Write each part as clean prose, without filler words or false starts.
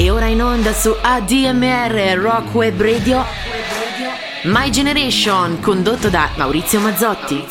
E ora in onda su ADMR Rock Web Radio My Generation, condotto da Maurizio Mazzotti.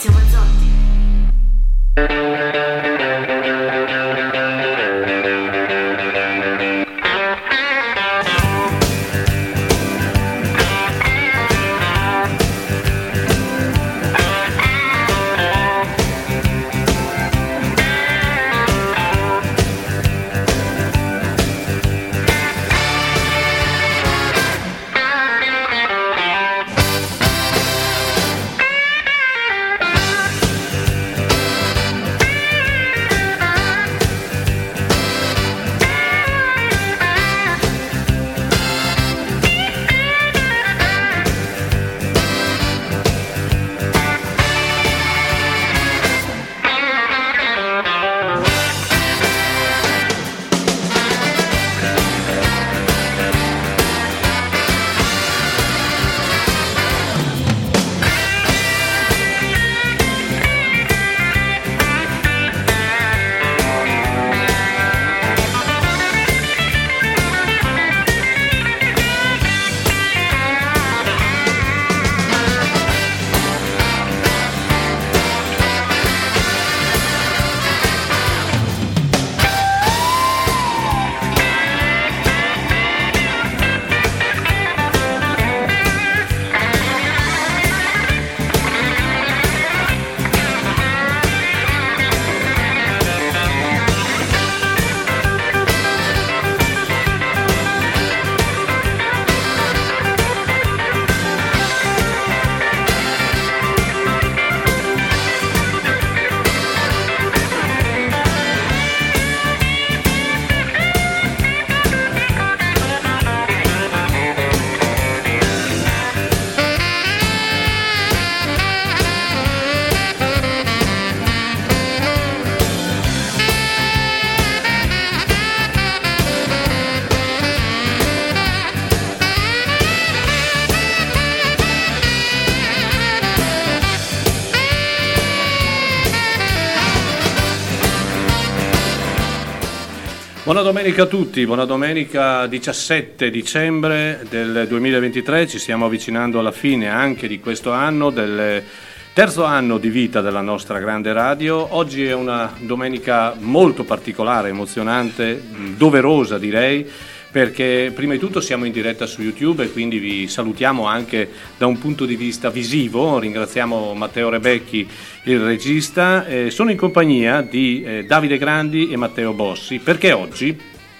Buona domenica a tutti, buona domenica 17 dicembre del 2023, ci stiamo avvicinando alla fine anche di questo anno, del terzo anno di vita della nostra grande radio. Oggi è una domenica molto particolare, emozionante, doverosa direi, perché prima di tutto siamo in diretta su YouTube e quindi vi salutiamo anche da un punto di vista visivo. Ringraziamo Matteo Rebecchi, il regista. Sono in compagnia di Davide Grandi e Matteo Bossi, perché oggi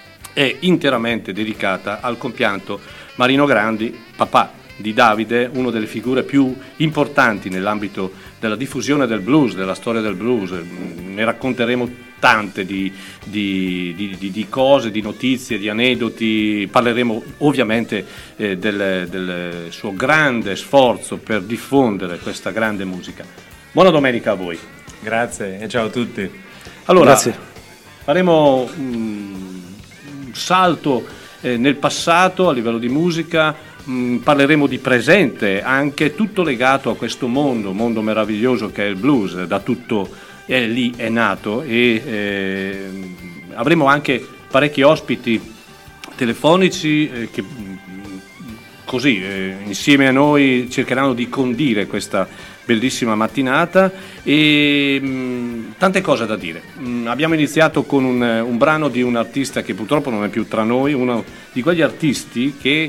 è interamente dedicata al compianto Marino Grandi, papà di Davide, una delle figure più importanti nell'ambito della diffusione del blues, della storia del blues. Ne racconteremo tante di cose, di notizie, di aneddoti. Parleremo ovviamente del suo grande sforzo per diffondere questa grande musica. Buona domenica a voi. Grazie e ciao a tutti. Allora, grazie. Faremo un salto nel passato a livello di musica. Parleremo di presente, anche tutto legato a questo mondo meraviglioso che è il blues. Da tutto lì è nato, e avremo anche parecchi ospiti telefonici che così insieme a noi cercheranno di condire questa bellissima mattinata, e tante cose da dire. Abbiamo iniziato con un brano di un artista che purtroppo non è più tra noi, uno di quegli artisti che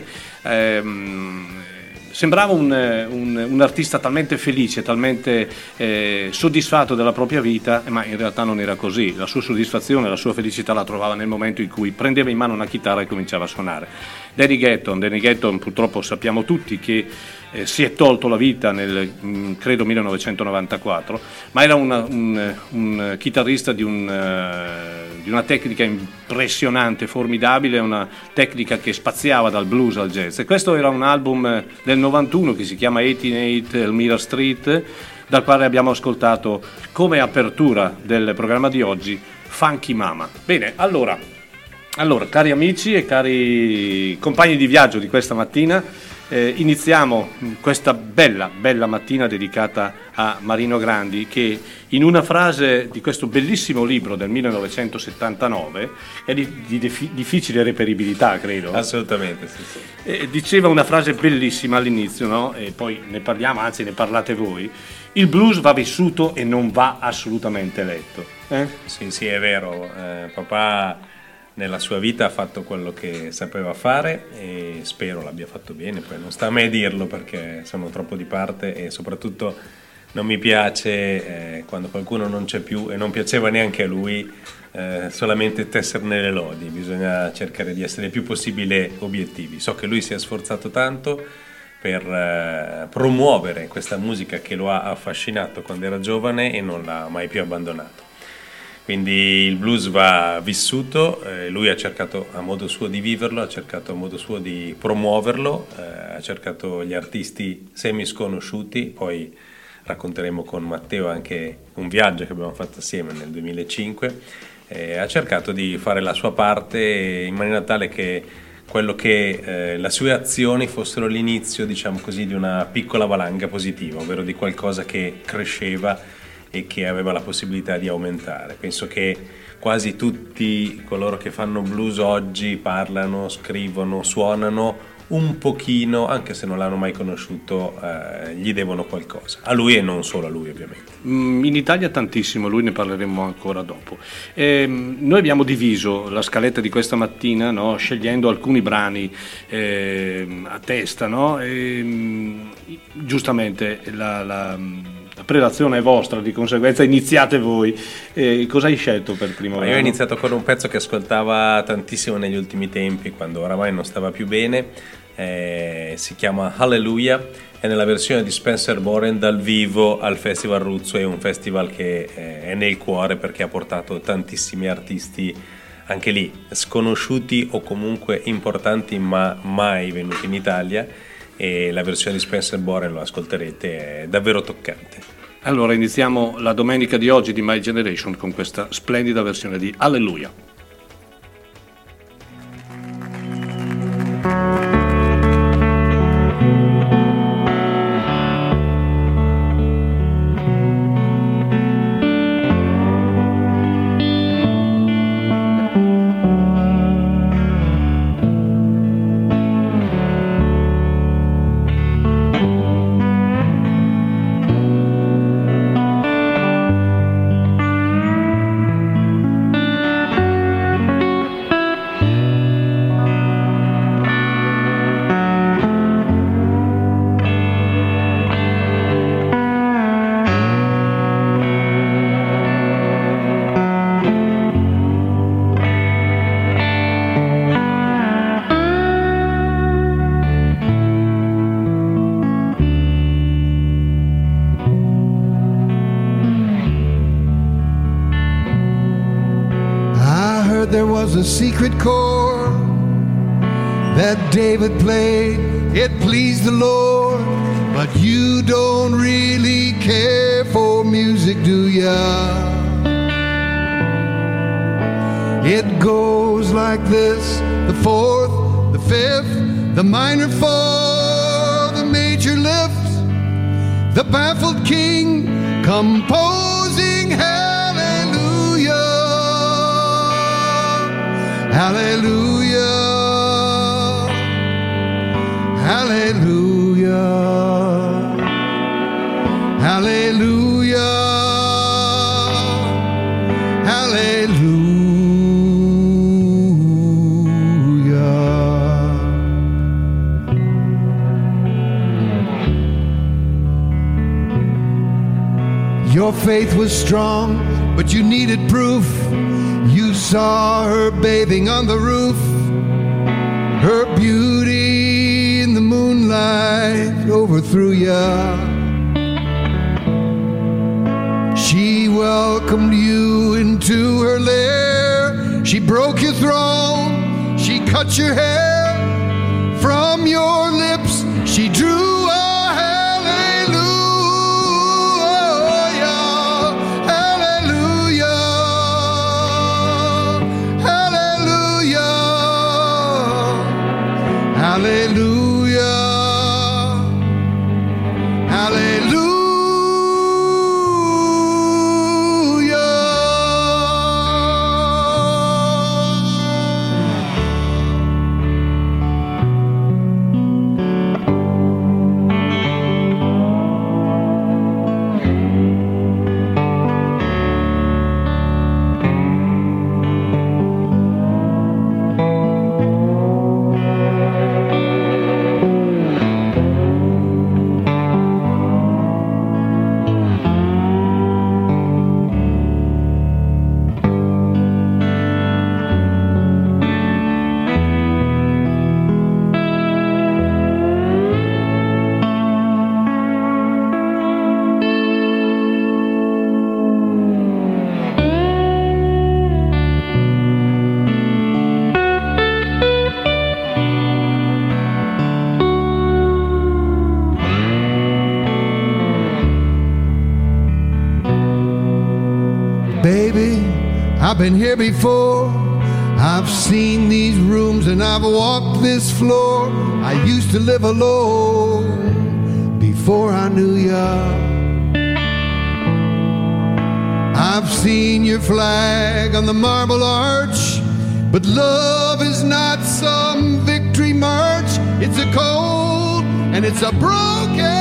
sembrava un artista talmente felice, talmente soddisfatto della propria vita, ma in realtà non era così. La sua soddisfazione, la sua felicità la trovava nel momento in cui prendeva in mano una chitarra e cominciava a suonare. Danny Gatton purtroppo sappiamo tutti che si è tolto la vita nel credo 1994, ma era un chitarrista di una tecnica impressionante, formidabile, una tecnica che spaziava dal blues al jazz. E questo era un album del 91 che si chiama 188 Elmira Street, dal quale abbiamo ascoltato come apertura del programma di oggi Funky Mama. Bene, allora cari amici e cari compagni di viaggio di questa mattina, Iniziamo questa bella mattina dedicata a Marino Grandi, che in una frase di questo bellissimo libro del 1979 è di difficile reperibilità, credo. Assolutamente, sì. Diceva una frase bellissima all'inizio, no? E poi ne parliamo, anzi ne parlate voi. Il blues va vissuto e non va assolutamente letto. Sì, è vero. Papà nella sua vita ha fatto quello che sapeva fare e spero l'abbia fatto bene. Poi non sta a me dirlo perché sono troppo di parte e soprattutto non mi piace quando qualcuno non c'è più, e non piaceva neanche a lui, solamente tesserne le lodi. Bisogna cercare di essere il più possibile obiettivi. So che lui si è sforzato tanto per promuovere questa musica che lo ha affascinato quando era giovane e non l'ha mai più abbandonato. Quindi il blues va vissuto, lui ha cercato a modo suo di viverlo, ha cercato a modo suo di promuoverlo, ha cercato gli artisti semi sconosciuti, poi racconteremo con Matteo anche un viaggio che abbiamo fatto assieme nel 2005, ha cercato di fare la sua parte in maniera tale che quello che le sue azioni fossero l'inizio, diciamo così, di una piccola valanga positiva, ovvero di qualcosa che cresceva e che aveva la possibilità di aumentare. Penso che quasi tutti coloro che fanno blues oggi parlano, scrivono, suonano un pochino, anche se non l'hanno mai conosciuto, gli devono qualcosa. A lui e non solo a lui, ovviamente. In Italia tantissimo, lui ne parleremo ancora dopo. Noi abbiamo diviso la scaletta di questa mattina, no? Scegliendo alcuni brani a testa, no? Giustamente la prelazione è vostra, di conseguenza iniziate voi. Cosa hai scelto per primo? Io ho iniziato con un pezzo che ascoltava tantissimo negli ultimi tempi, quando oramai non stava più bene, si chiama Hallelujah, è nella versione di Spencer Boren dal vivo al Festival Ruzzo. È un festival che è nel cuore perché ha portato tantissimi artisti, anche lì sconosciuti o comunque importanti ma mai venuti in Italia, e la versione di Spencer Boren, lo ascolterete, è davvero toccante. Allora iniziamo la domenica di oggi di My Generation con questa splendida versione di Alleluia. There was a secret chord that David played, it pleased the Lord, but you don't really care for music, do ya? It goes like this: the fourth, the fifth, the minor fall, the major lift, the baffled king composing hallelujah. Hallelujah, hallelujah, hallelujah, hallelujah. Your faith was strong, but you needed proof. You saw her bathing on the roof, her beauty in the moonlight overthrew ya. She welcomed you into her lair, she broke your throne, she cut your hair. From your lips she drew hallelujah, I've been here before. I've seen these rooms and I've walked this floor. I used to live alone before I knew ya. I've seen your flag on the Marble Arch, but love is not some victory march. It's a cold and it's a broken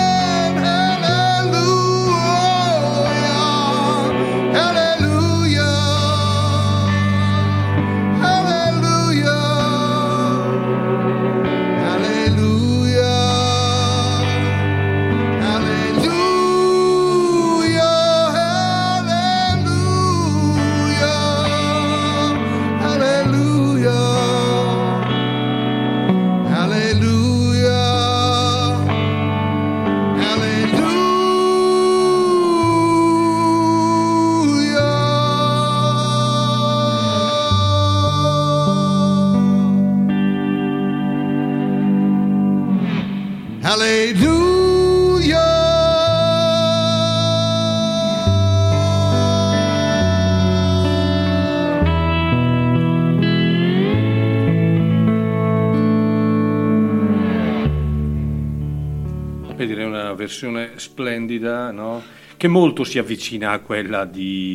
Direi una versione splendida, no? Che molto si avvicina a quella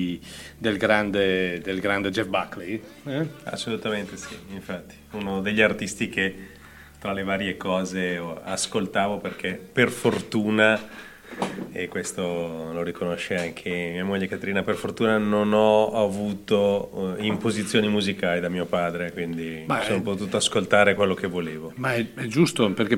del grande Jeff Buckley. Assolutamente sì, infatti, uno degli artisti che tra le varie cose ascoltavo perché per fortuna, e questo lo riconosce anche mia moglie Caterina, per fortuna non ho avuto imposizioni musicali da mio padre, quindi sono potuto ascoltare quello che volevo. Ma è giusto, perché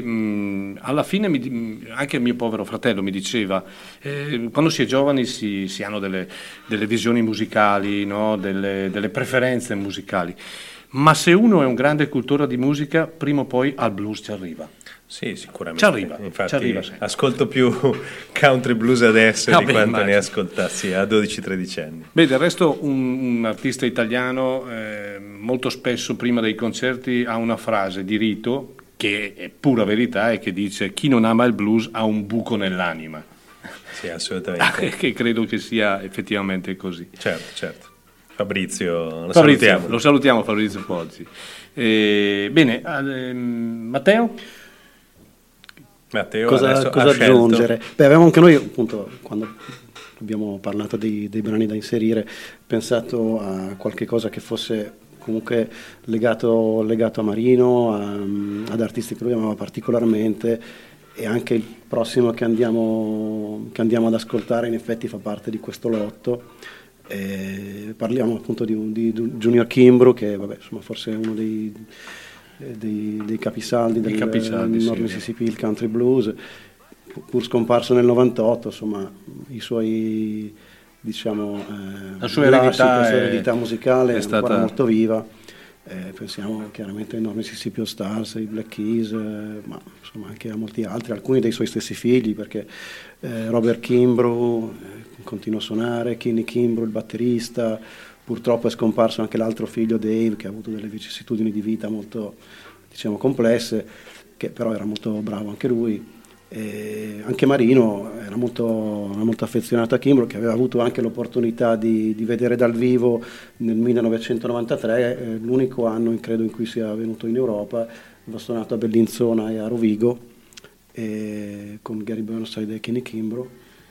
poi alla fine anche il mio povero fratello mi diceva, quando si è giovani si hanno delle visioni musicali, no? delle preferenze musicali, ma se uno è un grande cultore di musica, prima o poi al blues ci arriva. Sì, sicuramente. Ci arriva, infatti ci arriva ascolto più country blues adesso di quanto ne ascoltassi a 12-13 anni. Beh, del resto un artista italiano molto spesso prima dei concerti ha una frase di rito che è pura verità e che dice: chi non ama il blues ha un buco nell'anima. Sì, assolutamente. Che credo che sia effettivamente così. Certo. Fabrizio, lo salutiamo Fabrizio Pozzi. Bene, Matteo, cosa aggiungere? Beh, avevamo anche noi, appunto, quando abbiamo parlato dei brani da inserire, pensato a qualche cosa che fosse comunque legato a Marino, ad artisti che lui amava particolarmente, e anche il prossimo che andiamo ad ascoltare in effetti fa parte di questo lotto. Parliamo appunto di Junior Kimbrough, che vabbè, insomma, forse è uno dei capisaldi del Nord Mississippi, il country blues, pur scomparso nel 98, insomma i suoi, diciamo, la sua eredità musicale è ancora molto viva. Pensiamo chiaramente ai Nord Mississippi All Stars, ai Black Keys, ma insomma anche a molti altri, alcuni dei suoi stessi figli, perché Robert Kimbrough continua a suonare, Kenny Kimbrough il batterista, purtroppo è scomparso anche l'altro figlio Dave, che ha avuto delle vicissitudini di vita molto, diciamo, complesse, che però era molto bravo anche lui. E anche Marino era molto affezionato a Kimbrough, che aveva avuto anche l'opportunità di vedere dal vivo nel 1993, l'unico anno credo in cui sia venuto in Europa. Aveva suonato a Bellinzona e a Rovigo con Gary Burnside e Kenny Kimbrough.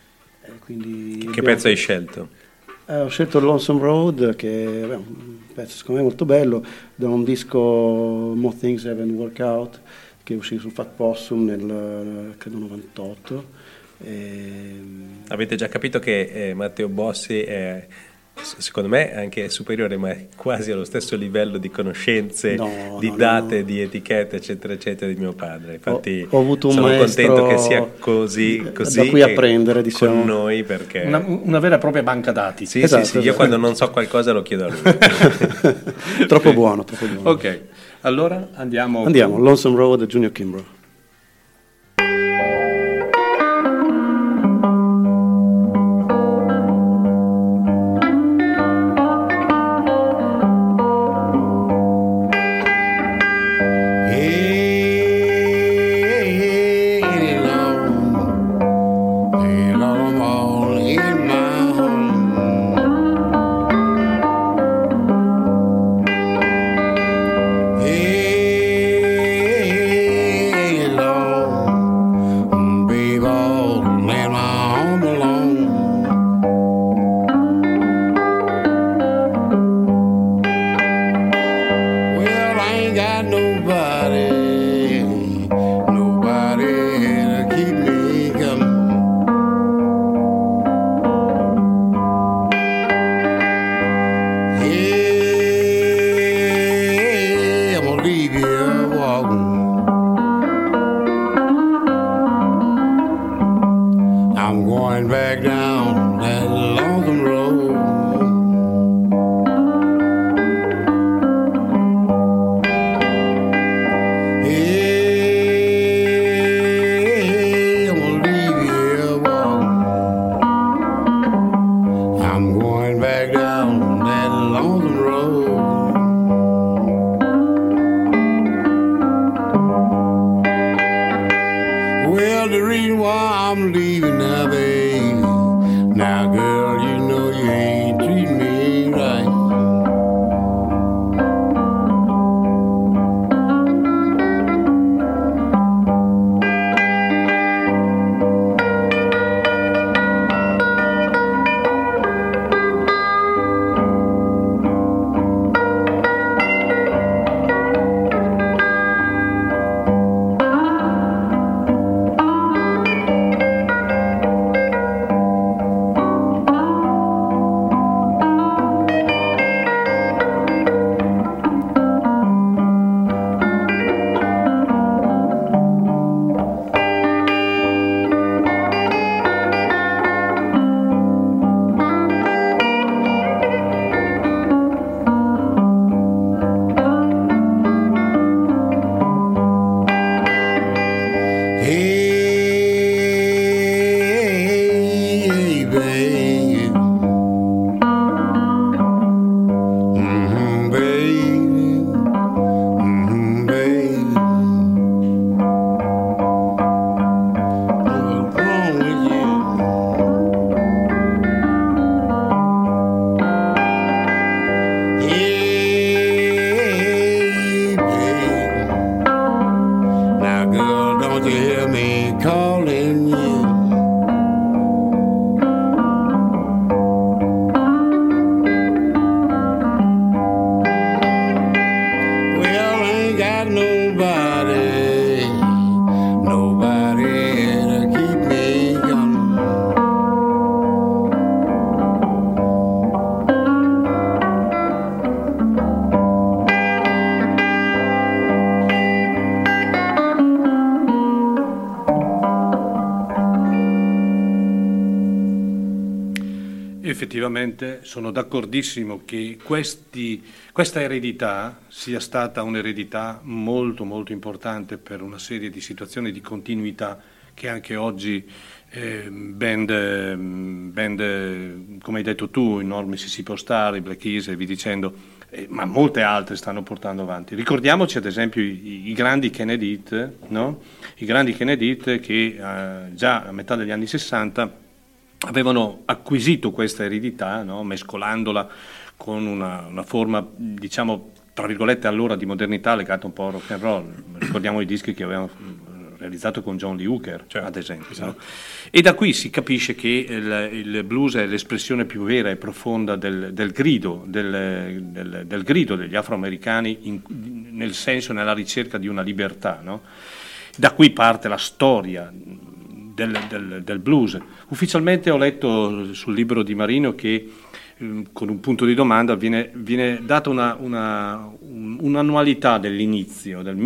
Che pezzo hai scelto? Ho scelto Lonesome Road, che è un pezzo secondo me molto bello, da un disco More Things Haven't Worked Out, che uscì su Fat Possum nel credo 98. Avete già capito che Matteo Bossi è, secondo me, anche superiore, ma è quasi allo stesso livello di conoscenze, date, di etichette, eccetera, eccetera, di mio padre. Infatti ho avuto un sono contento che sia così da cui apprendere, diciamo, con noi, perché una vera e propria banca dati. Sì, esatto, sì. Io quando non so qualcosa lo chiedo a lui. Troppo buono. Ok, allora andiamo Lonesome Road, Junior Kimbrough. got nobody, nobody to keep me coming. Hey, I'm gonna leave you walking. I'm going back down that lonesome road. Hey, I'm gonna leave you here walking. I'm going back down that lonesome road. Well, the reason why I'm leaving now, baby. Now, girl, you know you ain't treating me right. Hey, baby. Baby. Baby. What's wrong with you? Hey, baby. Now, girl, don't you hear me calling you? Well, I ain't got nobody, nobody to keep me coming. Effettivamente sono d'accordissimo che questa eredità sia stata un'eredità molto molto importante per una serie di situazioni di continuità che anche oggi band come hai detto tu, i North Mississippi All Star, i Black Keys e vi dicendo, ma molte altre stanno portando avanti. Ricordiamoci ad esempio i grandi Kennedy Heat, no? I grandi Kennedy Heat che già a metà degli anni 60 avevano acquisito questa eredità, no? Mescolandola con una forma, diciamo, tra virgolette allora di modernità legata un po' al rock and roll. Ricordiamo i dischi che avevano realizzato con John Lee Hooker, certo, ad esempio. Esatto. No? E da qui si capisce che il blues è l'espressione più vera e profonda del grido degli afroamericani nel senso, nella ricerca di una libertà, no? Da qui parte la storia del blues. Ufficialmente ho letto sul libro di Marino che con un punto di domanda viene data un'annualità dell'inizio, del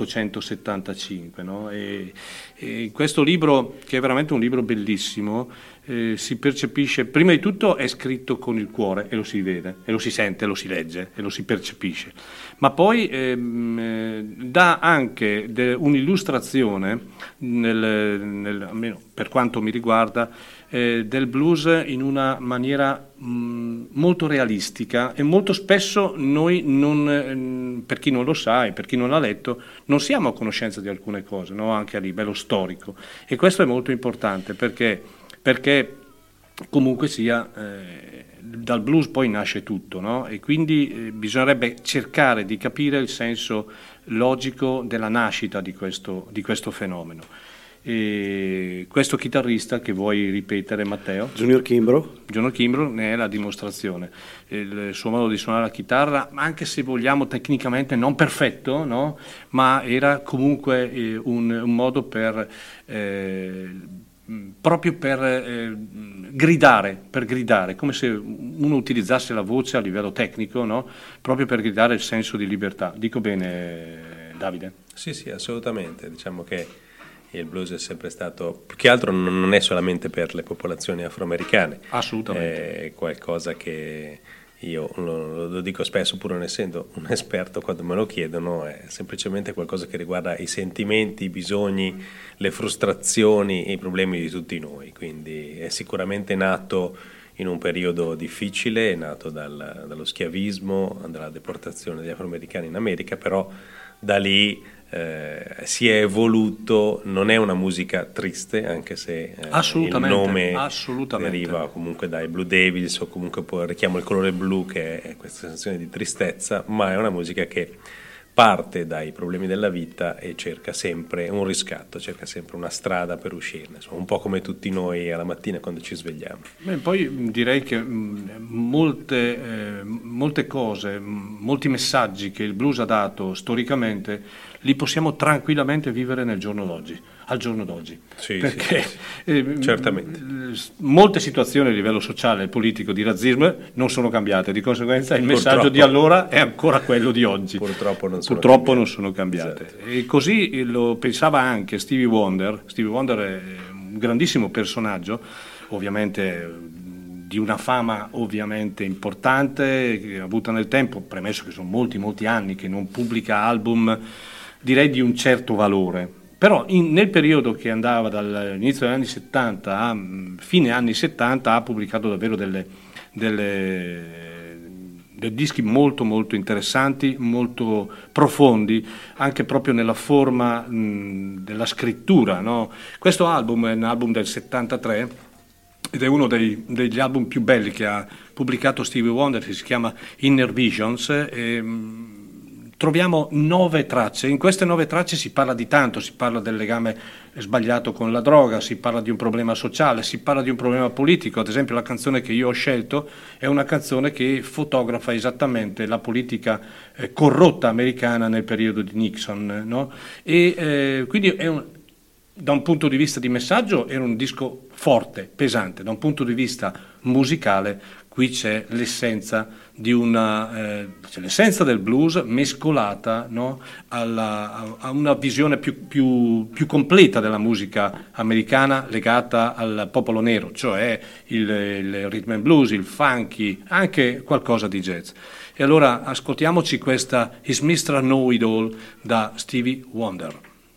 1875, no? E in questo libro, che è veramente un libro bellissimo, si percepisce, prima di tutto è scritto con il cuore e lo si vede, e lo si sente, lo si legge e lo si percepisce, ma poi dà anche un'illustrazione, almeno per quanto mi riguarda, del blues in una maniera molto realistica, e molto spesso noi per chi non lo sa e per chi non l'ha letto, non siamo a conoscenza di alcune cose, no? Anche a livello storico, e questo è molto importante perché comunque sia dal blues poi nasce tutto, no? E quindi bisognerebbe cercare di capire il senso logico della nascita di questo fenomeno. E questo chitarrista che vuoi ripetere, Matteo? Junior Kimbrough ne è la dimostrazione. Il suo modo di suonare la chitarra, anche se vogliamo tecnicamente non perfetto, no? Ma era comunque un modo per proprio per gridare, come se uno utilizzasse la voce a livello tecnico, no? Proprio per gridare il senso di libertà. Dico bene, Davide? Sì, assolutamente. Diciamo che il blues è sempre stato, più che altro non è solamente per le popolazioni afroamericane, assolutamente, è qualcosa che io lo dico spesso, pur non essendo un esperto, quando me lo chiedono, è semplicemente qualcosa che riguarda i sentimenti, i bisogni, le frustrazioni e i problemi di tutti noi. Quindi è sicuramente nato in un periodo difficile, è nato dallo schiavismo, dalla deportazione degli afroamericani in America, però da lì si è evoluto. Non è una musica triste, anche se il nome deriva comunque dai Blue Devils, o comunque poi richiama il colore blu, che è questa sensazione di tristezza, ma è una musica che parte dai problemi della vita e cerca sempre un riscatto, cerca sempre una strada per uscirne, insomma, un po' come tutti noi alla mattina quando ci svegliamo. Poi direi che molte cose, molti messaggi che il blues ha dato storicamente li possiamo tranquillamente vivere al giorno d'oggi. Sì, perché certamente molte situazioni a livello sociale e politico di razzismo non sono cambiate, di conseguenza il messaggio di allora è ancora quello di oggi. Purtroppo non sono cambiate. Esatto. E così lo pensava anche Stevie Wonder. Stevie Wonder è un grandissimo personaggio, ovviamente di una fama ovviamente importante, che ha avuto nel tempo, premesso che sono molti anni che non pubblica album, direi di un certo valore. Però nel periodo che andava dall'inizio degli anni 70 a fine anni 70 ha pubblicato davvero dei dischi molto interessanti, molto profondi, anche proprio nella forma della scrittura, no? Questo album è un album del 73 ed è uno degli album più belli che ha pubblicato Stevie Wonder, che si chiama Inner Visions. Troviamo 9 tracce. In queste 9 tracce si parla di tanto, si parla del legame sbagliato con la droga, si parla di un problema sociale, si parla di un problema politico. Ad esempio la canzone che io ho scelto è una canzone che fotografa esattamente la politica corrotta americana nel periodo di Nixon, no? E quindi da un punto di vista di messaggio era un disco forte, pesante. Da un punto di vista musicale qui c'è l'essenza c'è l'essenza del blues mescolata, no? a una visione più completa della musica americana legata al popolo nero, cioè il rhythm and blues, il funky, anche qualcosa di jazz. E allora ascoltiamoci questa Is Mr. Know-It-All da Stevie Wonder.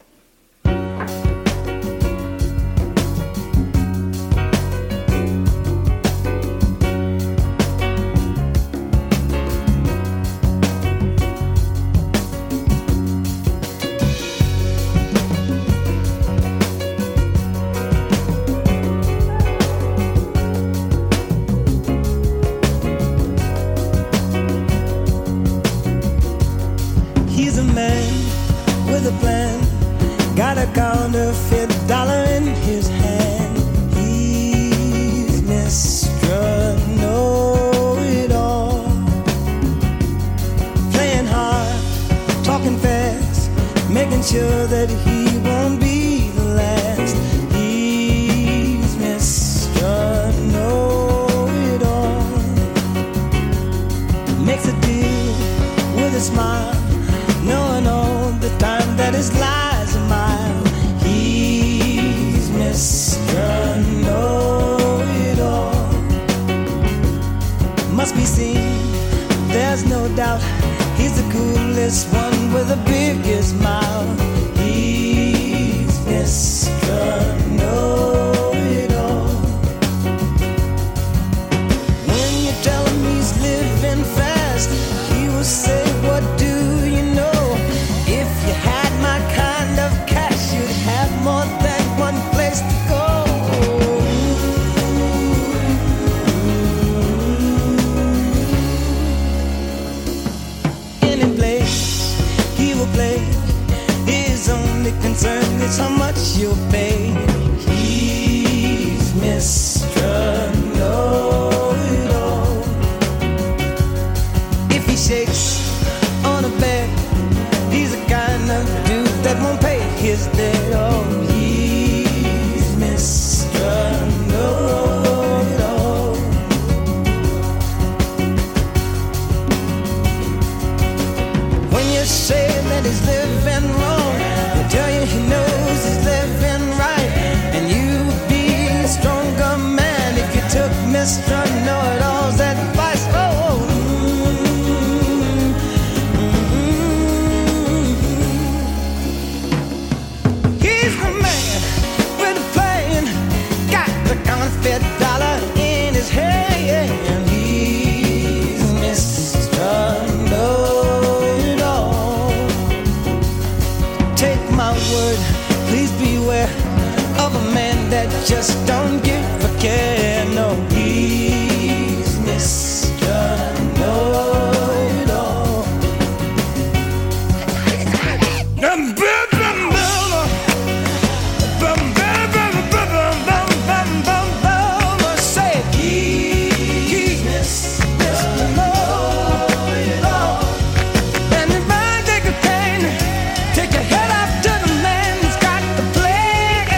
Sure that he won't be the last. He's Mr. Know-It-All. Makes a deal with a smile, knowing all the time that his lies a mile. He's Mr. Know-It-All. Must be seen, there's no doubt. He's the coolest one with the biggest mouth. He's Mr. Know-It-All. When you tell him he's living fast, he will say, what do you know? If you had my kind it's how much you'll pay. He's Mr. Know-it-all. If he shakes on a bed, he's the kind of dude that won't pay his debt. Oh, he's Mr. Know-it-all. When you say that he's living wrong, he'll tell you he knows he's living right. And you'd be a stronger man if you took Mr. Know-it-all's advice. Oh, he's the man with the plan, got the counterfeit dollar in his hand. He's Mr. Know-it-all. Take my word, please beware of a man that just don't give a care. No, he's Mr. Know-it-all. Say he's Mr. Know-it-all. And if I take a pain, take your head off to the man who's got the plan.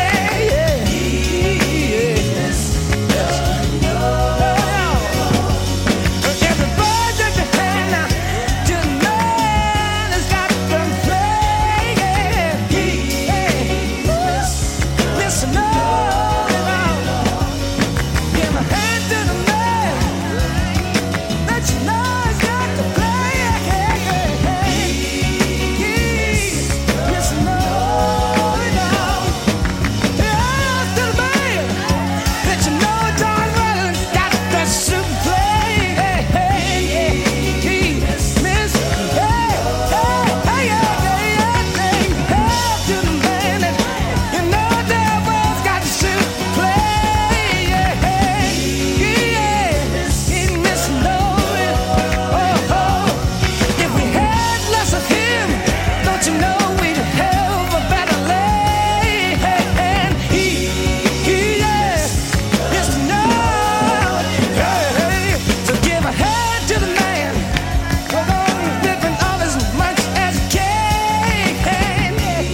He's Mr. Know-it-all. Everybody take your hand out to the man who's got the plan. He's Mr. Know-it-all. Give a hand to the man that you know has got the plan. He's Mr. Know-it-all. Hands to the man that you know darn well has got the super plan. He's Mr. Hands to the man that you know darn well's got the super plan. He's Mr. Know-it-all. If we had less of him, don't you know we'd have a better land? Yes, Mr. Know-it-all. So give a hand to the man, we're gonna rip him off as much as you can.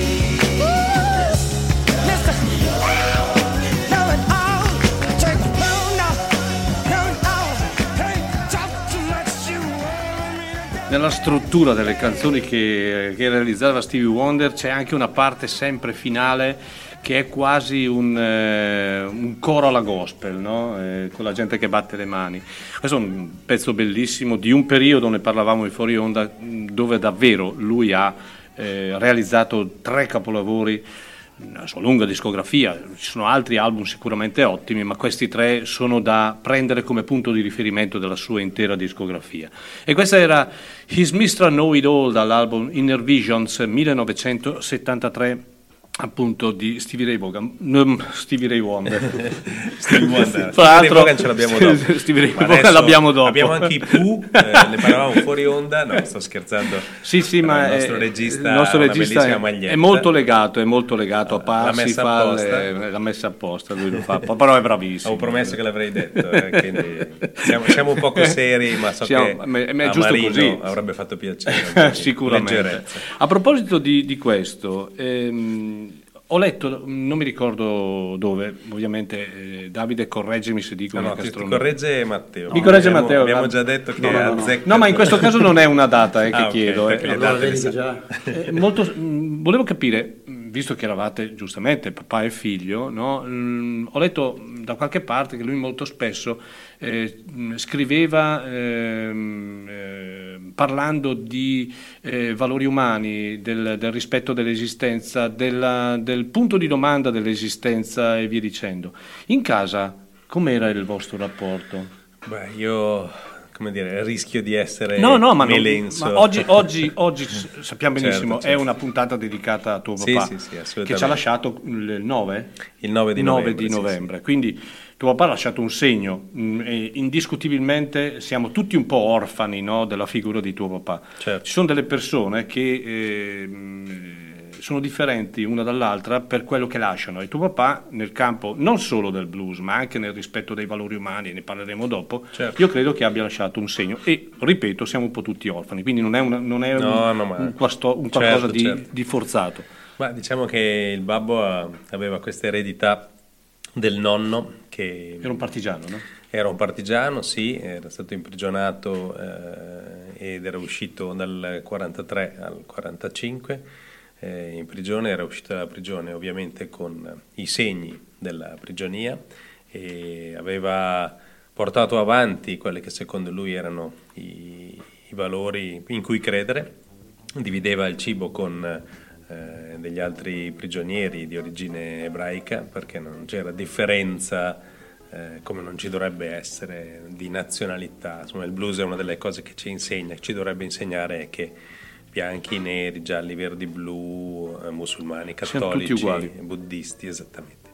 Mr. Know-it-all. Take the phone off, know-it-all. Hey, talk too much, you want me to Nella struttura delle canzoni che realizzava Stevie Wonder c'è anche una parte sempre finale che è quasi un coro alla gospel, no? Con la gente che batte le mani. Questo è un pezzo bellissimo di un periodo, ne parlavamo in fuori onda, dove davvero lui ha realizzato 3 capolavori nella sua lunga discografia. Ci sono altri album sicuramente ottimi, ma questi 3 sono da prendere come punto di riferimento della sua intera discografia. E questa era His Mr. Know-it-all dall'album Inner Visions 1973, appunto, di Stevie Ray Vaughan, Stevie Ray Wonder. Stevie Wonder. Tra l'altro, Vaughan ce l'abbiamo dopo. Stevie Ray Vaughan l'abbiamo dopo. Abbiamo anche i Pooh, ne parlavamo fuori onda. No, sto scherzando. Sì, ma il nostro regista è molto legato a Parsifal, l'ha messa apposta, lui lo fa, però è bravissimo. Ho promesso che l'avrei detto, quindi siamo un poco seri, ma so che è giusto Marino così. Avrebbe fatto piacere. Sicuramente. Leggerezza. A proposito di questo, ho letto, non mi ricordo dove, ovviamente Davide correggimi se dico una castroneria. Ti corregge Matteo. Mi corregge Matteo. Abbiamo già detto che no, ma in questo caso non è una data che chiedo. Volevo capire, visto che eravate giustamente papà e figlio, no? Ho letto da qualche parte che lui molto spesso scriveva parlando di valori umani, del rispetto dell'esistenza, del punto di domanda dell'esistenza e via dicendo. In casa com'era il vostro rapporto? Beh, io, come dire, rischio di essere melenso. Ma oggi sappiamo benissimo, certo. È una puntata dedicata a tuo papà, sì, che ci ha lasciato il 9? Il 9 di novembre. Sì. Quindi tuo papà ha lasciato un segno, e indiscutibilmente siamo tutti un po' orfani, no, della figura di tuo papà. Certo. Ci sono delle persone che sono differenti una dall'altra per quello che lasciano, e tuo papà nel campo non solo del blues ma anche nel rispetto dei valori umani, ne parleremo dopo. Certo. Io credo che abbia lasciato un segno, e ripeto, siamo un po' tutti orfani, quindi non è un qualcosa di forzato. Ma diciamo che il babbo aveva questa eredità del nonno, che era un partigiano, no? Era un partigiano, sì, era stato imprigionato ed era uscito dal 43 al 45 in prigione, era uscito dalla prigione ovviamente con i segni della prigionia, e aveva portato avanti quelli che secondo lui erano i valori in cui credere, divideva il cibo con degli altri prigionieri di origine ebraica, perché non c'era differenza, come non ci dovrebbe essere, di nazionalità. Insomma, il blues è una delle cose che ci insegna, ci dovrebbe insegnare, è che bianchi, neri, gialli, verdi, blu, musulmani, cattolici, buddisti, esattamente.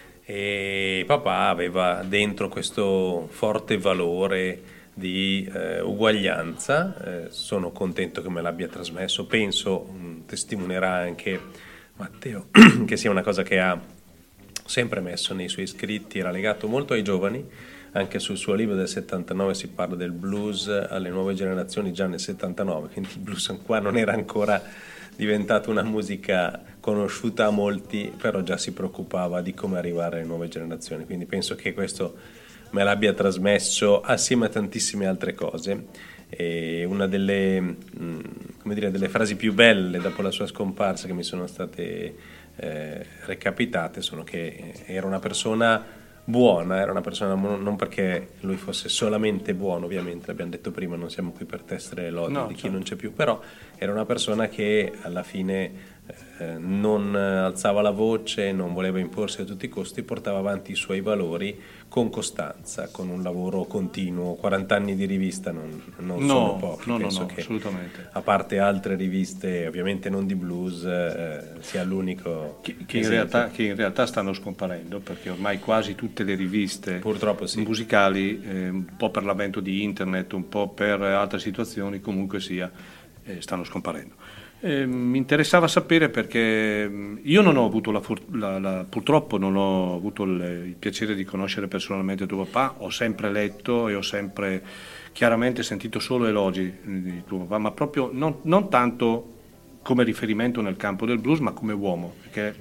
E papà aveva dentro questo forte valore di uguaglianza. Sono contento che me l'abbia trasmesso, penso testimonierà anche Matteo che sia una cosa che ha sempre messo nei suoi scritti, era legato molto ai giovani. Anche sul suo libro del 79 si parla del blues alle nuove generazioni già nel 79, quindi il blues qua non era ancora diventato una musica conosciuta a molti, però già si preoccupava di come arrivare alle nuove generazioni, quindi penso che questo me l'abbia trasmesso assieme a tantissime altre cose. E una delle frasi più belle dopo la sua scomparsa che mi sono state recapitate sono che era una persona buona, era una persona non perché lui fosse solamente buono, ovviamente l'abbiamo detto prima, non siamo qui per testare l'odio di chi non c'è più, però era una persona che alla fine non alzava la voce, non voleva imporsi a tutti i costi, portava avanti i suoi valori con costanza, con un lavoro continuo. 40 anni di rivista non sono pochi, penso che assolutamente. A parte altre riviste, ovviamente non di blues, sia l'unico che in realtà stanno scomparendo, perché ormai quasi tutte le riviste purtroppo musicali, un po' per l'avvento di internet, un po' per altre situazioni, comunque sia, stanno scomparendo. Mi interessava sapere, perché io non ho avuto purtroppo non ho avuto il piacere di conoscere personalmente tuo papà, ho sempre letto e ho sempre chiaramente sentito solo elogi di tuo papà, ma proprio non tanto come riferimento nel campo del blues, ma come uomo, perché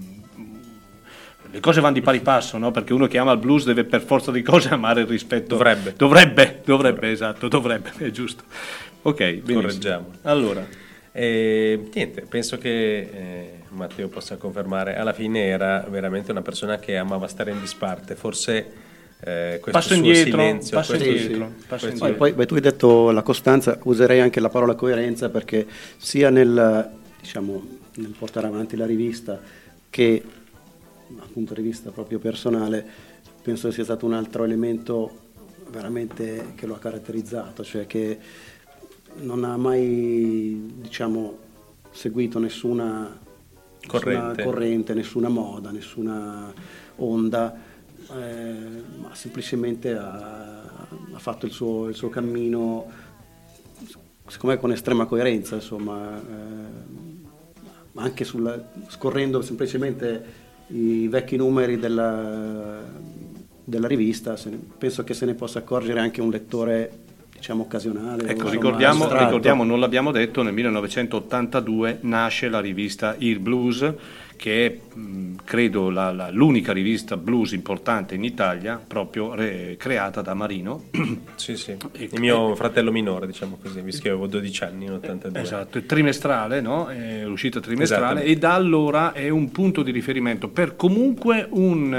le cose vanno di pari passo, no? Perché uno che ama il blues deve per forza di cose amare il rispetto. Dovrebbe, esatto, dovrebbe, è giusto. Ok, benissimo. Correggiamo. Allora, niente, penso che Matteo possa confermare, alla fine era veramente una persona che amava stare in disparte, forse questo passo suo indietro, silenzio, passo indietro. Poi tu hai detto la costanza, userei anche la parola coerenza, perché sia nel portare avanti la rivista che dal punto di vista proprio personale, penso sia stato un altro elemento veramente che lo ha caratterizzato, cioè che non ha mai seguito nessuna corrente, nessuna moda, nessuna onda, ma semplicemente ha fatto il suo cammino, secondo me con estrema coerenza, insomma, anche scorrendo semplicemente i vecchi numeri della rivista, penso che se ne possa accorgere anche un lettore occasionale. Ecco, ricordiamo, non l'abbiamo detto, nel 1982 nasce la rivista Il Blues, che è credo l'unica rivista blues importante in Italia, proprio creata da Marino. Sì, il mio fratello minore, diciamo così, visto che avevo 12 anni in 82. Esatto, è trimestrale, no? È l'uscita trimestrale, e da allora è un punto di riferimento per comunque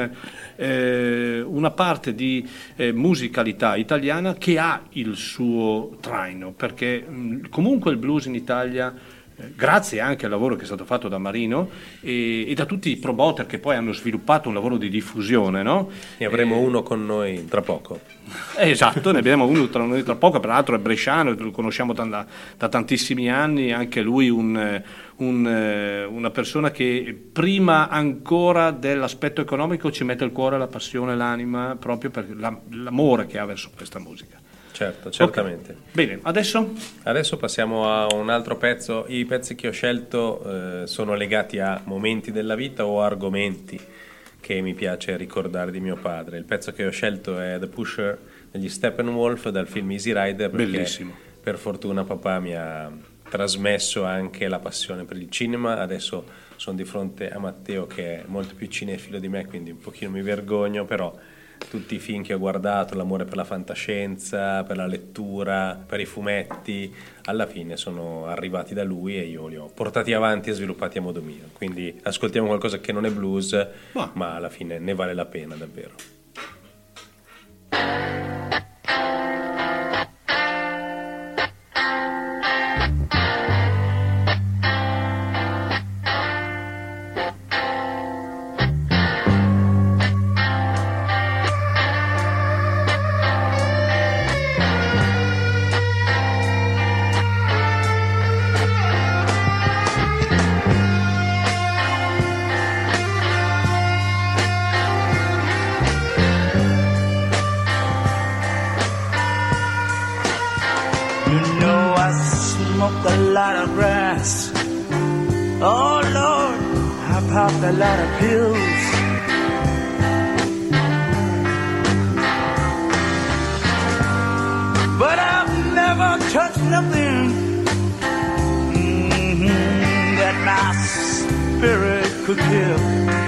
una parte di musicalità italiana che ha il suo traino, perché comunque il blues in Italia, grazie anche al lavoro che è stato fatto da Marino e da tutti i promoter che poi hanno sviluppato un lavoro di diffusione, no? Ne avremo uno con noi tra poco. Esatto, ne abbiamo uno tra noi tra poco, peraltro è bresciano, lo conosciamo da tantissimi anni, anche lui una persona che prima ancora dell'aspetto economico ci mette il cuore, la passione, l'anima, proprio per l'amore che ha verso questa musica. Certo, certamente. Okay. Bene, adesso passiamo a un altro pezzo. I pezzi che ho scelto sono legati a momenti della vita o argomenti che mi piace ricordare di mio padre. Il pezzo che ho scelto è The Pusher degli Steppenwolf dal film Easy Rider, perché bellissimo. Per fortuna papà mi ha trasmesso anche la passione per il cinema. Adesso sono di fronte a Matteo che è molto più cinefilo di me, quindi un pochino mi vergogno, però tutti i film che ho guardato, l'amore per la fantascienza, per la lettura, per i fumetti, alla fine sono arrivati da lui e io li ho portati avanti e sviluppati a modo mio. Quindi ascoltiamo qualcosa che non è blues, ma alla fine ne vale la pena davvero. Oh Lord, I popped a lot of pills. But I've never touched nothing that my spirit could kill.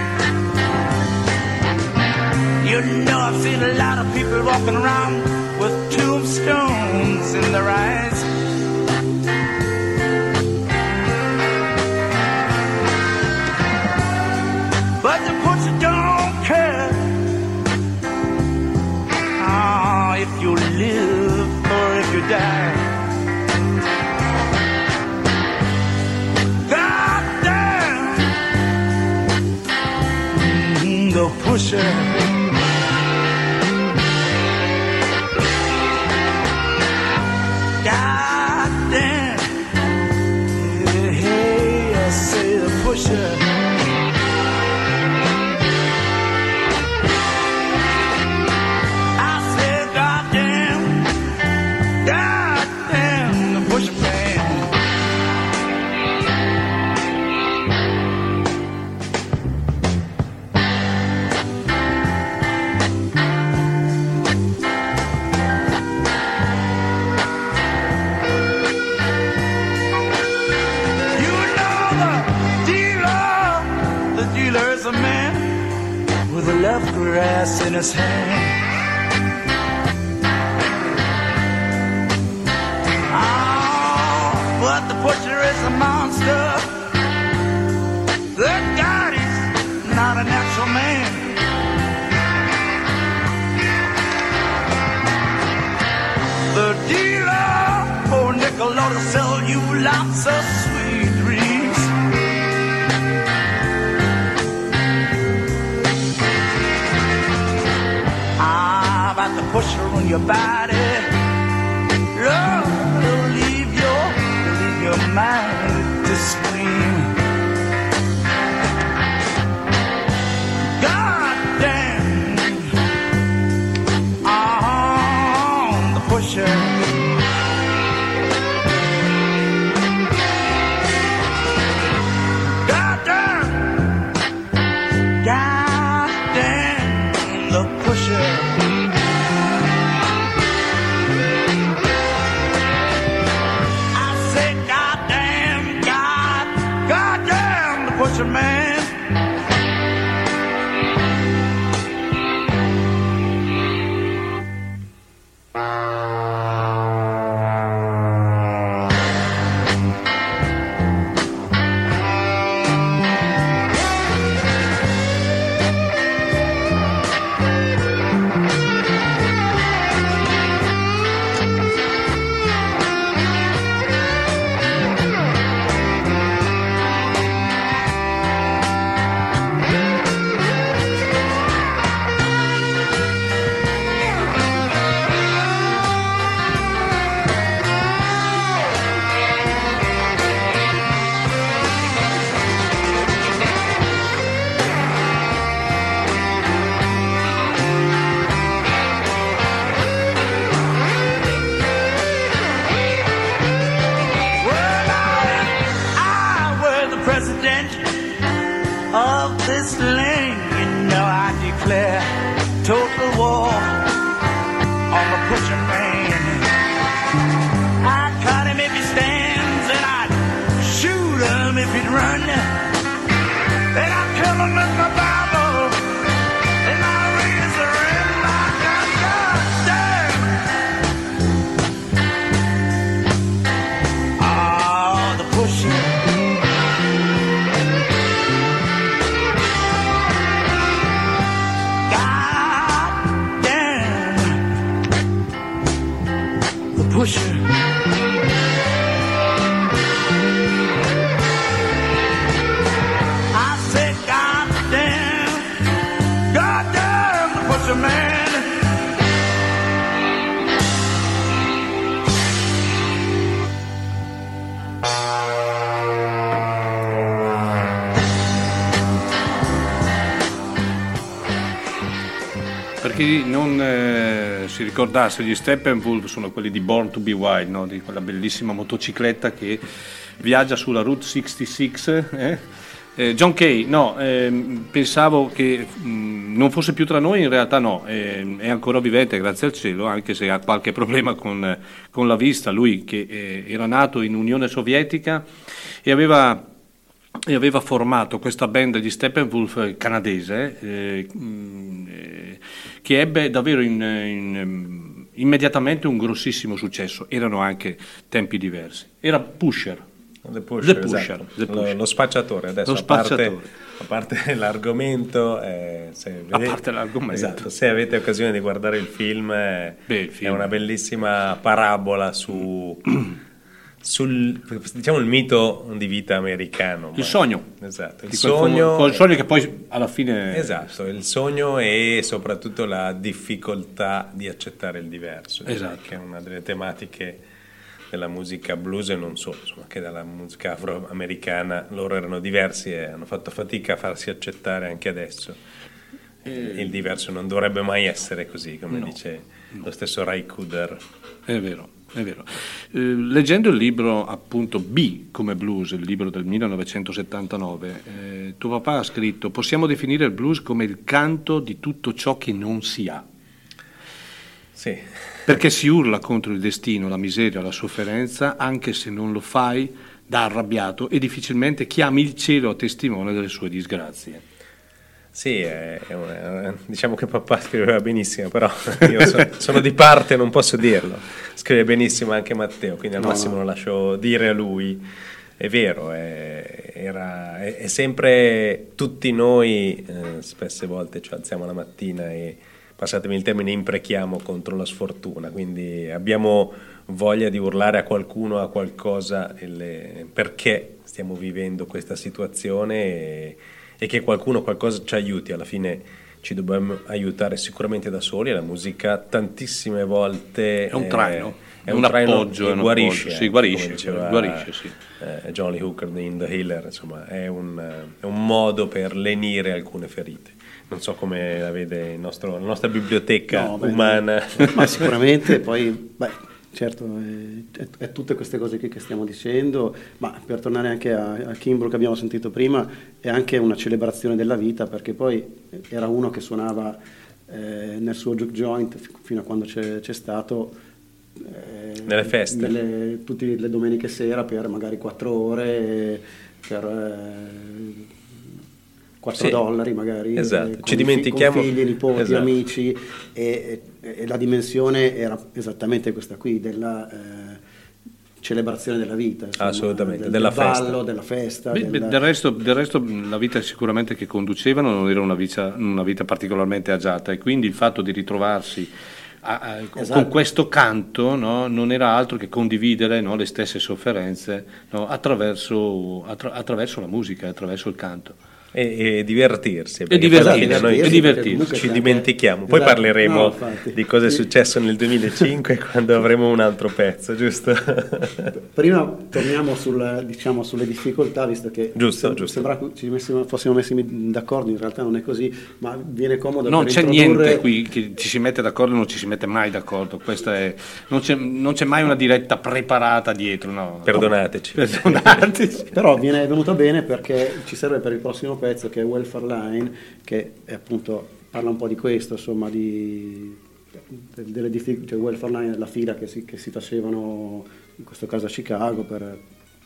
You know, I've seen a lot of people walking around with tombstones in their eyes. But the pusher don't care if you live or if you die. God damn, the pusher. God damn, hey, I say the pusher. Love grass in his hand. Oh, but the pusher is a monster. The God is not a natural man. The dealer for nickel ought to sell you lots of sweet dreams. About the pusher on your body, Lord, it'll leave your mind to scream. God damn, the pusher. God damn, the pusher. Man. of this land. You know I declare total war on the pusher man. I cut him if he stands, and I'd shoot him if he'd run. Then I'd kill him with my Bible, and my razor and my gun. Oh, the pusher. Pusher. I said, goddamn, the pusher man. Per chi non si ricordasse, gli Steppenwolf sono quelli di Born to be Wild, no? Di quella bellissima motocicletta che viaggia sulla Route 66. John Kay, no, pensavo che non fosse più tra noi, in realtà no, è ancora vivente, grazie al cielo, anche se ha qualche problema con la vista. Lui che era nato in Unione Sovietica e aveva formato questa band degli Steppenwolf canadese, che ebbe davvero immediatamente un grossissimo successo. Erano anche tempi diversi. Era Pusher. The Pusher. Esatto. Lo spacciatore adesso. A parte l'argomento, esatto, se avete occasione di guardare il film, il film è una bellissima parabola sul diciamo il mito di vita americano, il sogno, esatto, il sogno che poi alla fine, esatto, il sogno e soprattutto la difficoltà di accettare il diverso, esatto, che è una delle tematiche della musica blues e non solo, insomma, che dalla musica afroamericana loro erano diversi e hanno fatto fatica a farsi accettare anche adesso. Il diverso non dovrebbe mai essere così, come dice lo stesso Ray Cooder. È vero. Leggendo il libro, appunto, B come blues, il libro del 1979, tuo papà ha scritto: possiamo definire il blues come il canto di tutto ciò che non si ha. Sì. Perché si urla contro il destino, la miseria, la sofferenza, anche se non lo fai da arrabbiato, e difficilmente chiami il cielo a testimone delle sue disgrazie. Sì, diciamo che papà scriveva benissimo, però io sono di parte, non posso dirlo. Scrive benissimo anche Matteo, quindi al massimo lo lascio dire a lui. È vero, è sempre tutti noi, spesse volte ci alziamo la mattina e, passatemi il termine, imprechiamo contro la sfortuna, quindi abbiamo voglia di urlare a qualcuno, a qualcosa, perché stiamo vivendo questa situazione e che qualcuno, qualcosa ci aiuti. Alla fine ci dobbiamo aiutare sicuramente da soli, la musica tantissime volte è un traino, è un appoggio, e guarisce, sì, guarisce, sì. John Lee Hooker in The Healer, insomma, è un modo per lenire alcune ferite. Non so come la vede la nostra biblioteca umana. Ma sicuramente poi, certo, è tutte queste cose che stiamo dicendo, ma per tornare anche a Kimbrough che abbiamo sentito prima, è anche una celebrazione della vita, perché poi era uno che suonava nel suo juke joint fino a quando c'è stato, nelle feste, tutte le domeniche sera per magari 4 ore, per $4 magari, esatto. Ci dimentichiamo, con figli, nipoti, esatto, amici, e la dimensione era esattamente questa qui, della celebrazione della vita, insomma, assolutamente, del ballo, della festa. Del resto la vita sicuramente che conducevano non era una vita particolarmente agiata, e quindi il fatto di ritrovarsi esatto, con questo canto, no, non era altro che condividere, no, le stesse sofferenze, no, attraverso la musica, attraverso il canto. E divertirsi, noi ci dimentichiamo. Poi parleremo di cosa è successo nel 2005 quando avremo un altro pezzo, giusto? Prima torniamo sulle difficoltà, visto che giusto. sembra che fossimo messi d'accordo, in realtà non è così, ma viene comodo. Non c'è niente qui che ci si mette d'accordo, non ci si mette mai d'accordo. Non c'è mai una diretta preparata dietro, no. Perdonateci. Però è venuta bene perché ci serve per il prossimo pezzo che è Welfare Line, che è appunto parla un po' di questo, insomma, delle difficoltà, cioè Welfare Line è la fila che si facevano, in questo caso a Chicago, per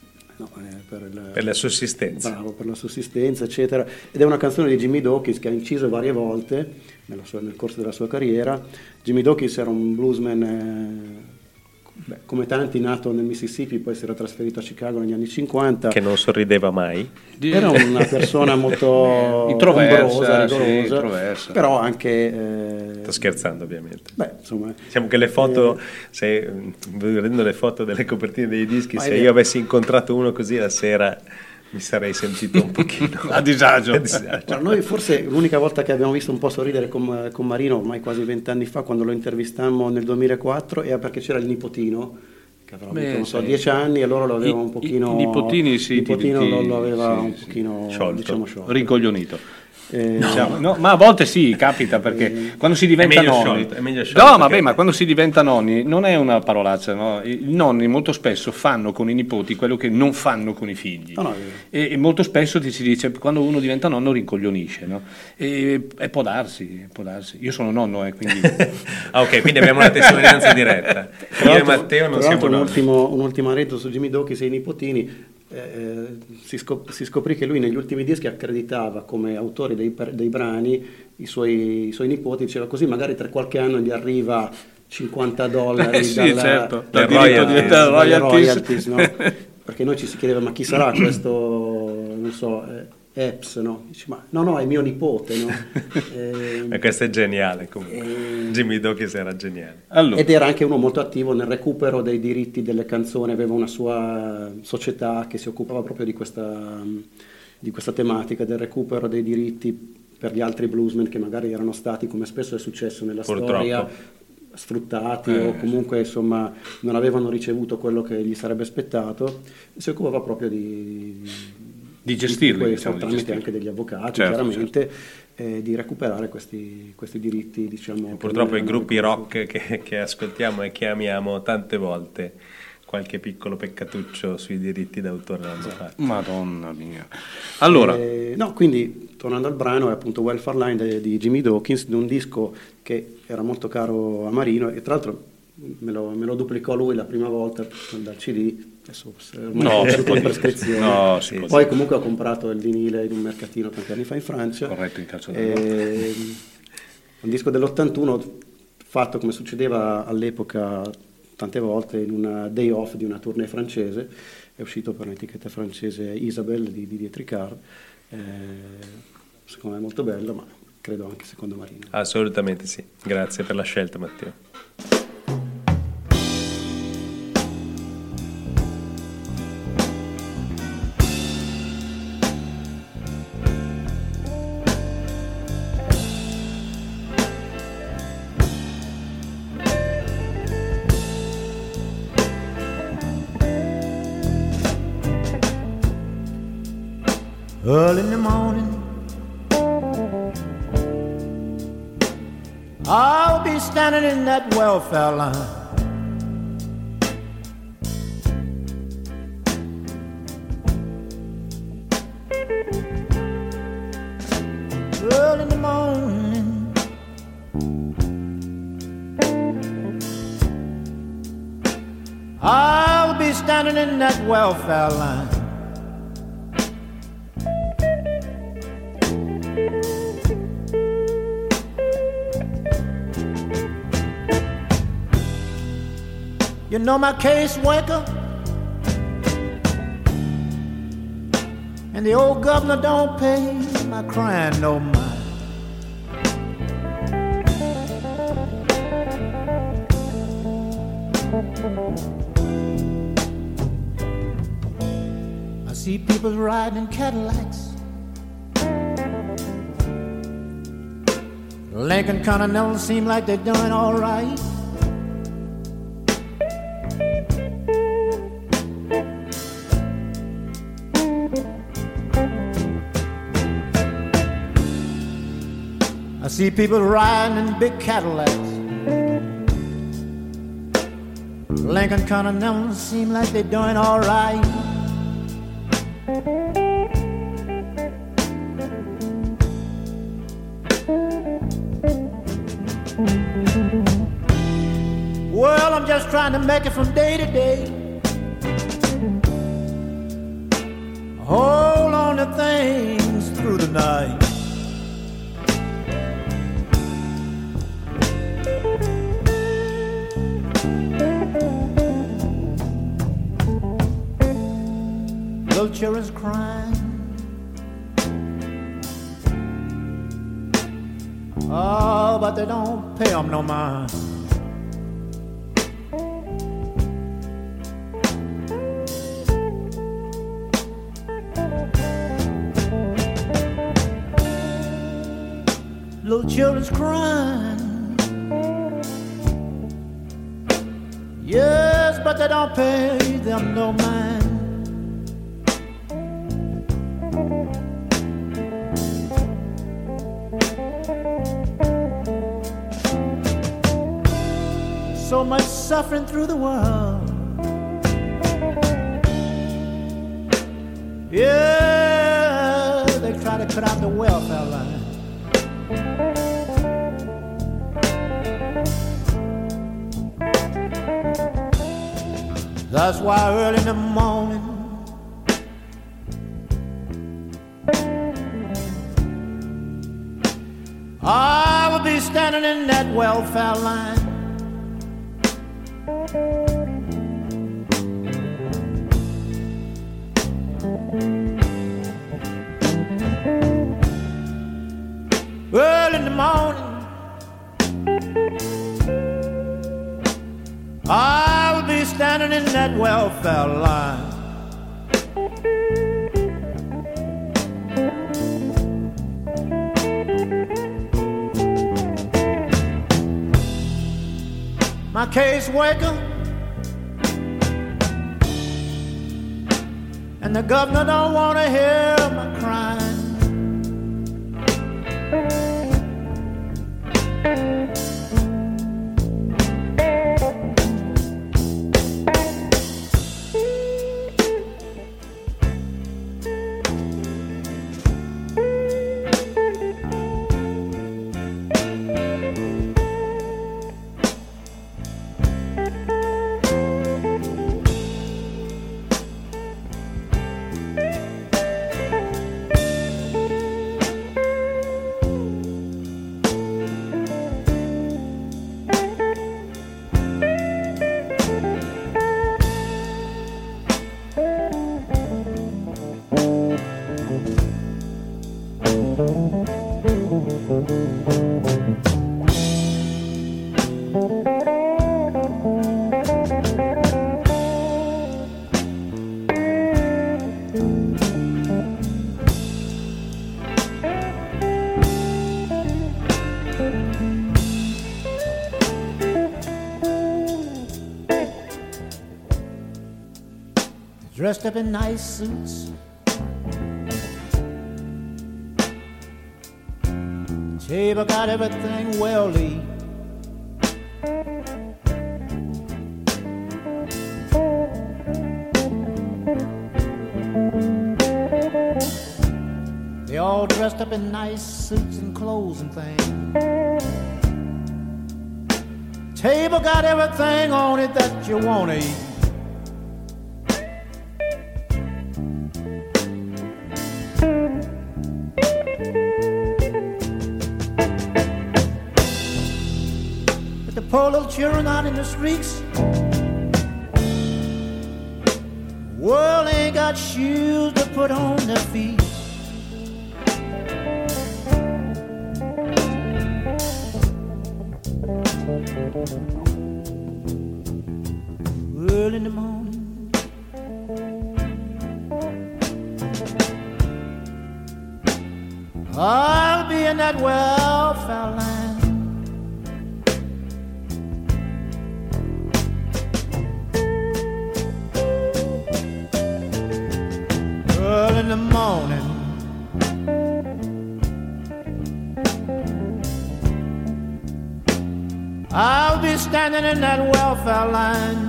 la sussistenza. Bravo, per la sussistenza, eccetera. Ed è una canzone di Jimmy Dawkins che ha inciso varie volte nel corso della sua carriera. Jimmy Dawkins era un bluesman, come tanti, nato nel Mississippi, poi si era trasferito a Chicago negli anni 50. Che non sorrideva mai. Era una persona molto introversa, rigorosa, introversa. Però anche... Sto scherzando, ovviamente. Insomma... Diciamo che le foto, vedendo le foto delle copertine dei dischi, se io avessi incontrato uno così la sera mi sarei sentito un pochino a disagio. Guarda, noi forse l'unica volta che abbiamo visto un po' sorridere con Marino, ormai quasi 20 anni fa, quando lo intervistammo nel 2004, era perché c'era il nipotino che avrà avuto, non so, 10 anni, e allora lo aveva un pochino... I nipotini, sì. Il nipotino lo aveva un pochino sciolto. Diciamo sciolto. Ricoglionito. No, ma a volte sì, capita, perché quando si diventa nonni, è meglio sciolto ma quando si diventa nonni non è una parolaccia, no? I nonni molto spesso fanno con i nipoti quello che non fanno con i figli, e molto spesso ti si dice, quando uno diventa nonno rincoglionisce, no? E può darsi, io sono nonno, quindi ok, quindi abbiamo una testimonianza diretta. Io e Matteo non siamo nonni. Un ultimo aneddoto su Jimmy Dawkins e i nipotini. Si scoprì che lui negli ultimi dischi accreditava come autori dei brani i suoi nipoti, diceva così magari tra qualche anno gli arriva $50 sì, certo, dal royalties, no? Perché noi ci si chiedeva, ma chi sarà questo, non so, Epps, no? Dice, ma no, è mio nipote, no? E questo è geniale comunque. Jimmy Dawkins era geniale. Allora. Ed era anche uno molto attivo nel recupero dei diritti delle canzoni, aveva una sua società che si occupava proprio di questa tematica del recupero dei diritti per gli altri bluesmen che magari erano stati, come spesso è successo nella storia, sfruttati o comunque insomma non avevano ricevuto quello che gli sarebbe aspettato. Si occupava proprio di gestirli, diciamo, tramite anche degli avvocati, chiaramente, di recuperare questi diritti, diciamo. Purtroppo i gruppi rock che ascoltiamo e che amiamo tante volte qualche piccolo peccatuccio sui diritti d'autore l'hanno fatto. Madonna mia. Allora, quindi tornando al brano, è appunto Welfare Line di Jimmy Dawkins, di un disco che era molto caro a Marino, e tra l'altro me lo duplicò lui la prima volta dal CD. Adesso ormai è in prescrizione. Poi comunque ho comprato il vinile in un mercatino tanti anni fa in Francia. Corretto, in calcio un disco dell'81 fatto, come succedeva all'epoca tante volte, in una day off di una tournée francese. È uscito per un'etichetta francese, Isabelle di Didier Tricard. Secondo me è molto bello, ma credo anche secondo Marino. Assolutamente sì, grazie per la scelta, Matteo. Early in the morning, I'll be standing in that welfare line. Early in the morning, I'll be standing in that welfare line. You know my caseworker and the old governor don't pay my crying no mind. I see people riding in Cadillacs, Lincoln Continental seem like they're doing all right. I see people riding in big Cadillacs, Lincoln Continental seem like they're doing all right. trying to make it from day to day. Hold on to things through the night. Little children's crying. Oh, but they don't pay them no mind. Little children's crying. Yes, but they don't pay them no mind. So much suffering through the world. Yeah, they try to cut out the welfare line. That's why early in the morning I will be standing in that welfare line. Early in the morning I will be standing in that welfare line. My caseworker and the governor don't want to hear my crying. Dressed up in nice suits, table got everything well laid. They all dressed up in nice suits and clothes and things. Table got everything on it that you wanna eat. Poor little children out in the streets, world ain't got shoes to put on their feet. Early in the morning I'll be in that welfare line. In the morning I'll be standing in that welfare line.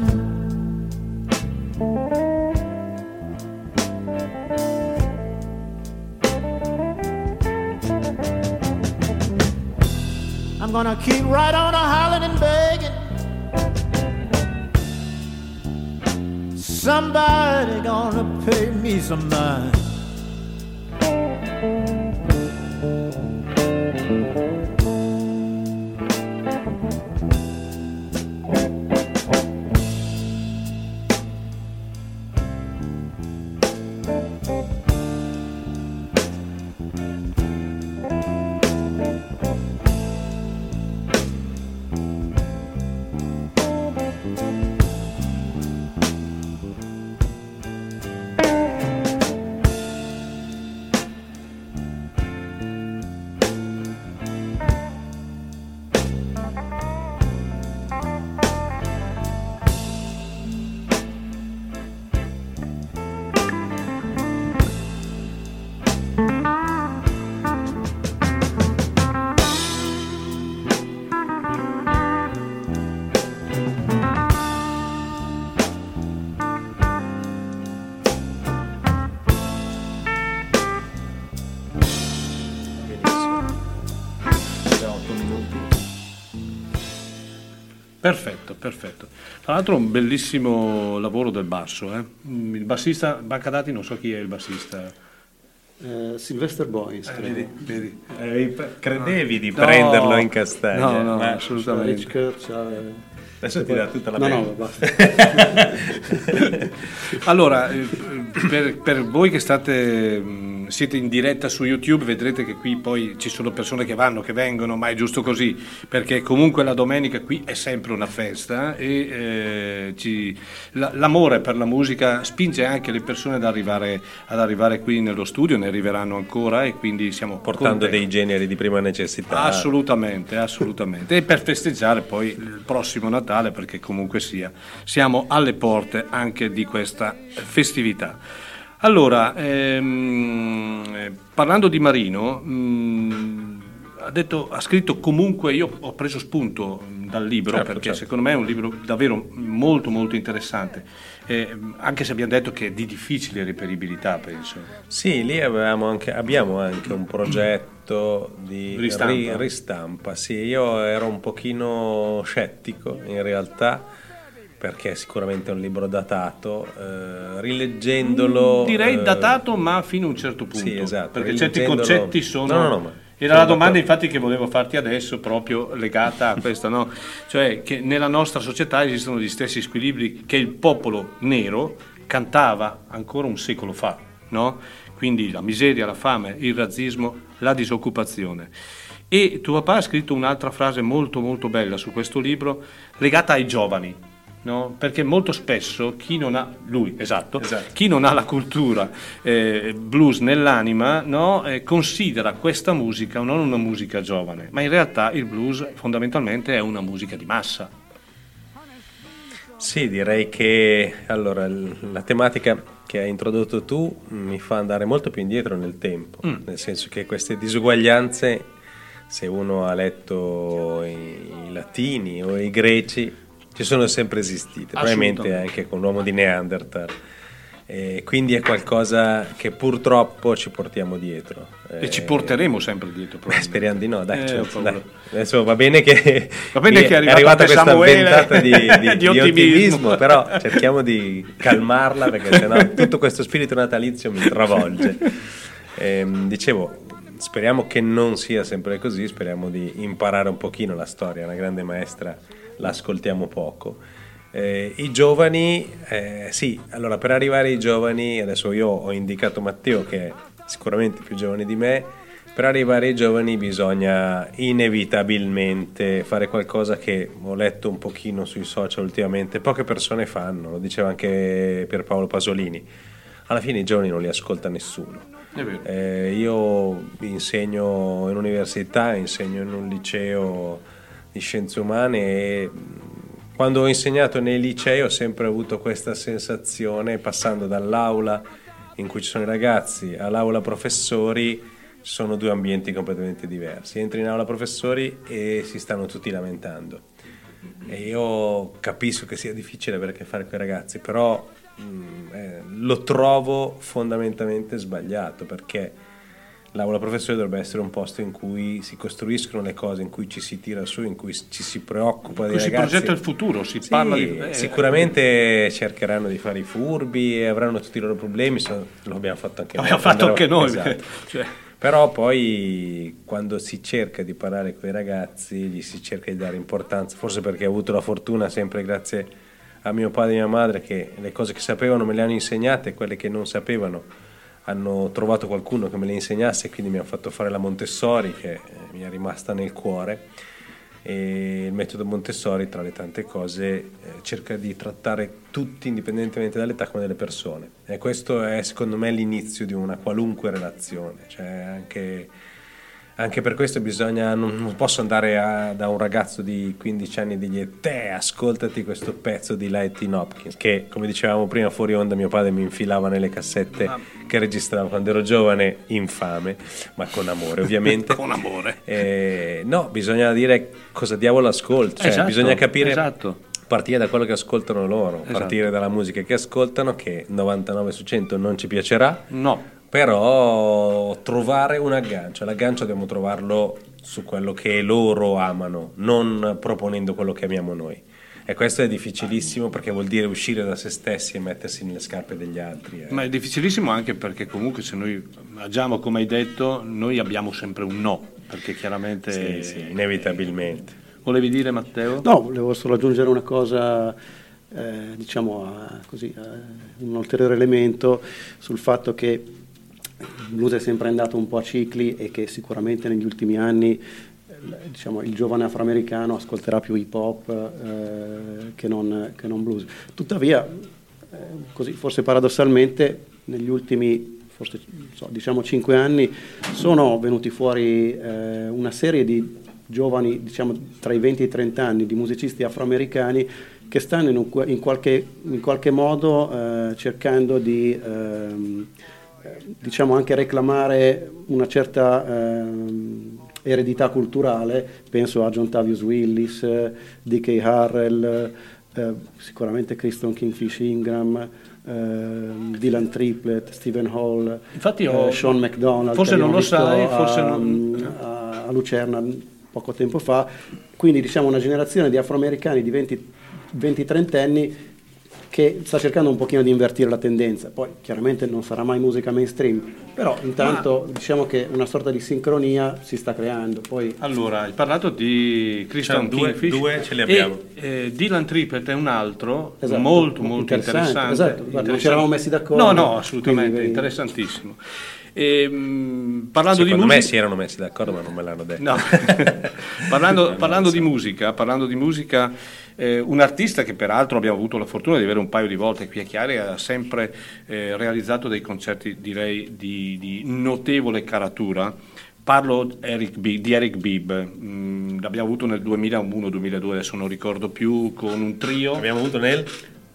I'm gonna keep right on a hollering and begging somebody gonna pay me some mind. Perfetto. Tra l'altro un bellissimo lavoro del basso, eh? Il bassista, banca dati, non so chi è il bassista. Sylvester Boyce, vedi. Credevi di prenderlo in castagna? No, assolutamente. Adesso ti dà tutta la pena. No, basta. Allora, per voi che siete in diretta su YouTube, vedrete che qui poi ci sono persone che vanno, che vengono, ma è giusto così, perché comunque la domenica qui è sempre una festa e l'amore per la musica spinge anche le persone ad arrivare qui nello studio, ne arriveranno ancora, e quindi siamo portando contenti. dei generi di prima necessità. Assolutamente, e per festeggiare poi il prossimo Natale, perché comunque siamo alle porte anche di questa festività. Allora, parlando di Marino, ha scritto comunque, io ho preso spunto dal libro, perché secondo me è un libro davvero molto molto interessante, anche se abbiamo detto che è di difficile reperibilità, penso. Sì, lì abbiamo anche un progetto di ristampa. Sì, io ero un pochino scettico in realtà, perché sicuramente è un libro datato, rileggendolo... Direi datato, ma fino a un certo punto. Sì, esatto. Perché certi concetti sono... No, era la domanda infatti che volevo farti adesso, proprio legata a questa, no? Cioè che nella nostra società esistono gli stessi squilibri che il popolo nero cantava ancora un secolo fa, no? Quindi la miseria, la fame, il razzismo, la disoccupazione. E tuo papà ha scritto un'altra frase molto molto bella su questo libro, legata ai giovani. No? Perché molto spesso chi non ha chi non ha la cultura blues nell'anima, no? Considera questa musica non una musica giovane, ma in realtà il blues fondamentalmente è una musica di massa. Sì, direi che allora la tematica che hai introdotto tu mi fa andare molto più indietro nel tempo, nel senso che queste disuguaglianze, se uno ha letto i latini o i greci, ci sono sempre esistite, probabilmente anche con l'uomo di Neanderthal, quindi è qualcosa che purtroppo ci portiamo dietro e ci porteremo sempre dietro. Speriamo di no, dai. Adesso va bene che è arrivata questa ventata di ottimismo, però cerchiamo di calmarla, perché sennò tutto questo spirito natalizio mi travolge. Dicevo, speriamo che non sia sempre così, speriamo di imparare un pochino la storia, una grande maestra la ascoltiamo poco. I giovani, sì, allora per arrivare ai giovani, adesso io ho indicato Matteo che è sicuramente più giovane di me, per arrivare ai giovani bisogna inevitabilmente fare qualcosa che ho letto un pochino sui social ultimamente, poche persone fanno, lo diceva anche Pierpaolo Pasolini, alla fine i giovani non li ascolta nessuno. Io insegno in università, insegno in un liceo di scienze umane e quando ho insegnato nei licei ho sempre avuto questa sensazione, passando dall'aula in cui ci sono i ragazzi all'aula professori, sono due ambienti completamente diversi. Entri in aula professori e si stanno tutti lamentando e io capisco che sia difficile avere a che fare con i ragazzi, però lo trovo fondamentalmente sbagliato, perché l'aula professore dovrebbe essere un posto in cui si costruiscono le cose, in cui ci si tira su, in cui ci si preoccupa dei ragazzi. Si progetta il futuro, si parla di... Sicuramente cercheranno di fare i furbi e avranno tutti i loro problemi, lo abbiamo fatto anche noi. Abbiamo fatto anche noi. Esatto. Però poi quando si cerca di parlare con i ragazzi, gli si cerca di dare importanza, forse perché ho avuto la fortuna, sempre grazie a mio padre e mia madre, che le cose che sapevano me le hanno insegnate e quelle che non sapevano hanno trovato qualcuno che me le insegnasse, quindi mi hanno fatto fare la Montessori, che mi è rimasta nel cuore. E il metodo Montessori, tra le tante cose, cerca di trattare tutti, indipendentemente dall'età, come delle persone, e questo è secondo me l'inizio di una qualunque relazione. Cioè anche per questo bisogna, non posso andare da un ragazzo di 15 anni e dirgli: te ascoltati questo pezzo di Lightning Hopkins, che come dicevamo prima fuori onda mio padre mi infilava nelle cassette che registravo quando ero giovane, infame, ma con amore ovviamente. Con amore. No, bisogna dire cosa diavolo ascolto, cioè esatto, bisogna capire, esatto. partire da quello che ascoltano loro, esatto. Partire dalla musica che ascoltano, che 99 su 100 non ci piacerà, no, però trovare un aggancio. L'aggancio dobbiamo trovarlo su quello che loro amano, non proponendo quello che amiamo noi. E questo è difficilissimo, perché vuol dire uscire da se stessi e mettersi nelle scarpe degli altri. Ma è difficilissimo anche perché comunque se noi agiamo come hai detto, noi abbiamo sempre un no, perché chiaramente... Sì, inevitabilmente. Volevi dire, Matteo? No, volevo solo aggiungere una cosa, un ulteriore elemento sul fatto che il blues è sempre andato un po' a cicli e che sicuramente negli ultimi anni il giovane afroamericano ascolterà più hip hop che non blues. Tuttavia, così forse paradossalmente, negli ultimi 5 anni sono venuti fuori una serie di giovani, tra i 20 e i 30 anni, di musicisti afroamericani che stanno in qualche modo cercando di anche reclamare una certa eredità culturale. Penso a John Tavius Willis, D.K. Harrell, sicuramente Kristen Kingfish Ingram, Dylan Triplett, Stephen Hall, infatti Sean McDonald, forse non lo sai, forse non... a Lucerna poco tempo fa. Quindi una generazione di afroamericani di 20-30 anni che sta cercando un pochino di invertire la tendenza. Poi chiaramente non sarà mai musica mainstream, però intanto che una sorta di sincronia si sta creando. Poi... Allora, hai parlato di Kristen Kingfish, due ce li abbiamo. Dylan Triplett è un altro, esatto, molto interessante. Esatto, non ci eravamo messi d'accordo. No, assolutamente, quindi... interessantissimo. Parlando Secondo me si erano messi d'accordo, ma non me l'hanno detto. No. parlando di musica, un artista che peraltro abbiamo avuto la fortuna di avere un paio di volte qui a Chiari, ha sempre realizzato dei concerti, direi, di notevole caratura. Parlo di Eric Bibb. L'abbiamo avuto nel 2001-2002, adesso non ricordo più, con un trio. Abbiamo avuto nel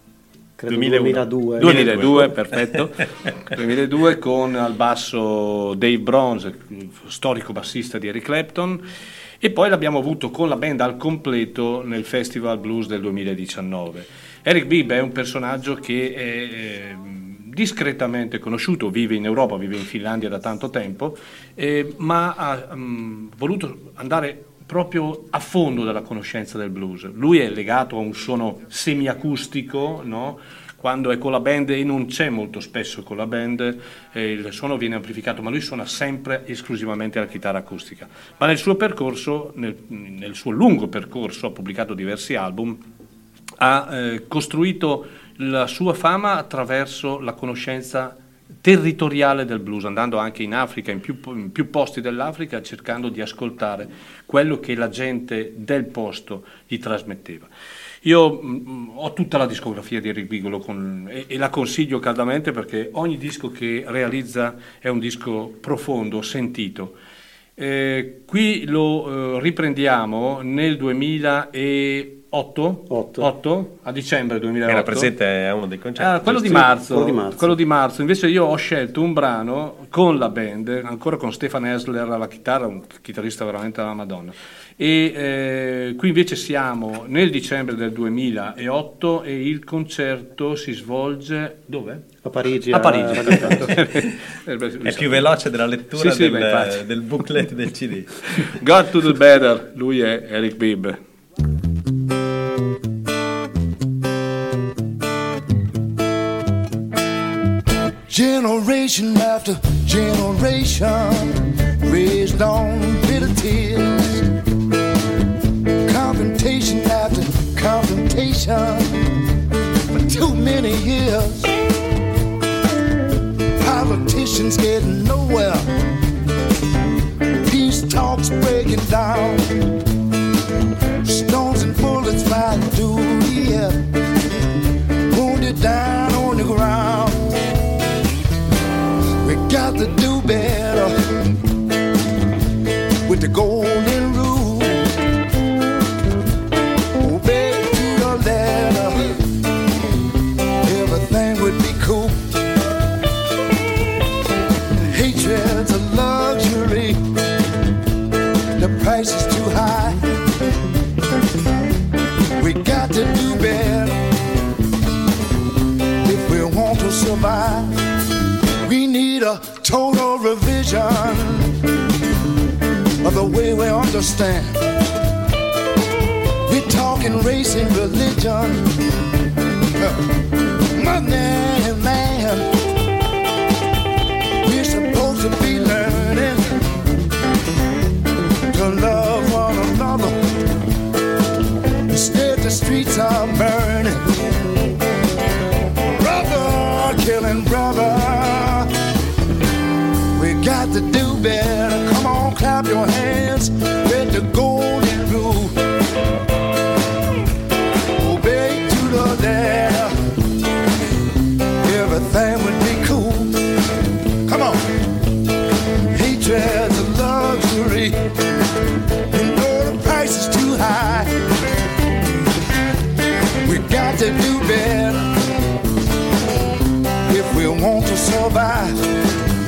2002, perfetto. 2002, con al basso Dave Bronze, storico bassista di Eric Clapton, e poi l'abbiamo avuto con la band al completo nel Festival Blues del 2019. Eric Bibb è un personaggio che è discretamente conosciuto, vive in Europa, vive in Finlandia da tanto tempo, ma ha voluto andare proprio a fondo della conoscenza del blues. Lui è legato a un suono semiacustico, no? Quando è con la band, e non c'è molto spesso con la band, il suono viene amplificato, ma lui suona sempre esclusivamente la chitarra acustica. Ma nel suo percorso, nel suo lungo percorso, ha pubblicato diversi album, ha costruito la sua fama attraverso la conoscenza territoriale del blues, andando anche in Africa, in più posti dell'Africa, cercando di ascoltare quello che la gente del posto gli trasmetteva. Io ho tutta la discografia di Eric Bibb e la consiglio caldamente, perché ogni disco che realizza è un disco profondo, sentito. Qui lo riprendiamo nel 2000 e 8 a dicembre 2008. Era presente a uno dei concerti. Quello di marzo. Invece io ho scelto un brano con la band, ancora con Stefan Hessler alla chitarra, un chitarrista veramente alla Madonna. E qui invece siamo nel dicembre del 2008 e il concerto si svolge dove? A Parigi. A Parigi. È più veloce della lettura del booklet del CD. God to the Better, lui è Eric Bibb. Generation after generation raised on bitter tears, confrontation after confrontation for too many years. Politicians getting nowhere, peace talks breaking down, stones and bullets flying through the air, wounded down on the ground. We got to do better with the golden rule. Obey to the letter, everything would be cool. Hatred's a luxury, the price is too high. We got to do better if we want to survive. We need a total revision of the way we understand. We're talking race and religion, money and man. We're supposed to be learning to love one another. Instead the streets are burning, brother killing brother. Got to do better. Come on, clap your hands with the golden rule. Obey to the letter, everything would be cool. Come on. Hatred's a luxury, you know the price is too high. We got to do better if we want to survive.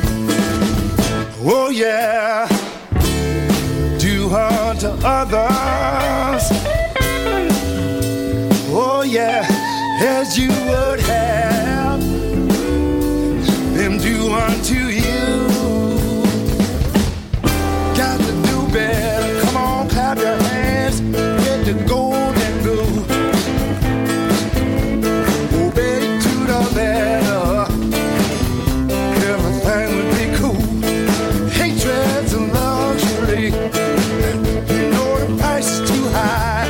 Oh yeah, do unto others. Oh yeah, as you would have them do unto you. Got to do better. Come on, clap your hands, get the golden rule. Obey to the letter, everything would be cool. Hatred's a luxury, you know the price is too high.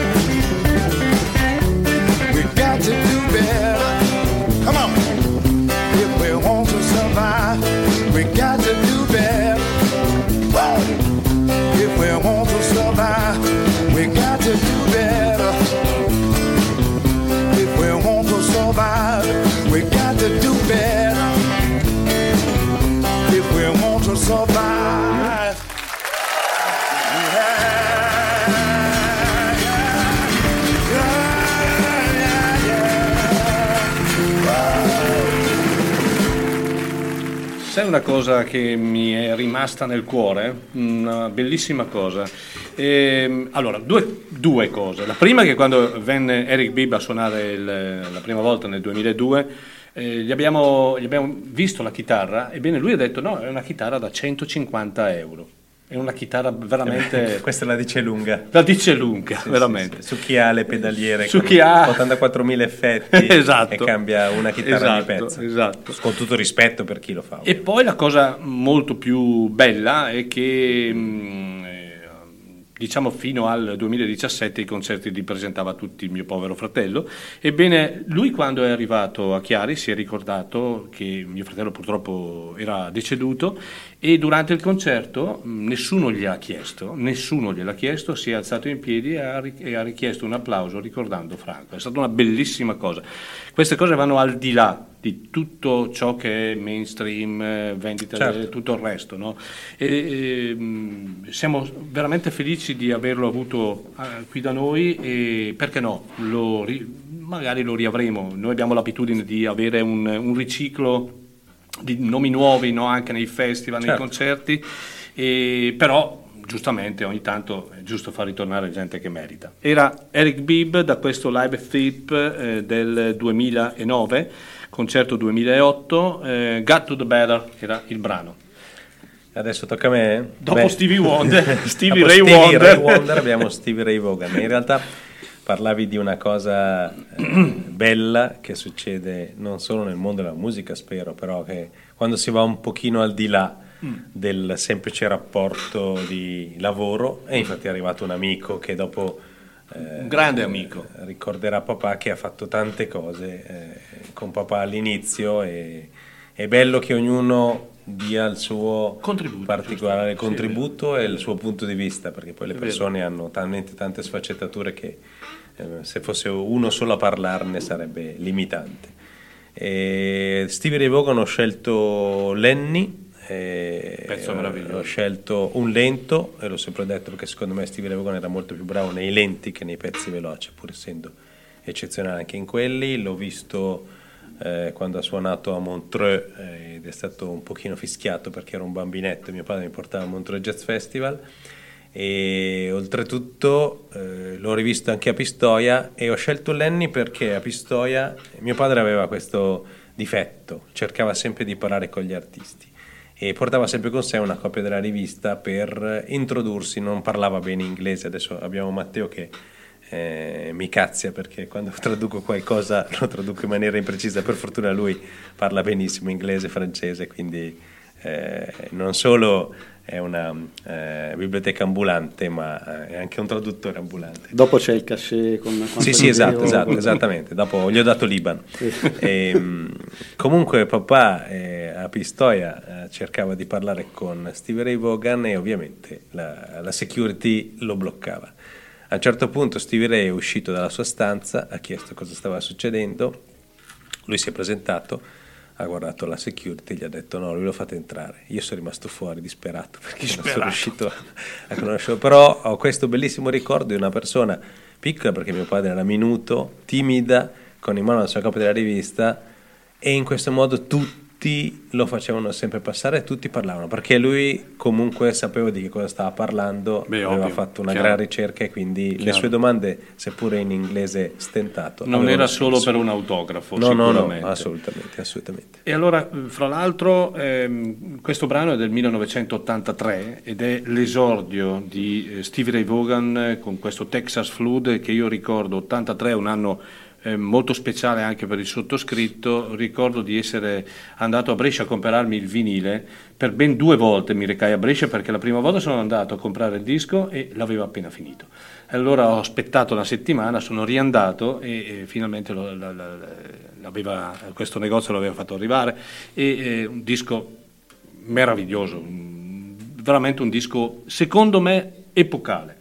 We got to do better. Come on, if we want to survive, we got to do better. Whoa. If we want to survive, we got to do better. If we want to survive, we got to do better. If we want to survive. Sai una cosa che mi è rimasta nel cuore? Una bellissima cosa. Allora, due cose. La prima è che quando venne Eric Bibb a suonare la prima volta nel 2002, gli abbiamo visto la chitarra, ebbene lui ha detto no, è una chitarra da 150 euro. È una chitarra veramente... Questa la dice lunga. La dice lunga, sì, veramente. Sì. Su chi ha le pedaliere su con chi ha 84.000 effetti esatto. E cambia una chitarra di pezzo. Esatto. Con tutto rispetto per chi lo fa. E poi la cosa molto più bella è che... diciamo fino al 2017 i concerti li presentava tutti il mio povero fratello. Ebbene, lui quando è arrivato a Chiari si è ricordato che mio fratello purtroppo era deceduto e durante il concerto nessuno gliel'ha chiesto, si è alzato in piedi e ha richiesto un applauso ricordando Franco. È stata una bellissima cosa. Queste cose vanno al di là di tutto ciò che è mainstream, vendita, certo. Tutto il resto, no? siamo veramente felici di averlo avuto qui da noi, e perché no, magari lo riavremo. Noi abbiamo l'abitudine di avere un riciclo di nomi nuovi, no? Anche nei festival, nei concerti, però giustamente ogni tanto è giusto far ritornare gente che merita. Era Eric Bibb da questo Live at Thip del 2009, concerto 2008, Got to the Better era il brano. Adesso tocca a me. Dopo Stevie Wonder, Stevie Ray Wonder abbiamo Stevie Ray Vaughan. In realtà parlavi di una cosa bella che succede non solo nel mondo della musica, spero, però che quando si va un pochino al di là del semplice rapporto di lavoro, e infatti è arrivato un amico che dopo un grande amico ricorderà papà, che ha fatto tante cose con papà all'inizio, e è bello che ognuno dia il suo particolare contributo e il suo punto di vista, perché poi le persone hanno talmente tante sfaccettature che se fosse uno solo a parlarne sarebbe limitante. Stevie Ray Vaughan ho scelto Lenny, pezzo meraviglioso. Ho scelto un lento, e l'ho sempre detto perché secondo me Stevie Ray Vaughan era molto più bravo nei lenti che nei pezzi veloci, pur essendo eccezionale anche in quelli. L'ho visto quando ha suonato a Montreux ed è stato un pochino fischiato perché era un bambinetto e mio padre mi portava a Montreux Jazz Festival, e oltretutto l'ho rivisto anche a Pistoia, e ho scelto Lenny perché a Pistoia mio padre aveva questo difetto, cercava sempre di parlare con gli artisti e portava sempre con sé una copia della rivista per introdursi. Non parlava bene inglese, adesso abbiamo Matteo che mi cazzia perché quando traduco qualcosa lo traduco in maniera imprecisa. Per fortuna lui parla benissimo inglese e francese, quindi non solo è una biblioteca ambulante, ma è anche un traduttore ambulante. Dopo c'è il cachet con sì, esatto, esattamente. Dopo gli ho dato l'Iban. Comunque papà a Pistoia cercava di parlare con Stevie Ray Vaughan e ovviamente la security lo bloccava. A un certo punto Stevie Ray è uscito dalla sua stanza, ha chiesto cosa stava succedendo, lui si è presentato, ha guardato la security e gli ha detto no, lui lo fate entrare. Io sono rimasto fuori disperato perché non sono riuscito a conoscerlo, però ho questo bellissimo ricordo di una persona piccola, perché mio padre era minuto, timida, con in mano la sua copia della rivista, e in questo modo tutti lo facevano sempre passare e tutti parlavano, perché lui comunque sapeva di che cosa stava parlando. Aveva fatto una gran ricerca, e quindi le sue domande, seppure in inglese stentato, non era solo per un autografo. No, assolutamente. E allora, fra l'altro, questo brano è del 1983 ed è l'esordio di Stevie Ray Vaughan con questo Texas Flood, che io ricordo. 83 è un anno molto speciale anche per il sottoscritto. Ricordo di essere andato a Brescia a comprarmi il vinile, per ben 2 volte mi recai a Brescia, perché la prima volta sono andato a comprare il disco e l'avevo appena finito, allora ho aspettato una settimana, sono riandato e finalmente questo negozio l'aveva fatto arrivare, e un disco meraviglioso, veramente un disco secondo me epocale,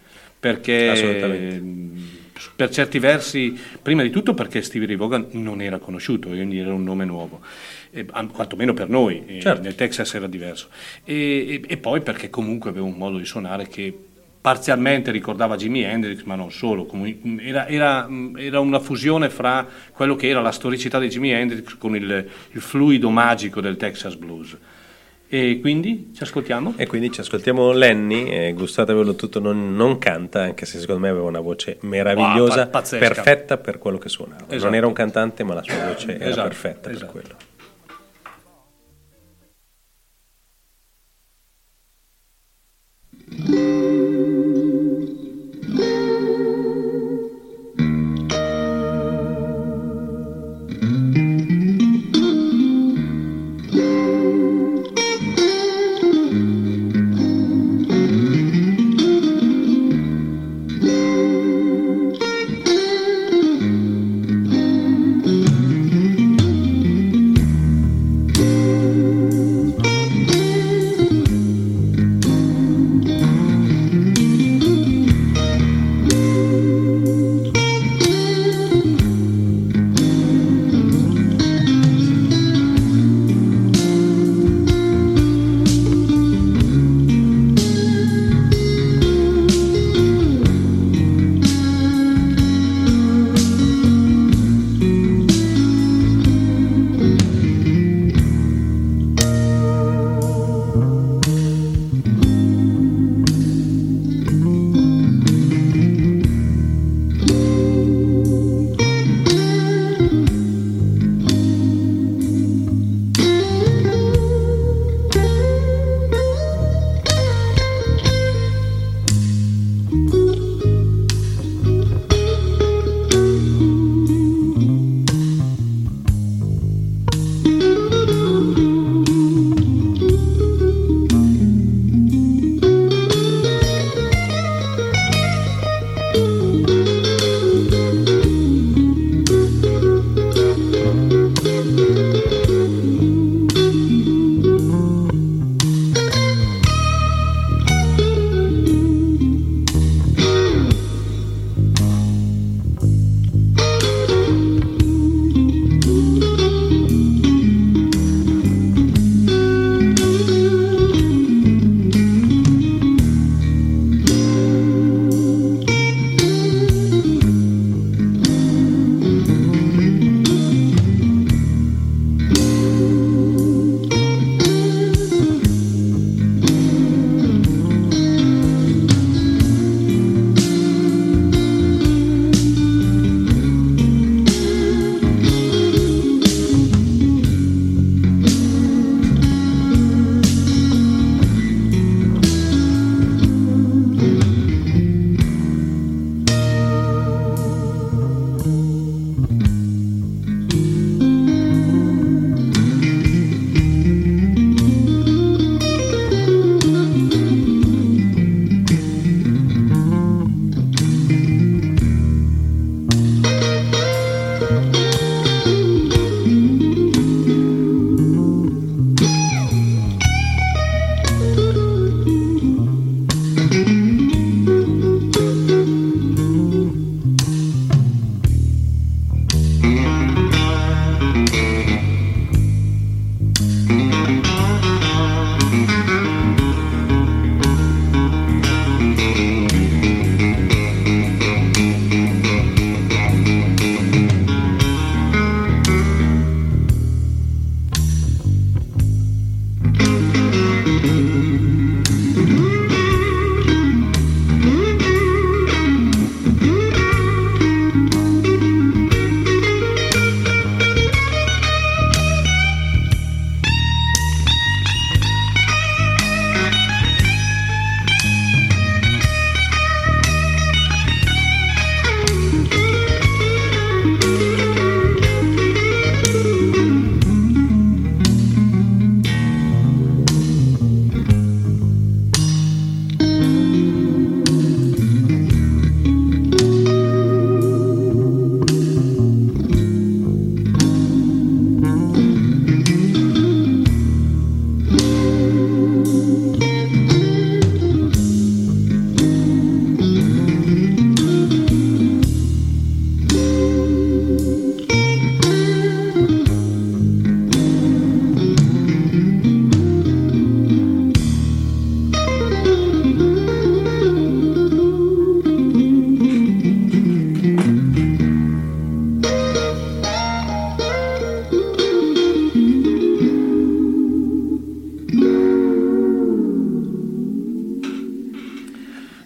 perché per certi versi, prima di tutto perché Stevie Ray Vaughan non era conosciuto, quindi era un nome nuovo, quantomeno per noi, nel Texas era diverso, e poi perché comunque aveva un modo di suonare che parzialmente ricordava Jimi Hendrix, ma non solo. Era una fusione fra quello che era la storicità di Jimi Hendrix con il fluido magico del Texas Blues. E quindi ci ascoltiamo? E quindi ci ascoltiamo Lenny. Gustate averlo tutto, non canta, anche se secondo me aveva una voce meravigliosa, perfetta per quello che suonava. Esatto. Non era un cantante, ma la sua voce era perfetta per quello.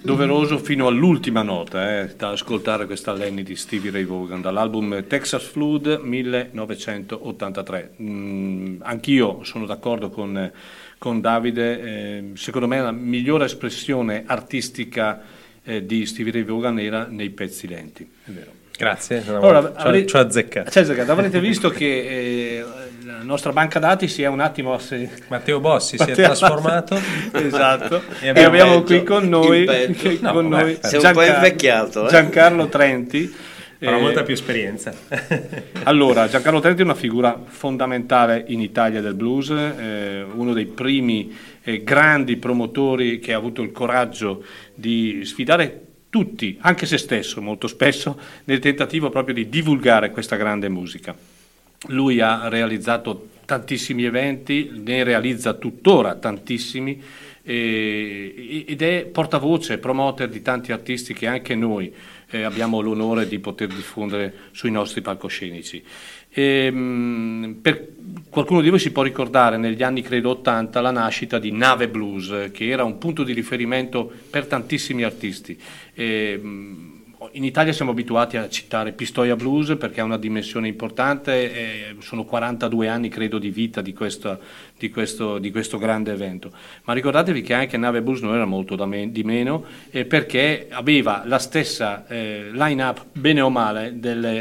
doveroso fino all'ultima nota da ascoltare questa Lenny di Stevie Ray Vaughan dall'album Texas Flood 1983. Anch'io sono d'accordo con Davide, secondo me la migliore espressione artistica di Stevie Ray Vaughan era nei pezzi lenti, è vero. Grazie, ci ho azzeccato. Avrete visto che la nostra banca dati si è un attimo Matteo Bossi si è trasformato. Esatto, e abbiamo qui con noi, sei un po' invecchiato, Giancarlo Trenti. Ha molta più esperienza. Allora, Giancarlo Trenti è una figura fondamentale in Italia del blues, uno dei primi grandi promotori che ha avuto il coraggio di sfidare tutti, anche se stesso molto spesso, nel tentativo proprio di divulgare questa grande musica. Lui ha realizzato tantissimi eventi, ne realizza tuttora tantissimi ed è portavoce, promoter di tanti artisti che anche noi abbiamo l'onore di poter diffondere sui nostri palcoscenici. Per qualcuno di voi si può ricordare negli anni credo 80 la nascita di Nave Blues, che era un punto di riferimento per tantissimi artisti. In Italia siamo abituati a citare Pistoia Blues perché ha una dimensione importante, sono 42 anni credo di vita di questo grande evento, ma ricordatevi che anche Nave Blues non era molto di meno, perché aveva la stessa line-up bene o male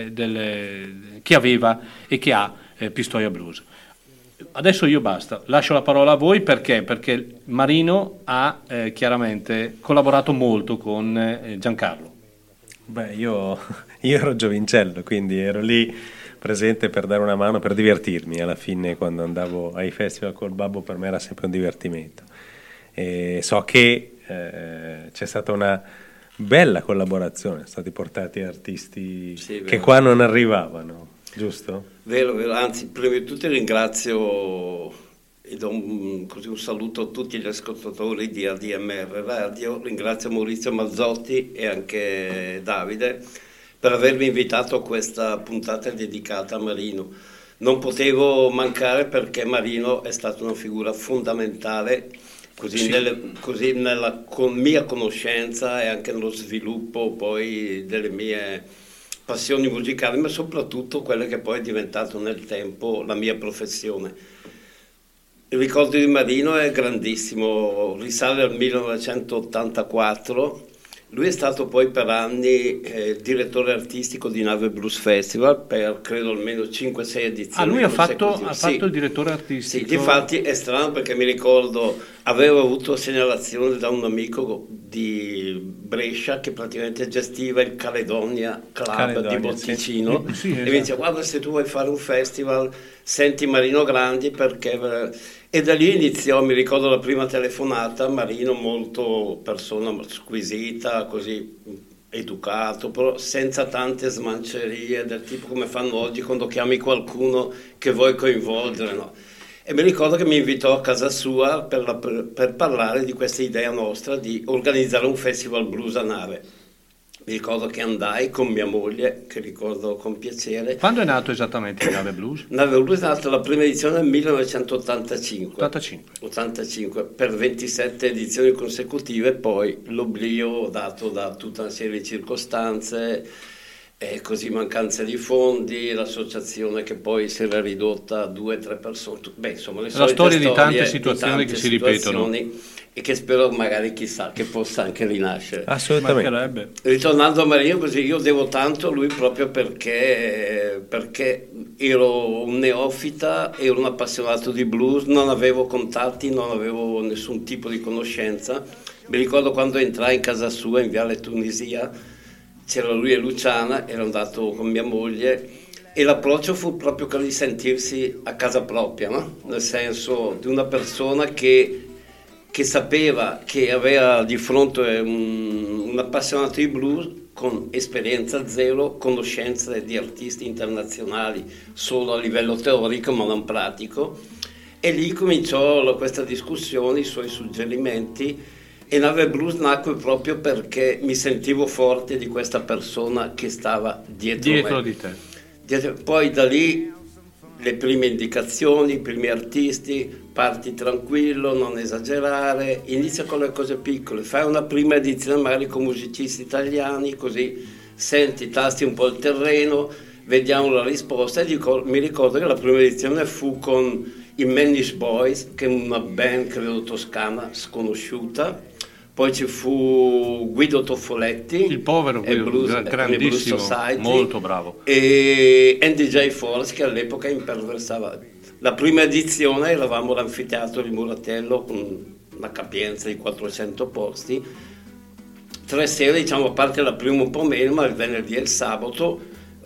che aveva e che ha Pistoia Blues. Adesso io basta, lascio la parola a voi perché Marino ha chiaramente collaborato molto con Giancarlo. Beh, io ero giovincello, quindi ero lì presente per dare una mano, per divertirmi. Alla fine, quando andavo ai festival col babbo, per me era sempre un divertimento. E so che c'è stata una bella collaborazione, sono stati portati artisti che qua non arrivavano, giusto? Vero, anzi, prima di tutto ringrazio e do un saluto a tutti gli ascoltatori di ADMR Radio, ringrazio Maurizio Mazzotti e anche Davide per avermi invitato a questa puntata dedicata a Marino. Non potevo mancare perché Marino è stata una figura fondamentale così nella mia conoscenza e anche nello sviluppo poi delle mie passioni musicali, ma soprattutto quelle che poi è diventato nel tempo la mia professione. Il ricordo di Marino è grandissimo, risale al 1984. Lui è stato poi per anni direttore artistico di Nave Blues Festival per credo almeno 5-6 edizioni. Lui ha fatto il direttore artistico? Sì, difatti è strano perché mi ricordo avevo avuto segnalazione da un amico di Brescia che praticamente gestiva il Caledonia Club di Botticino e mi dice guarda se tu vuoi fare un festival senti Marino Grandi perché... E da lì iniziò, mi ricordo la prima telefonata, Marino molto persona squisita, così educato, però senza tante smancerie del tipo come fanno oggi quando chiami qualcuno che vuoi coinvolgere, no? E mi ricordo che mi invitò a casa sua per parlare di questa idea nostra di organizzare un festival blues a Nave. Mi ricordo che andai con mia moglie, che ricordo con piacere. Quando è nato esattamente Nave Blues? Nave Blues è nata la prima edizione nel 1985. 85. Per 27 edizioni consecutive, poi l'oblio dato da tutta una serie di circostanze, e così mancanza di fondi, l'associazione che poi si era ridotta a 2-3 persone. Beh, insomma, la storia di tante situazioni che si ripetono. E che spero magari chissà che possa anche rinascere. Assolutamente. Ritornando a Marino, così io devo tanto a lui proprio perché ero un neofita, ero un appassionato di blues, non avevo contatti, non avevo nessun tipo di conoscenza. Mi ricordo quando entrai in casa sua in Viale Tunisia, c'era lui e Luciana, ero andato con mia moglie e l'approccio fu proprio quello di sentirsi a casa propria, no? Nel senso di una persona che sapeva che aveva di fronte un appassionato di blues con esperienza zero, conoscenze di artisti internazionali solo a livello teorico ma non pratico, e lì cominciò questa discussione, i suoi suggerimenti, e Nave Blues nacque proprio perché mi sentivo forte di questa persona che stava dietro me. Di te. Poi da lì le prime indicazioni, i primi artisti, parti tranquillo, non esagerare, inizia con le cose piccole, fai una prima edizione magari con musicisti italiani, così senti, tasti un po' il terreno, vediamo la risposta. E mi ricordo che la prima edizione fu con i Manish Boys, che è una band credo toscana sconosciuta. Poi ci fu Guido Toffoletti, il povero Guido, grandissimo, Society, molto bravo, e NDJ Force, che all'epoca imperversava. La prima edizione eravamo all'anfiteatro di Muratello con una capienza di 400 posti, 3 sere, diciamo, a parte la prima un po' meno, ma il venerdì e il sabato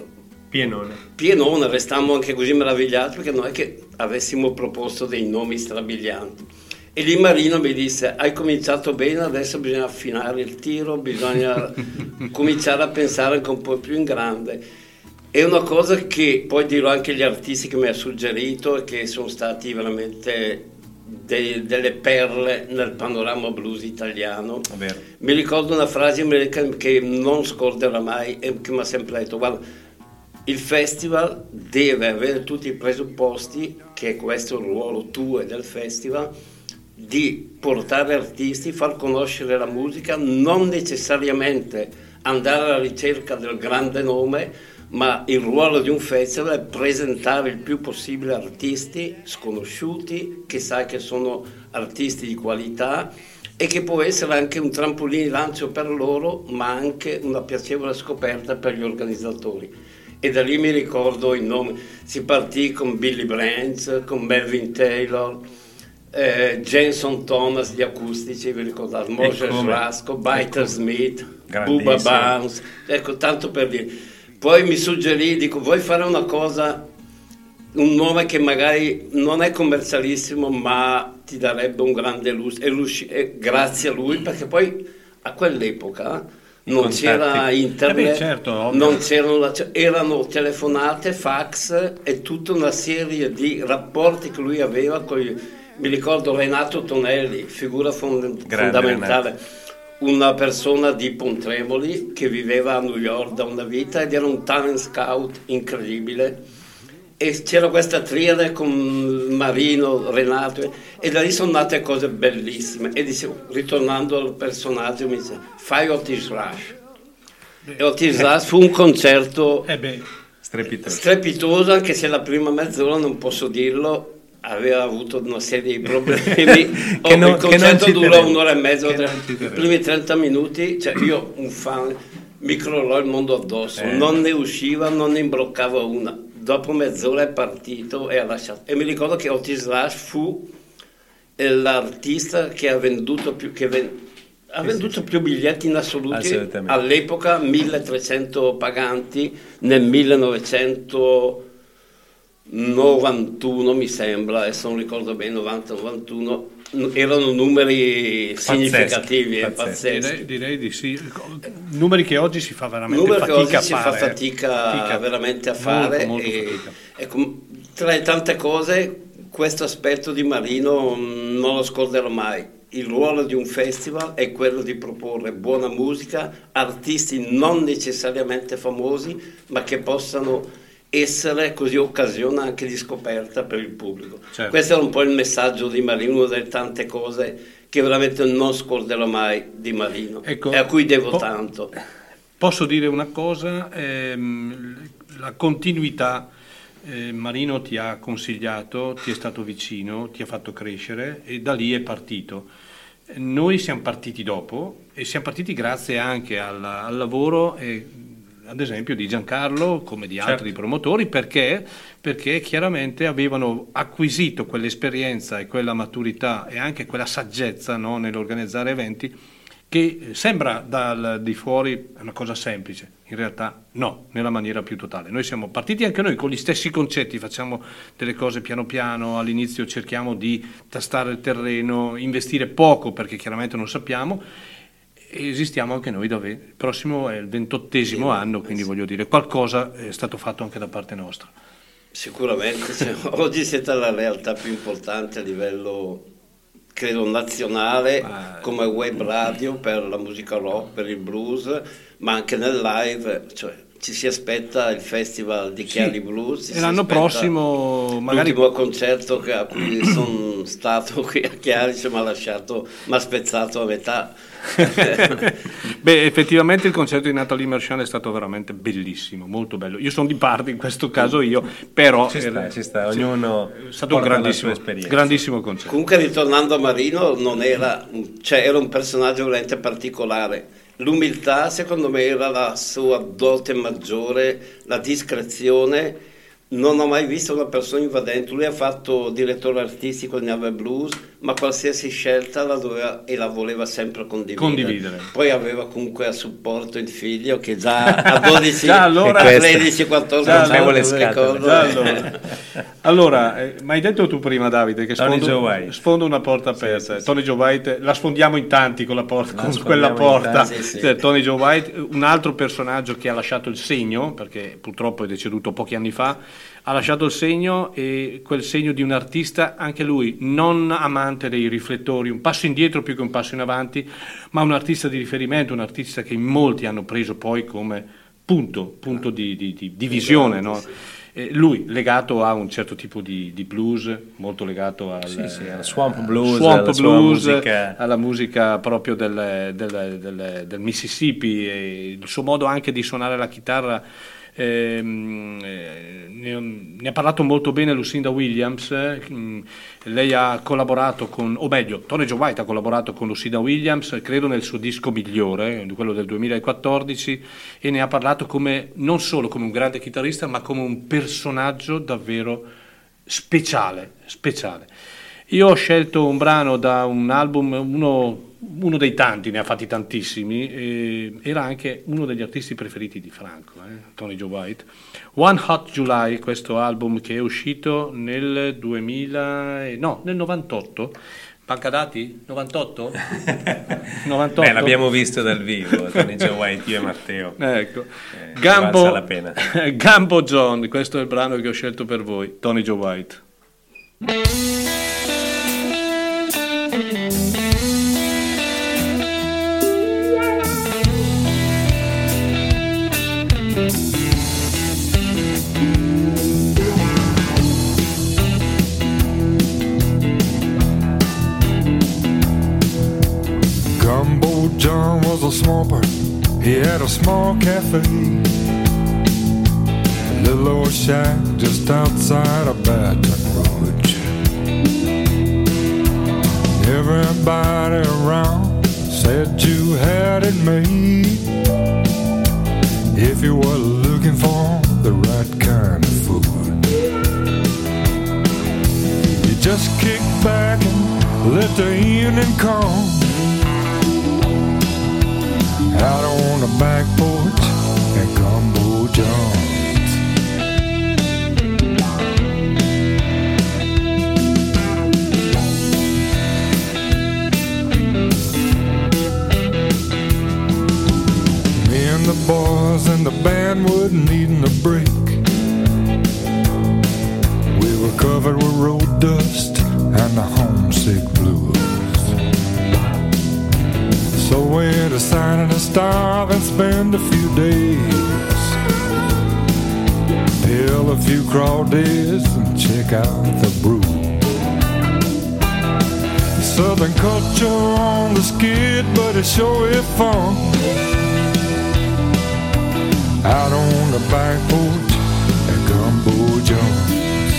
pienone, restammo anche così meravigliati perché non è che avessimo proposto dei nomi strabilianti. E lì Marino mi disse: hai cominciato bene, adesso bisogna affinare il tiro, bisogna cominciare a pensare anche un po' più in grande. È una cosa che poi dirò anche agli artisti che mi ha suggerito e che sono stati veramente delle perle nel panorama blues italiano. Mi ricordo una frase che non scorderò mai e che mi ha sempre detto: guarda, il festival deve avere tutti i presupposti, che questo è il ruolo tuo e del festival, di portare artisti, far conoscere la musica, non necessariamente andare alla ricerca del grande nome, ma il ruolo di un festival è presentare il più possibile artisti sconosciuti, che sai che sono artisti di qualità e che può essere anche un trampolino di lancio per loro, ma anche una piacevole scoperta per gli organizzatori. E da lì mi ricordo i nomi, si partì con Billy Branch, con Melvin Taylor, Jenson Thomas di acustici, vi ricordate, Moses Rasco, Biter Smith, Bubba Bounce, ecco, tanto per dire. Poi mi suggerì, dico, vuoi fare una cosa, un nome che magari non è commercialissimo ma ti darebbe un grande lustro, e grazie a lui, perché poi a quell'epoca non c'era internet, certo, non c'erano, erano telefonate, fax e tutta una serie di rapporti che lui aveva con mi ricordo Renato Tonelli, figura fondamentale, una persona di Pontremoli che viveva a New York da una vita ed era un talent scout incredibile, e c'era questa triade con Marino, Renato, e da lì sono nate cose bellissime. E dicevo, ritornando al personaggio, mi dice: fai Otis Rush. E Otis Rush fu un concerto strepitoso, anche se la prima mezz'ora, non posso dirlo, aveva avuto una serie di problemi. Il concerto durò un'ora e mezza, i primi 30 minuti, cioè io, un fan, mi crollò il mondo addosso, non ne usciva, non ne imbroccava una. Dopo mezz'ora è partito e ha lasciato. E mi ricordo che Otis Rush fu l'artista che ha venduto più, più biglietti in assoluti, all'epoca 1300 paganti, nel 1991 mi sembra, adesso non ricordo bene, 90-91, erano numeri significativi, pazzeschi. Direi di sì, numeri che oggi si fa veramente fatica veramente a fare. Molto e tra le tante cose, questo aspetto di Marino non lo scorderò mai. Il ruolo di un festival è quello di proporre buona musica, artisti non necessariamente famosi, ma che possano essere così occasione anche di scoperta per il pubblico. Certo. Questo era un po' il messaggio di Marino, una delle tante cose che veramente non scorderò mai di Marino, ecco, e a cui devo tanto. Posso dire una cosa, la continuità, Marino ti ha consigliato, ti è stato vicino, ti ha fatto crescere e da lì è partito. Noi siamo partiti dopo e siamo partiti grazie anche al lavoro ad esempio di Giancarlo, come di altri promotori, perché chiaramente avevano acquisito quell'esperienza e quella maturità e anche quella saggezza, no, nell'organizzare eventi, che sembra di fuori una cosa semplice, in realtà no, nella maniera più totale. Noi siamo partiti anche noi con gli stessi concetti, facciamo delle cose piano piano, all'inizio cerchiamo di tastare il terreno, investire poco perché chiaramente non sappiamo. Esistiamo anche noi, dove il prossimo è il 28° anno, quindi voglio dire, qualcosa è stato fatto anche da parte nostra. Sicuramente, oggi siete la realtà più importante a livello, credo, nazionale, come web radio per la musica rock, per il blues, ma anche nel live, cioè ci si aspetta il festival di Chiari Blues. E l'anno prossimo magari l'ultimo concerto a cui sono stato qui a Chiari mi ha spezzato a metà. Beh, effettivamente il concerto di Nathalie Merchant è stato veramente bellissimo, molto bello. Io sono di parte in questo caso, però ci sta, ognuno è stato un grandissimo concerto. Comunque, ritornando a Marino, non era un personaggio veramente particolare. L'umiltà, secondo me, era la sua dote maggiore, la discrezione. Non ho mai visto una persona invadente. Lui ha fatto direttore artistico di Nave Blues, ma qualsiasi scelta la voleva sempre condividere. Poi aveva comunque a supporto il figlio che già a 12, allora, 13, 14 anni. Allora, ma hai detto tu prima, Davide, che sfondo una porta aperta. Sì. Tony Joe White la sfondiamo in tanti con quella porta. Sì. Tony Joe White, un altro personaggio che ha lasciato il segno, perché purtroppo è deceduto pochi anni fa, ha lasciato il segno, e quel segno di un artista, anche lui non amante dei riflettori, un passo indietro più che un passo in avanti, ma un artista di riferimento, un artista che in molti hanno preso poi come punto di visione, no? Lui legato a un certo tipo di blues, molto legato al swamp blues, alla musica proprio del Mississippi, e il suo modo anche di suonare la chitarra. Ne ha parlato molto bene Lucinda Williams. Lei ha collaborato Tony Joe White ha collaborato con Lucinda Williams, credo nel suo disco migliore, quello del 2014, e ne ha parlato non solo come un grande chitarrista, ma come un personaggio davvero speciale. Io ho scelto un brano da un album, uno dei tanti, ne ha fatti tantissimi, era anche uno degli artisti preferiti di Franco, Tony Joe White. One Hot July, questo album che è uscito nel 98. Manca dati? 98? 98? Beh, l'abbiamo visto dal vivo, Tony Joe White, io e Matteo. Ecco. Valsa la pena. Gambo John, questo è il brano che ho scelto per voi, Tony Joe White. Gumbo John was a smoker. He had a small cafe, a little old shack just outside of Baton Rouge. Everybody around said you had it made if you were looking for the right kind of food. You just kick back and let the evening come out on the back porch at Gumbo John's. Me and the boys and the band were needing a break. We were covered with road dust and the homesick blues. So we decided to stop and spend a few days, peel a few crawdads and check out the brew. Southern culture on the skid, but it sure is fun out on the back porch at Gumbo John's.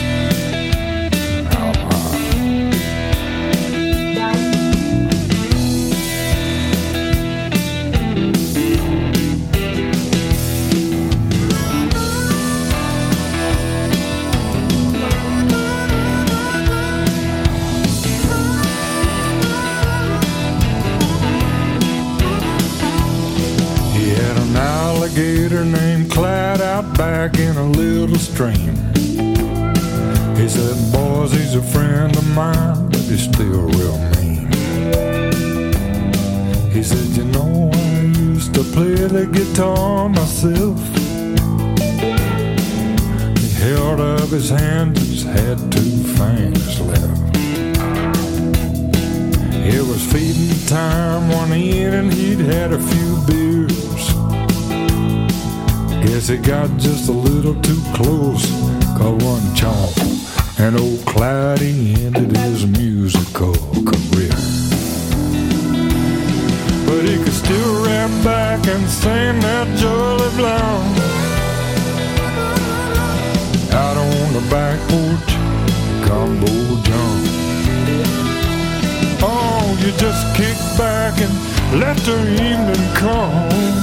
Named Clyde out back in a little stream. He said, boys, he's a friend of mine, but he's still real mean. He said, you know, I used to play the guitar myself. He held up his hand, just had 2 fingers left. It was feeding time one evening, he'd had a few beers. Guess it got just a little too close. Caught one chomp, and old Cloudy ended his musical career. But he could still rap back and sing that jolly blonde. Out on the back porch, Gumbo John. Oh, you just kick back and let the evening come.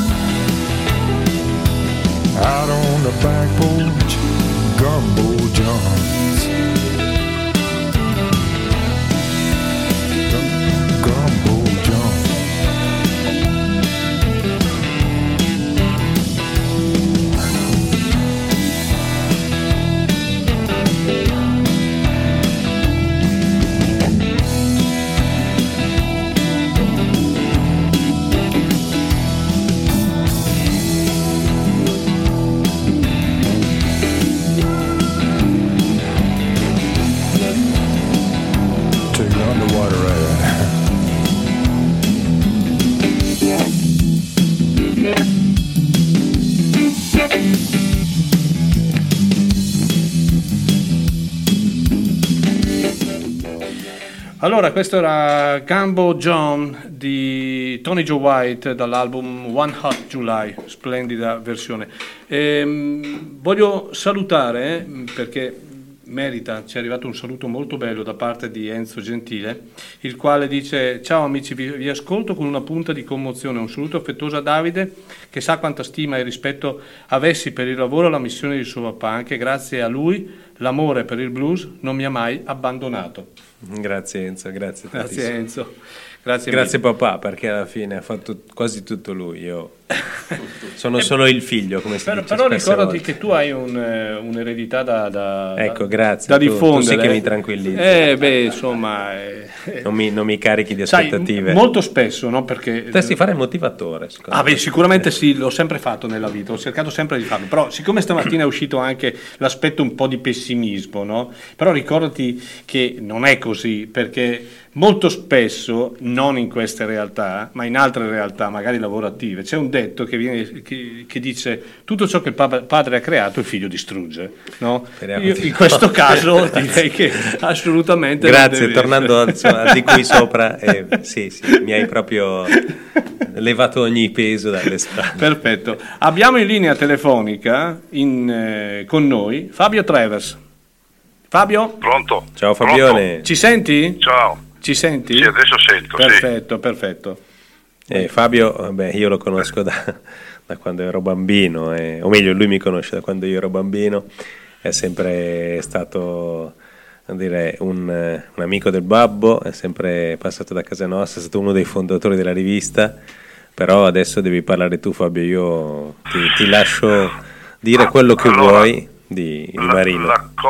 Out on the back porch, Gumbo John's. Gumbo John. Allora, questo era Gumbo John di Tony Joe White dall'album One Hot July, splendida versione. Voglio salutare, perché merita, ci è arrivato un saluto molto bello da parte di Enzo Gentile, il quale dice: ciao amici, vi ascolto con una punta di commozione, un saluto affettuoso a Davide, che sa quanta stima e rispetto avessi per il lavoro e la missione di suo papà. Anche grazie a lui l'amore per il blues non mi ha mai abbandonato. Grazie Enzo, grazie Enzo. Grazie papà, perché alla fine ha fatto quasi tutto lui. Io sono solo il figlio, come si dice. Però ricordati che tu hai un'eredità ecco, grazie, da diffondere. Tu sì che mi tranquillizzi. Insomma, non mi carichi di aspettative. Sai, molto spesso, no? Perché potresti fare motivatore. Sicuramente sì, l'ho sempre fatto nella vita, ho cercato sempre di farlo. Però siccome stamattina è uscito anche l'aspetto un po' di pessimismo, no? Però ricordati che non è così, perché molto spesso, non in queste realtà, ma in altre realtà, magari lavorative, c'è un detto che dice: tutto ciò che il padre ha creato il figlio distrugge, no? Io, in questo caso direi che assolutamente grazie, tornando di qui sopra, sì, mi hai proprio levato ogni peso dalle spalle. Perfetto. Abbiamo in linea telefonica con noi Fabio Travers. Fabio? Pronto? Ciao Fabione. Pronto? Ci senti? Ciao. Ci senti? Sì, adesso sento. Perfetto. Fabio, io lo conosco da quando ero bambino, o meglio lui mi conosce da quando io ero bambino. È sempre stato, un amico del babbo, è sempre passato da casa nostra, è stato uno dei fondatori della rivista. Però adesso devi parlare tu, Fabio, io ti lascio dire quello che vuoi di Marino.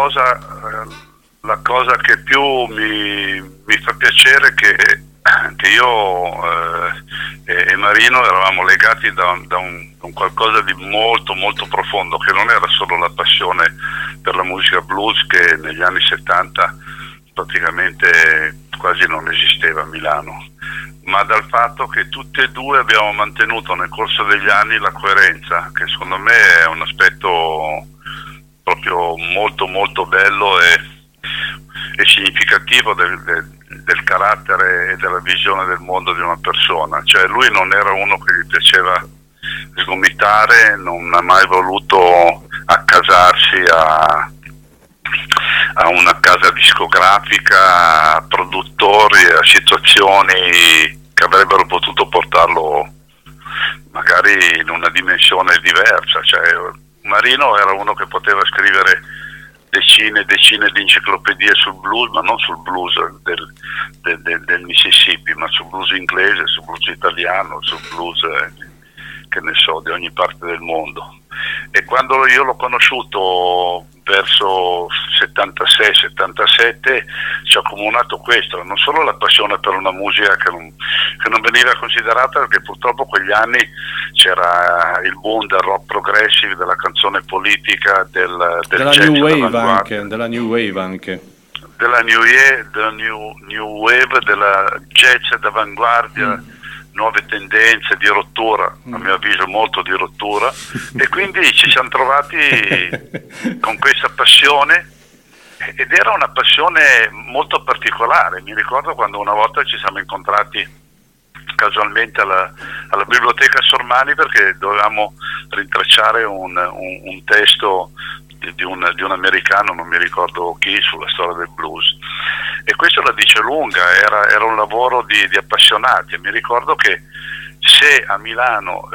La cosa che più mi fa piacere è che io e Marino eravamo legati da un qualcosa di molto molto profondo, che non era solo la passione per la musica blues, che negli anni 70 praticamente quasi non esisteva a Milano, ma dal fatto che tutti e due abbiamo mantenuto nel corso degli anni la coerenza, che secondo me è un aspetto proprio molto molto bello e significativo del carattere e della visione del mondo di una persona. Cioè lui non era uno che gli piaceva sgomitare, non ha mai voluto accasarsi a una casa discografica, a produttori, a situazioni che avrebbero potuto portarlo magari in una dimensione diversa. Cioè Marino era uno che poteva scrivere decine e decine di enciclopedie sul blues, ma non sul blues del Mississippi, ma sul blues inglese, sul blues italiano, sul blues che ne so, di ogni parte del mondo. E quando io l'ho conosciuto verso 76-77 ci ha accomunato questo, non solo la passione per una musica che non veniva considerata, perché purtroppo quegli anni c'era il boom del rock progressive, della canzone politica, della new wave anche, della new wave anche. Della new wave, della jazz d'avanguardia, nuove tendenze di rottura, a mio avviso molto di rottura, e quindi ci siamo trovati con questa passione, ed era una passione molto particolare. Mi ricordo quando una volta ci siamo incontrati casualmente alla biblioteca Sormani perché dovevamo rintracciare un testo di un americano, non mi ricordo chi, sulla storia del blues, e questo la dice lunga. Era un lavoro di appassionati. Mi ricordo che se a Milano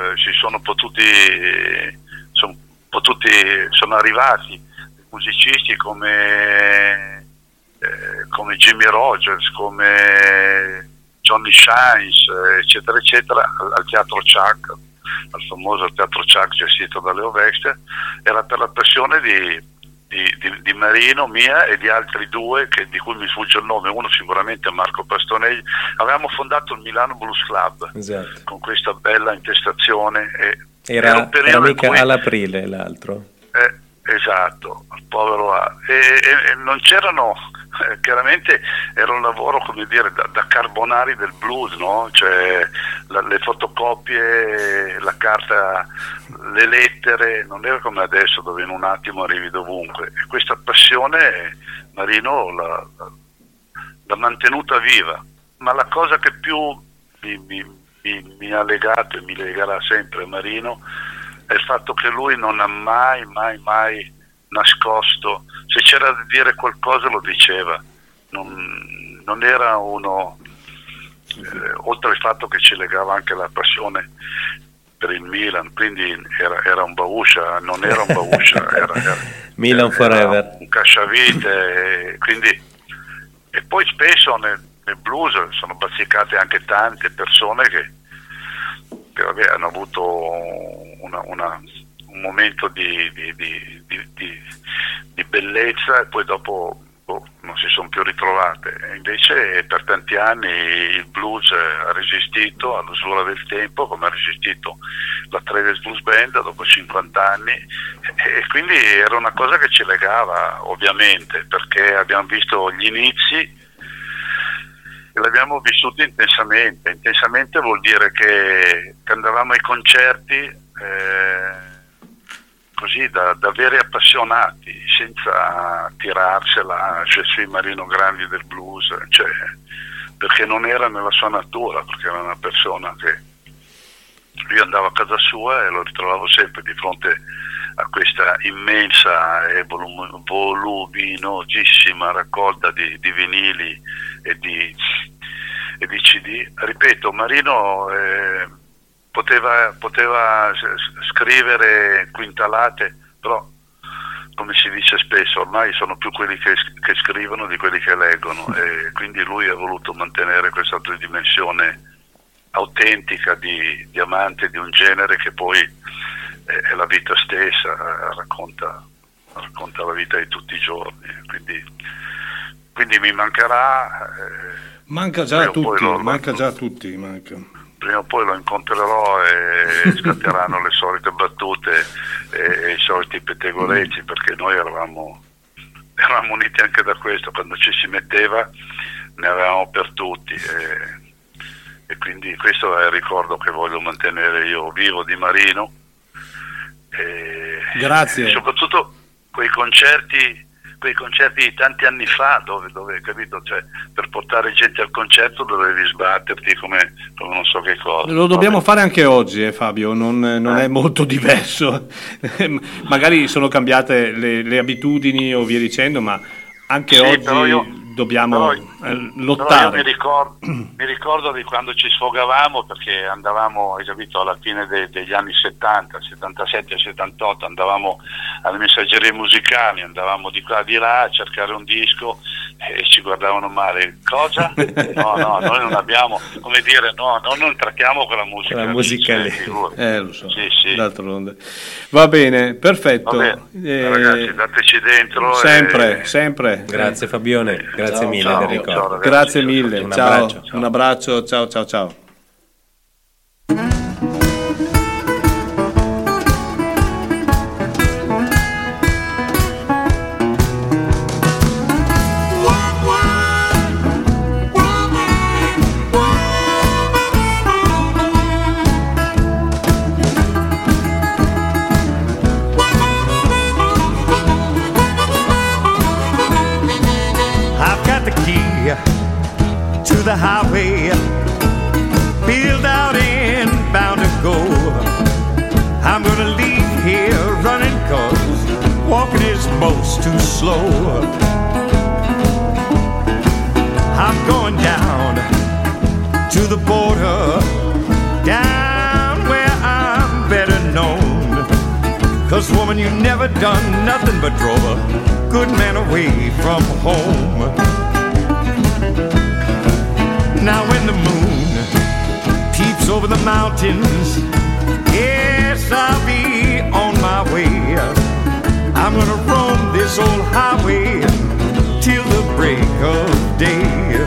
sono arrivati musicisti come Jimmy Rogers, come Johnny Shines, eccetera eccetera, al Teatro Chuck, al famoso Teatro Chuck gestito da Leo Wexter, era per la passione di Marino, mia e di altri due di cui mi sfugge il nome. Uno sicuramente è Marco Pastonelli. Avevamo fondato il Milano Blues Club, esatto, con questa bella intestazione, era mica all'Aprile l'altro, esatto, il povero e non c'erano, chiaramente era un lavoro, come dire, da carbonari del blues, no? Cioè le fotocopie, la carta, le lettere, non era come adesso dove in un attimo arrivi dovunque. E questa passione Marino l'ha mantenuta viva. Ma la cosa che più mi ha legato e mi legherà sempre a Marino è il fatto che lui non ha mai nascosto. Se c'era da dire qualcosa lo diceva, non era uno, oltre al fatto che ci legava anche la passione per il Milan, quindi era un Bauscia, non era un Bauscia, era Milan forever, era un cacciavite, e poi spesso nel blues sono bazzicate anche tante persone che vabbè, hanno avuto un momento di bellezza e poi dopo non si sono più ritrovate. E invece per tanti anni il blues ha resistito all'usura del tempo, come ha resistito la Travis Blues Band dopo 50 anni, e quindi era una cosa che ci legava, ovviamente, perché abbiamo visto gli inizi e l'abbiamo vissuto intensamente. Intensamente vuol dire che andavamo ai concerti così da veri appassionati, senza tirarsela, cioè sui Marino Grandi del blues, cioè, perché non era nella sua natura, perché era una persona che lui andava a casa sua e lo ritrovavo sempre di fronte a questa immensa e voluminosissima raccolta di vinili e di CD. Ripeto, Marino poteva scrivere quintalate, però come si dice spesso ormai sono più quelli che scrivono di quelli che leggono, e quindi lui ha voluto mantenere questa dimensione autentica di amante di un genere che poi è la vita stessa, racconta la vita di tutti i giorni, quindi mi mancherà. Manca già a tutti. Prima o poi lo incontrerò e scatteranno le solite battute e i soliti pettegolezzi, perché noi eravamo uniti anche da questo. Quando ci si metteva ne avevamo per tutti, e quindi questo è il ricordo che voglio mantenere io vivo di Marino. Grazie. E soprattutto quei concerti di tanti anni fa dove capito, cioè, per portare gente al concerto dovevi sbatterti come non so che cosa. Lo dobbiamo fare anche oggi, Fabio, non è molto diverso. Magari sono cambiate le abitudini o via dicendo, ma anche sì, oggi dobbiamo lottare. Però mi ricordo di quando ci sfogavamo, perché andavamo, hai capito, alla fine degli anni 70, 77, 78, andavamo alle messaggerie musicali, andavamo di qua di là a cercare un disco e ci guardavano male. Cosa? No, noi non abbiamo, come dire, non trattiamo quella musica. La musica lì. Lo so, sì. D'altronde. Va bene, perfetto. Ragazzi, dateci dentro. Sempre. Grazie Fabione, grazie mille del ricordo. Ciao, grazie mille, ciao. Abbraccio. Un abbraccio, ciao. slow. I'm going down to the border, down where I'm better known. 'Cause woman, you never done nothing but drove a good man away from home. Now when the moon peeps over the mountains, yes, I'll be on my way. I'm gonna roam this old highway till the break of day.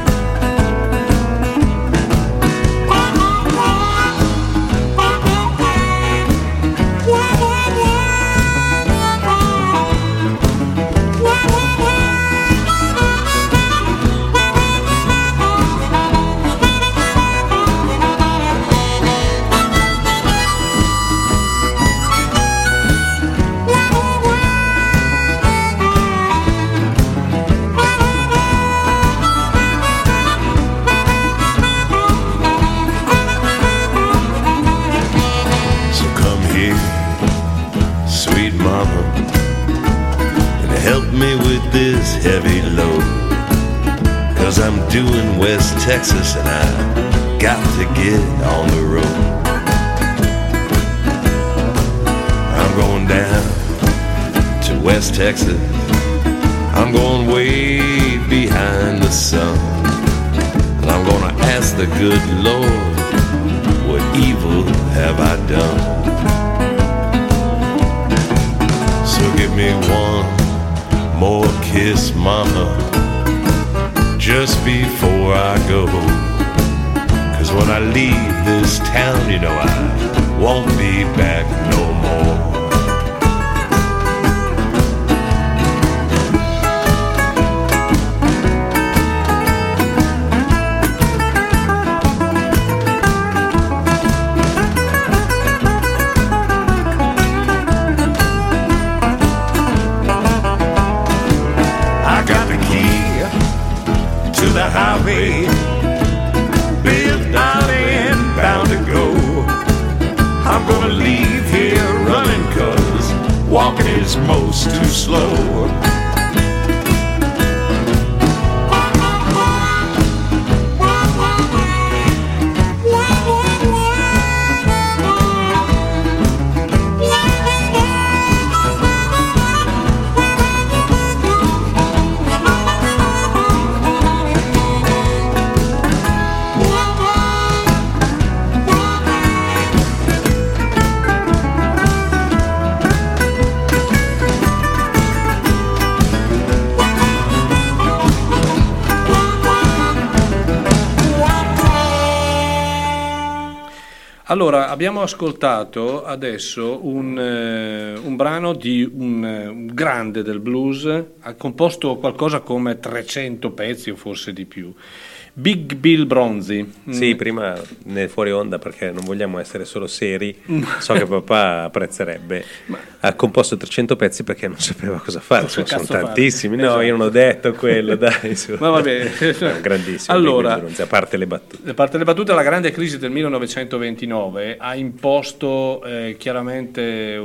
This heavy load, 'cause I'm doing West Texas and I got to get on the road. I'm going down to West Texas, I'm going way behind the sun, and I'm gonna ask the good Lord, what evil have I done? So give me one more kiss, mama, just before I go. 'Cause when I leave this town, you know I won't be back no more. The highway, built out and bound to go. I'm gonna leave here running, 'cause walking is most too slow. Allora, abbiamo ascoltato adesso un brano di un grande del blues, ha composto qualcosa come 300 pezzi o forse di più. Big Bill Bronzy. Sì, prima nel fuori onda, perché non vogliamo essere solo seri, so che papà apprezzerebbe. Ha composto 300 pezzi perché non sapeva cosa fare, sono tantissimi. No, io non ho detto quello, dai. Ma vabbè, grandissimo. Allora, a parte le battute. A parte le battute, la grande crisi del 1929 ha imposto chiaramente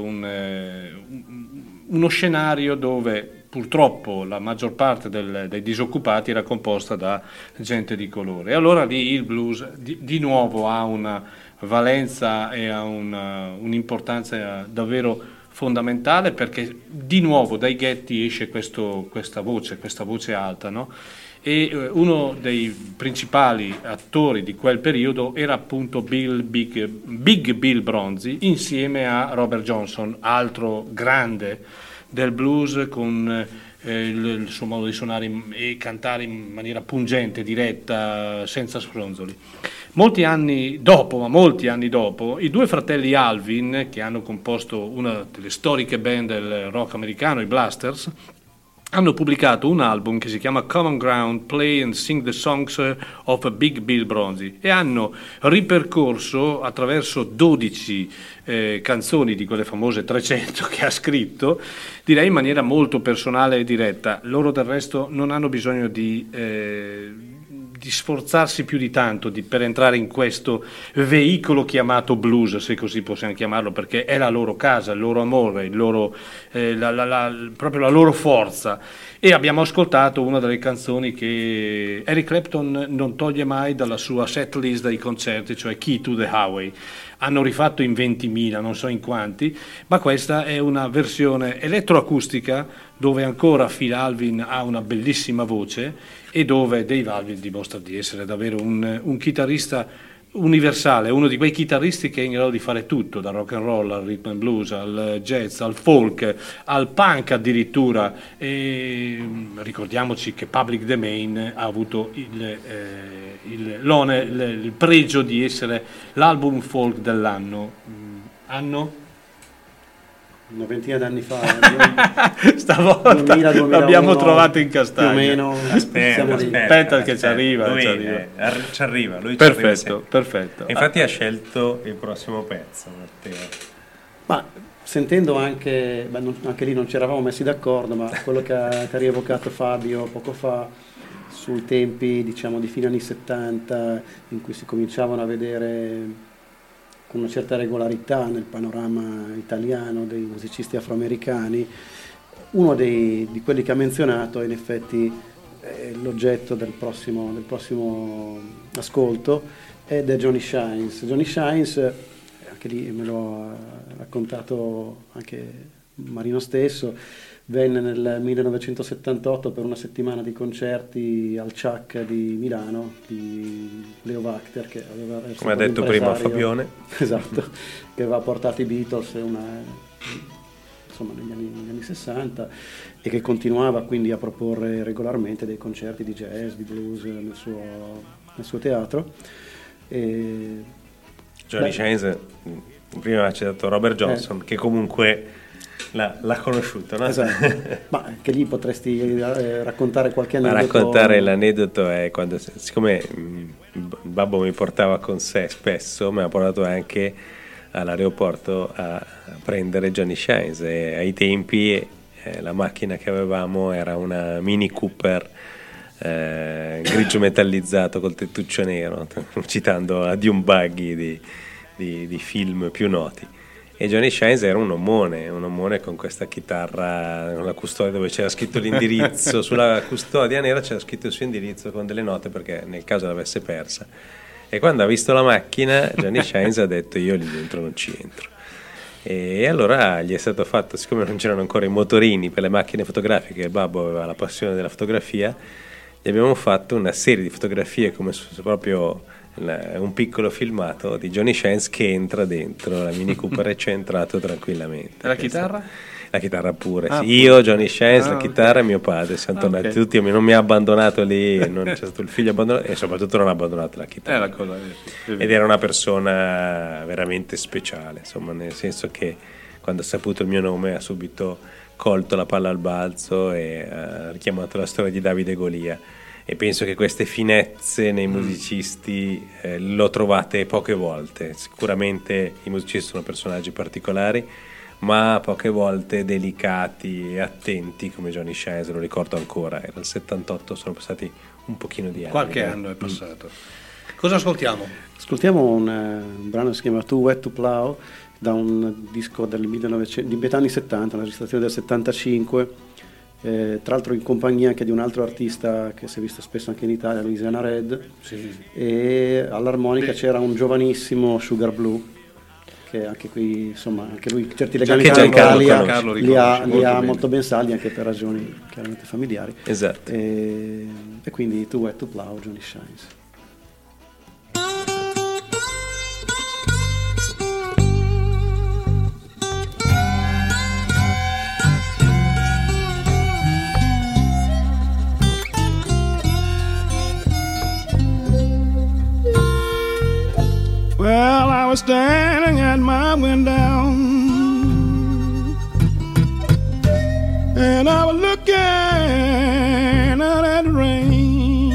uno scenario dove purtroppo la maggior parte dei disoccupati era composta da gente di colore, e allora lì il blues di nuovo ha una valenza e ha un'importanza davvero fondamentale, perché di nuovo dai ghetti esce questa voce alta, no? E uno dei principali attori di quel periodo era appunto Big Bill Bronzy, insieme a Robert Johnson, altro grande del blues, con il suo modo di suonare e cantare in maniera pungente, diretta, senza sfronzoli. Molti anni dopo, i due fratelli Alvin, che hanno composto una delle storiche band del rock americano, i Blasters, hanno pubblicato un album che si chiama Common Ground, Play and Sing the Songs of Big Bill Bronzy, e hanno ripercorso attraverso 12 canzoni di quelle famose 300 che ha scritto, direi in maniera molto personale e diretta. Loro del resto non hanno bisogno di sforzarsi più di tanto per entrare in questo veicolo chiamato blues, se così possiamo chiamarlo, perché è la loro casa, il loro amore, il loro, proprio la loro forza. E abbiamo ascoltato una delle canzoni che Eric Clapton non toglie mai dalla sua set list dei concerti, cioè Key to the Highway. Hanno rifatto in 20.000, non so in quanti, ma questa è una versione elettroacustica dove ancora Phil Alvin ha una bellissima voce e dove Dave Alvin dimostra di essere davvero un chitarrista universale, uno di quei chitarristi che è in grado di fare tutto, dal rock and roll al rhythm and blues, al jazz, al folk, al punk addirittura. E ricordiamoci che Public Domain ha avuto il pregio di essere l'album folk dell'anno. Anno? Una ventina d'anni fa, stavolta 2000, l'abbiamo trovato in castagna. Più o meno. Aspetta che ci arriva. Lui ci arriva. Perfetto. E infatti ha scelto il prossimo pezzo, Matteo. Ma sentendo anche lì non ci eravamo messi d'accordo, ma quello che ha rievocato Fabio poco fa sui tempi, diciamo, di fine anni 70, in cui si cominciavano a vedere con una certa regolarità nel panorama italiano dei musicisti afroamericani, uno di quelli che ha menzionato in effetti l'oggetto del prossimo ascolto ed è Johnny Shines. Johnny Shines, anche lì me lo ha raccontato anche Marino stesso, venne nel 1978 per una settimana di concerti al Ciak di Milano di Leo Wachter, che aveva, come ha detto prima Fabione, esatto, che aveva portato i Beatles negli anni 60 e che continuava quindi a proporre regolarmente dei concerti di jazz, di blues nel suo teatro. Johnny Shines, prima ci ha dato Robert Johnson, che comunque l'ha conosciuto, no? Esatto. Ma anche lì potresti raccontare qualche aneddoto? Raccontare l'aneddoto è quando, siccome il babbo mi portava con sé spesso, mi ha portato anche all'aeroporto a prendere Johnny Shines, e ai tempi la macchina che avevamo era una Mini Cooper grigio metallizzato col tettuccio nero, citando a Dune Buggy di film più noti. E Johnny Shines era un omone con questa chitarra, una custodia dove c'era scritto l'indirizzo, sulla custodia nera c'era scritto il suo indirizzo con delle note perché nel caso l'avesse persa. E quando ha visto la macchina, Johnny Shines ha detto: io lì dentro non ci entro. E allora gli è stato fatto, siccome non c'erano ancora i motorini per le macchine fotografiche, il babbo aveva la passione della fotografia, gli abbiamo fatto una serie di fotografie come se fosse proprio un piccolo filmato di Johnny Shines che entra dentro la Mini Cooper e c'è entrato tranquillamente. E la chitarra? La chitarra pure, sì. Io, Johnny Shines, la chitarra e mio padre siamo tornati tutti, non mi ha abbandonato lì, non c'è stato il figlio abbandonato e soprattutto non ha abbandonato la chitarra. La cosa, ed era una persona veramente speciale, insomma, nel senso che quando ha saputo il mio nome ha subito colto la palla al balzo e ha richiamato la storia di Davide Golia. E penso che queste finezze nei musicisti l'ho trovate poche volte. Sicuramente i musicisti sono personaggi particolari, ma poche volte delicati e attenti come Johnny Shines, lo ricordo ancora, era il 78, sono passati un pochino di anni. Qualche anno è passato. Cosa ascoltiamo? Ascoltiamo un brano che si chiama Too Wet to Plow, da un disco di metà anni 70, una registrazione del 75, tra l'altro in compagnia anche di un altro artista che si è visto spesso anche in Italia, Louisiana Red, e all'armonica c'era un giovanissimo Sugar Blue, che anche qui, insomma, anche lui certi legami con l'Italia li ha molto ben saldi anche per ragioni chiaramente familiari. Esatto. E quindi Too Wet to Plow, Johnny Shines. Well, I was standing at my window and I was looking out at the rain.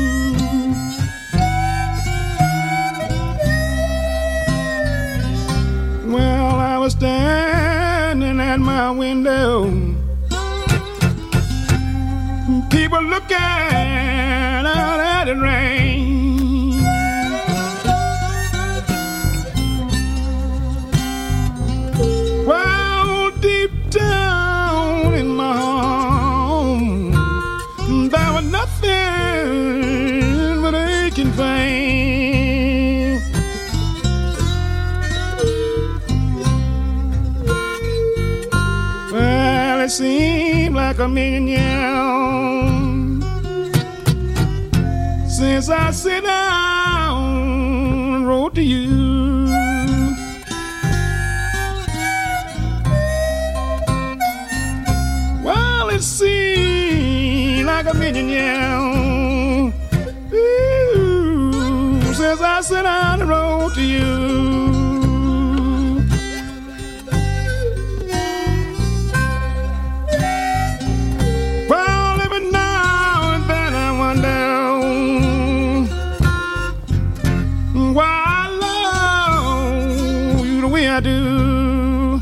Well, I was standing at my window, people looking out at the rain. seemed like a million years since I sit down and wrote to you. Well, it seemed like a million years since I sit down and wrote to you. I do.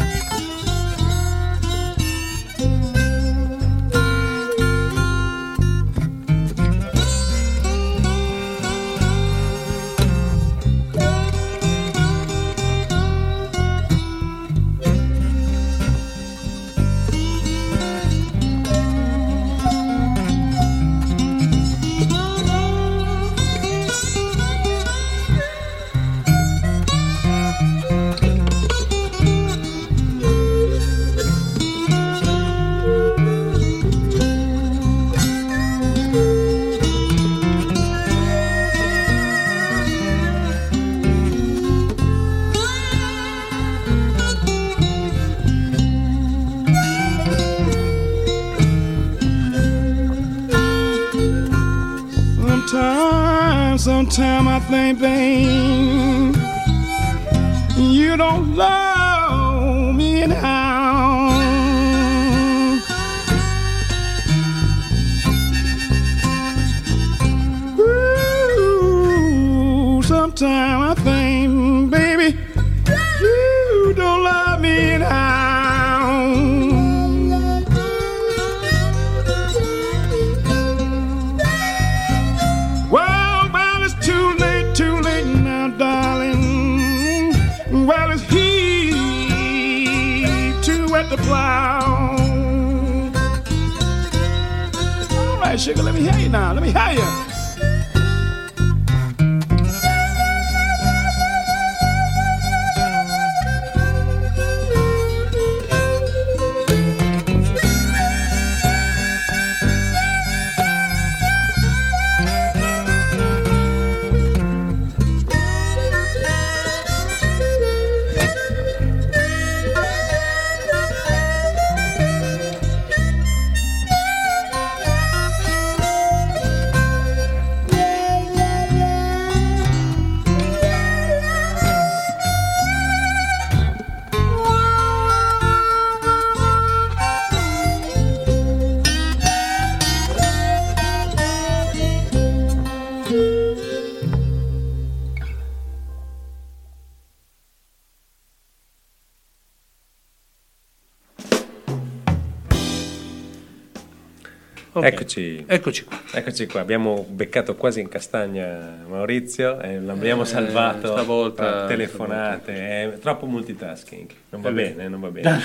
Sometimes I think, babe, you don't love me now. Ooh, sometimes I think, baby, you don't love me now. The plow. All right, sugar, let me hear you now. Let me hear you. Okay. Eccoci qua, abbiamo beccato quasi in castagna Maurizio e l'abbiamo salvato stavolta, telefonate, è troppo multitasking, non va bene.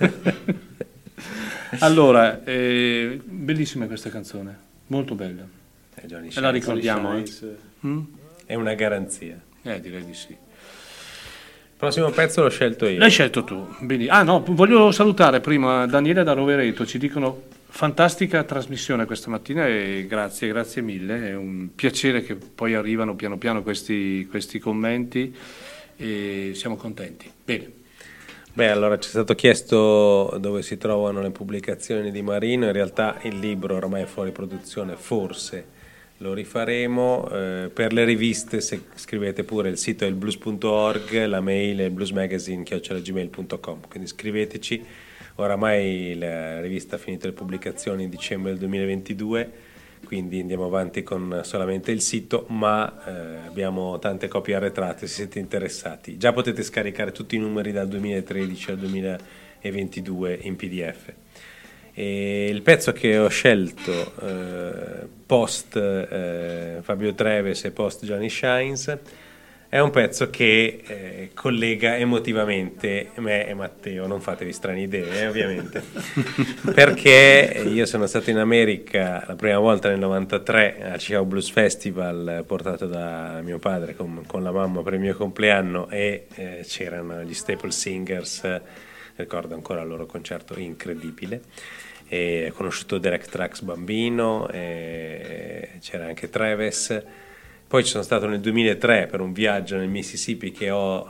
Allora, bellissima questa canzone, molto bella, e la ricordiamo, è una garanzia. Direi di sì. Il prossimo pezzo l'ho scelto io. L'hai scelto tu, bene. Voglio salutare prima Daniele da Rovereto, ci dicono fantastica trasmissione questa mattina e grazie mille, è un piacere che poi arrivano piano piano questi commenti e siamo contenti. Bene. Allora ci è stato chiesto dove si trovano le pubblicazioni di Marino, in realtà il libro ormai è fuori produzione, forse lo rifaremo, per le riviste se scrivete pure, il sito è il blues.org, la mail è bluesmagazine@gmail.com, quindi scriveteci. Oramai la rivista ha finito le pubblicazioni in dicembre del 2022, quindi andiamo avanti con solamente il sito, ma abbiamo tante copie arretrate se siete interessati. Già potete scaricare tutti i numeri dal 2013 al 2022 in PDF. E il pezzo che ho scelto post Fabio Treves e post Johnny Shines è un pezzo che collega emotivamente me e Matteo, non fatevi strane idee ovviamente, perché io sono stato in America la prima volta nel 93 al Chicago Blues Festival, portato da mio padre con la mamma per il mio compleanno, e c'erano gli Staple Singers ricordo ancora il loro concerto incredibile. E ho conosciuto Derek Trucks bambino, c'era anche Travis. Poi ci sono stato nel 2003 per un viaggio nel Mississippi che ho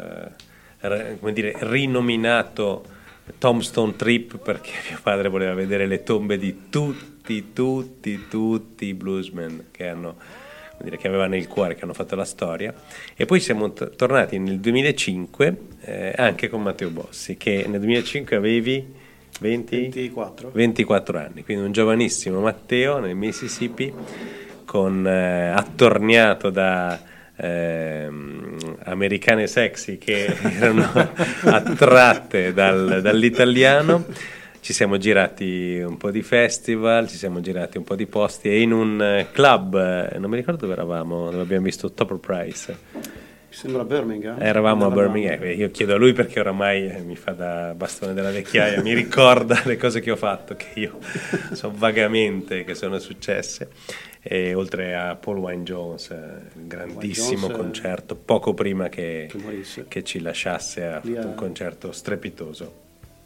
rinominato Tombstone Trip, perché mio padre voleva vedere le tombe di tutti i bluesmen che avevano il cuore, che hanno fatto la storia. E poi siamo tornati nel 2005 anche con Matteo Bossi, che nel 2005 avevi 24 anni, quindi un giovanissimo Matteo nel Mississippi, attorniato da americane sexy che erano attratte dall'italiano. Ci siamo girati un po' di festival, ci siamo girati un po' di posti, e in un club, non mi ricordo dove eravamo, dove abbiamo visto Topper Price. Mi sembra Birmingham. Eravamo a Birmingham. Io chiedo a lui perché oramai mi fa da bastone della vecchiaia, mi ricorda le cose che ho fatto, che io so vagamente che sono successe. E oltre a Paul Wayne Jones, grandissimo concerto, poco prima che ci lasciasse, ha fatto un concerto strepitoso.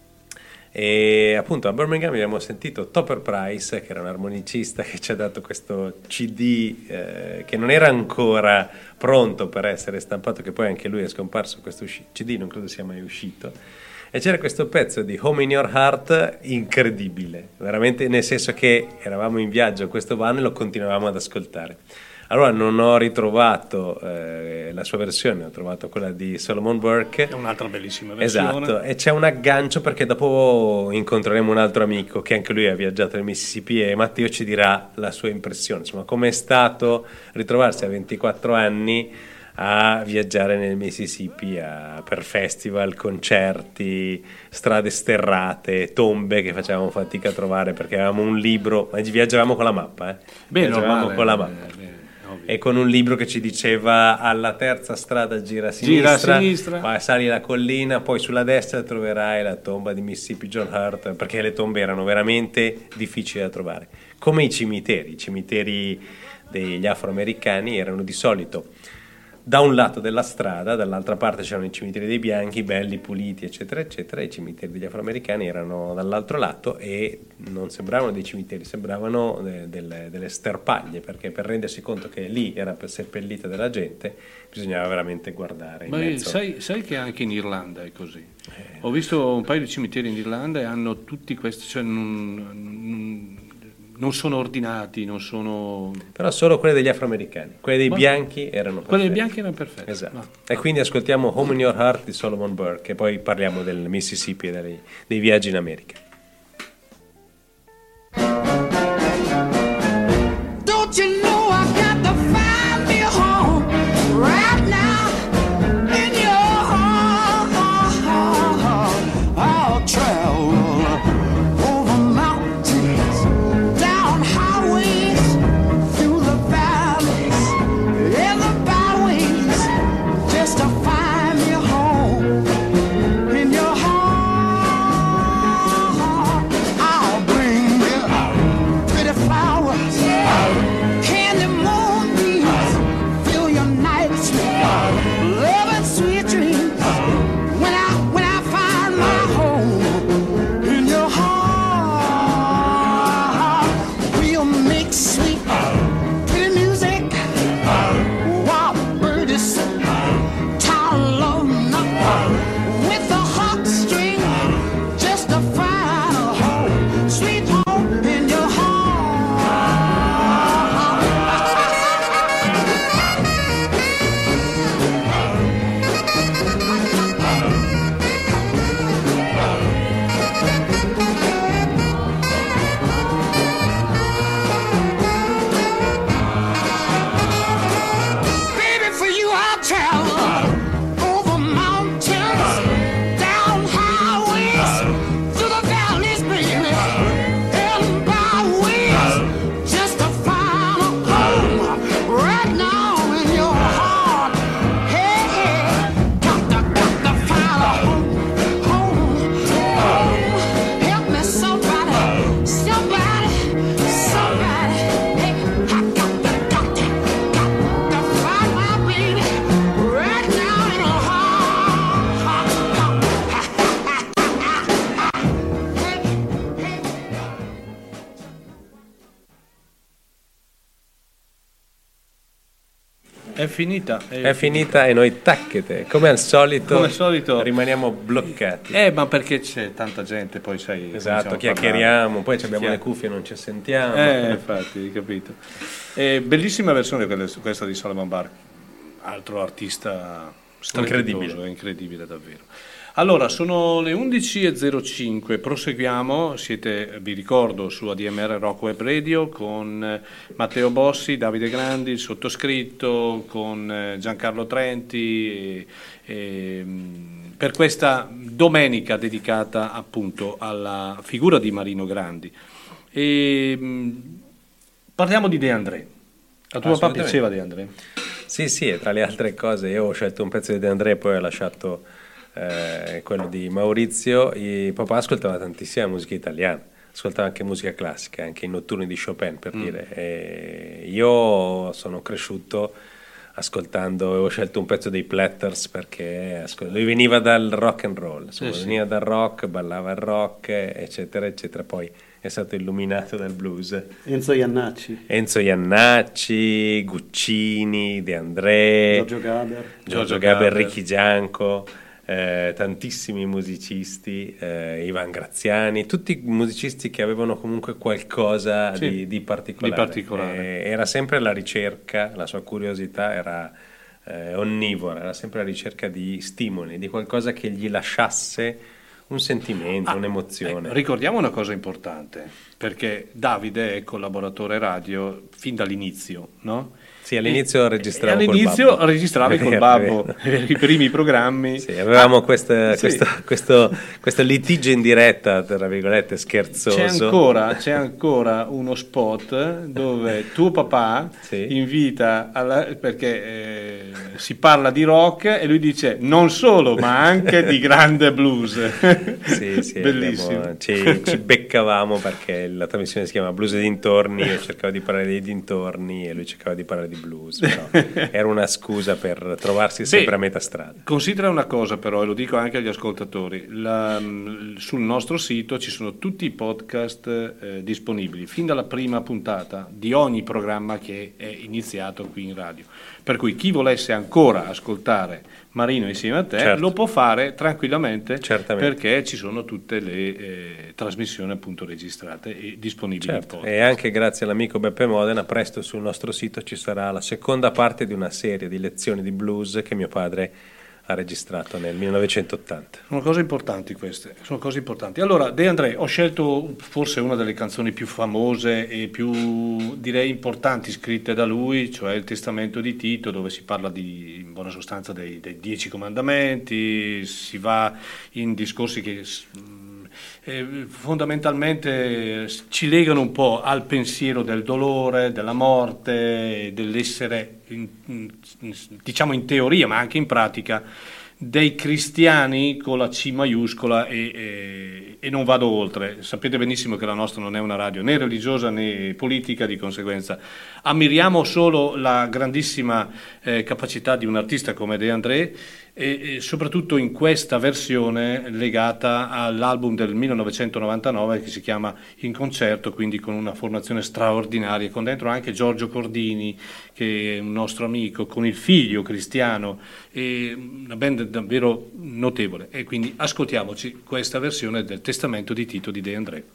E appunto a Birmingham abbiamo sentito Topper Price, che era un armonicista che ci ha dato questo CD che non era ancora pronto per essere stampato, che poi anche lui è scomparso. Questo CD non credo sia mai uscito, e c'era questo pezzo di Home in Your Heart incredibile, veramente, nel senso che eravamo in viaggio a questo van e lo continuavamo ad ascoltare. Allora non ho ritrovato la sua versione, ho trovato quella di Solomon Burke. È un'altra bellissima versione. Esatto, e c'è un aggancio perché dopo incontreremo un altro amico che anche lui ha viaggiato nel Mississippi, e Matteo ci dirà la sua impressione, insomma, com'è stato ritrovarsi a 24 anni a viaggiare nel Mississippi per festival, concerti, strade sterrate, tombe che facevamo fatica a trovare perché avevamo un libro, viaggiavamo con la mappa, viaggiavamo con la mappa. E con un libro che ci diceva: alla terza strada gira a sinistra, vai, sali la collina, poi sulla destra troverai la tomba di Mississippi John Hurt, perché le tombe erano veramente difficili da trovare, come i cimiteri degli afroamericani erano di solito da un lato della strada, dall'altra parte c'erano i cimiteri dei bianchi, belli, puliti, eccetera, eccetera. I cimiteri degli afroamericani erano dall'altro lato e non sembravano dei cimiteri, sembravano delle sterpaglie, perché per rendersi conto che lì era seppellita della gente bisognava veramente guardare. Ma sai che anche in Irlanda è così? Ho visto un paio di cimiteri in Irlanda e hanno tutti questi, cioè non sono ordinati, non sono... Però solo quelle degli afroamericani, quelle dei bianchi erano perfette. Quelle dei bianchi erano perfette. Esatto. No. E quindi ascoltiamo Home in Your Heart di Solomon Burke, e poi parliamo del Mississippi e dei viaggi in America. Don't you know I got to find me a home right now in your heart? I'll travel over mountains, down highways, through the valleys, in the byways, just to find me a home in your heart. È finita e noi tacchete, come al solito rimaniamo bloccati. Ma perché c'è tanta gente, poi sai. Esatto, chiacchieriamo, poi abbiamo le cuffie e non ci sentiamo. Infatti, hai capito. Bellissima versione questa di Solomon Burke, altro artista incredibile davvero. Allora, sono le 11.05, proseguiamo, vi ricordo, su ADMR Rock Web Radio con Matteo Bossi, Davide Grandi, il sottoscritto, con Giancarlo Trenti, per questa domenica dedicata appunto alla figura di Marino Grandi. Parliamo di De André. A tuo papà piaceva De André? Sì, e tra le altre cose io ho scelto un pezzo di De André, poi ho lasciato quello di Maurizio. Papà ascoltava tantissima musica italiana, ascoltava anche musica classica, anche i notturni di Chopin, per dire. E io sono cresciuto ascoltando, ho scelto un pezzo dei Platters perché lui veniva dal rock and roll, veniva dal rock, ballava il rock, eccetera eccetera, poi è stato illuminato dal blues. Enzo Iannacci, Guccini, De André, Giorgio Gaber, Ricky Gianco, tantissimi musicisti, Ivan Graziani, tutti musicisti che avevano comunque qualcosa di particolare. Era sempre la ricerca, la sua curiosità era onnivora, era sempre la ricerca di stimoli, di qualcosa che gli lasciasse un sentimento, un'emozione. Ricordiamo una cosa importante, perché Davide è collaboratore radio fin dall'inizio, no? Sì, all'inizio registravi col babbo i primi programmi. Sì, avevamo questo litigio in diretta, tra virgolette, scherzoso. C'è ancora uno spot dove tuo papà invita perché si parla di rock e lui dice non solo ma anche di grande blues. Sì, bellissimo. Ci beccavamo perché la trasmissione si chiama Blues e dintorni, io cercavo di parlare dei dintorni e lui cercava di parlare di blues, però era una scusa per trovarsi sempre a metà strada. Considera una cosa però, e lo dico anche agli ascoltatori, sul nostro sito ci sono tutti i podcast disponibili fin dalla prima puntata di ogni programma che è iniziato qui in radio, per cui chi volesse ancora ascoltare Marino insieme a te lo può fare tranquillamente, perché ci sono tutte le trasmissioni appunto registrate e disponibili in podcast. E anche grazie all'amico Beppe Modena presto sul nostro sito ci sarà la seconda parte di una serie di lezioni di blues che mio padre ha registrato nel 1980. Sono cose importanti queste, sono cose importanti. Allora, De André, ho scelto forse una delle canzoni più famose e più, direi, importanti scritte da lui, cioè il Testamento di Tito, dove si parla in buona sostanza dei 10 comandamenti, si va in discorsi che fondamentalmente ci legano un po' al pensiero del dolore, della morte, dell'essere diciamo in teoria ma anche in pratica dei cristiani con la C maiuscola e non vado oltre. Sapete benissimo che la nostra non è una radio né religiosa né politica, di conseguenza ammiriamo solo la grandissima capacità di un artista come De André e soprattutto in questa versione legata all'album del 1999 che si chiama In Concerto, quindi con una formazione straordinaria, con dentro anche Giorgio Cordini che è un nostro amico, con il figlio Cristiano, e una band davvero notevole, e quindi ascoltiamoci questa versione del Testamento di Tito di De André.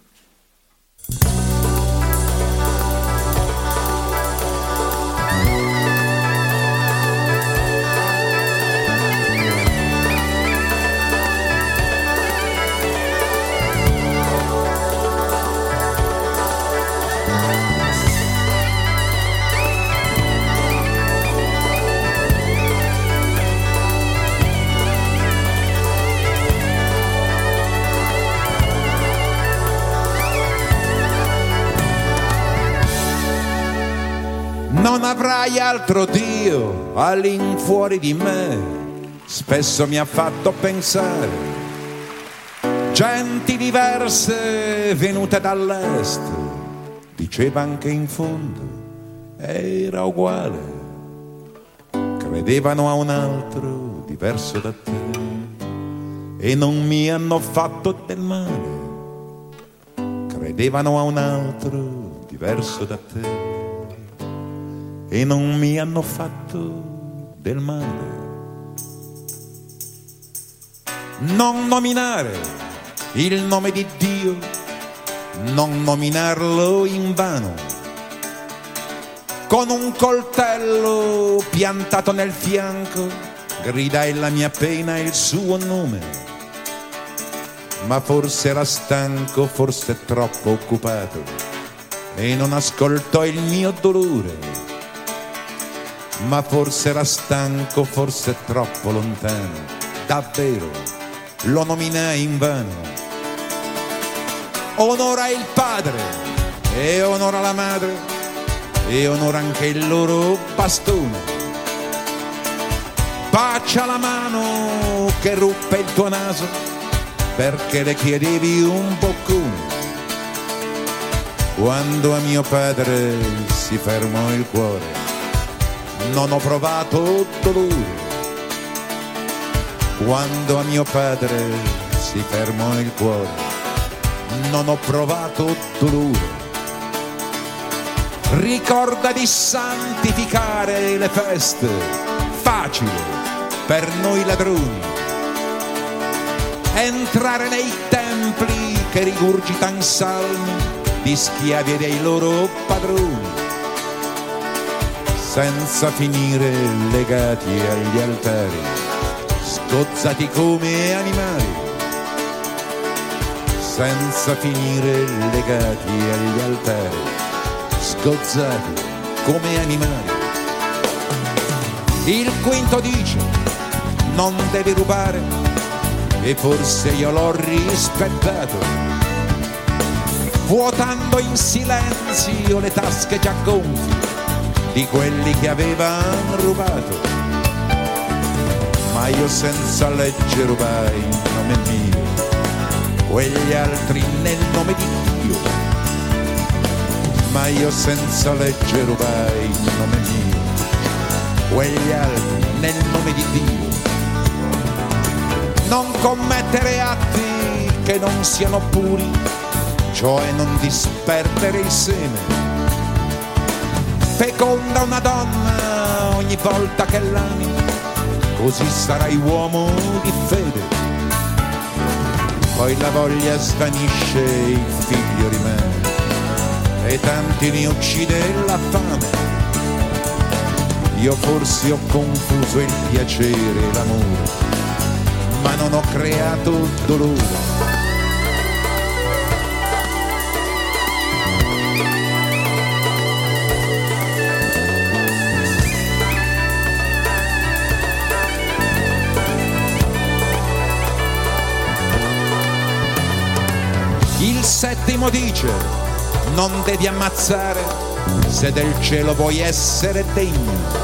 Non avrai altro Dio all'infuori di me, spesso mi ha fatto pensare. Genti diverse venute dall'est, diceva anche in fondo era uguale. Credevano a un altro diverso da te e non mi hanno fatto del male. Credevano a un altro diverso da te e non mi hanno fatto del male. Non nominare il nome di Dio, non nominarlo in vano, con un coltello piantato nel fianco gridai la mia pena e il suo nome, ma forse era stanco, forse troppo occupato e non ascoltò il mio dolore, ma forse era stanco, forse troppo lontano, davvero lo nominai invano. Onora il padre e onora la madre e onora anche il loro bastone. Bacia la mano che ruppe il tuo naso perché le chiedevi un boccone. Quando a mio padre si fermò il cuore non ho provato dolore. Quando a mio padre si fermò il cuore non ho provato dolore. Ricorda di santificare le feste, facile per noi ladroni, entrare nei templi che rigurgitan salmi di schiavi e dei loro padroni, senza finire legati agli altari, sgozzati come animali, senza finire legati agli altari, sgozzati come animali. Il quinto dice non devi rubare e forse io l'ho rispettato, vuotando in silenzio le tasche già gonfie di quelli che avevano rubato. Ma io senza legge rubai in nome mio, quegli altri nel nome di Dio. Ma io senza legge rubai in nome mio, quegli altri nel nome di Dio. Non commettere atti che non siano puri, cioè non disperdere il seme. Feconda una donna ogni volta che l'ami, così sarai uomo di fede. Poi la voglia svanisce, il figlio rimane e tanti ne uccide la fame. Io forse ho confuso il piacere e l'amore, ma non ho creato dolore. Il settimo dice non devi ammazzare se del cielo vuoi essere degno.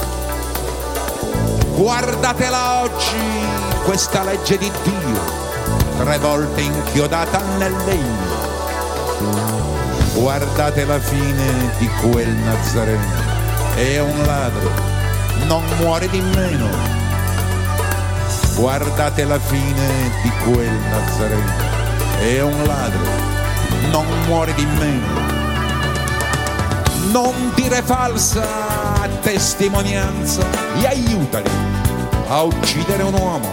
Guardatela oggi questa legge di Dio, 3 volte inchiodata nel legno. Guardate la fine di quel Nazareno, è un ladro, non muore di meno. Guardate la fine di quel Nazareno, è un ladro, non muore di meno. Non dire falsa testimonianza e aiutali a uccidere un uomo.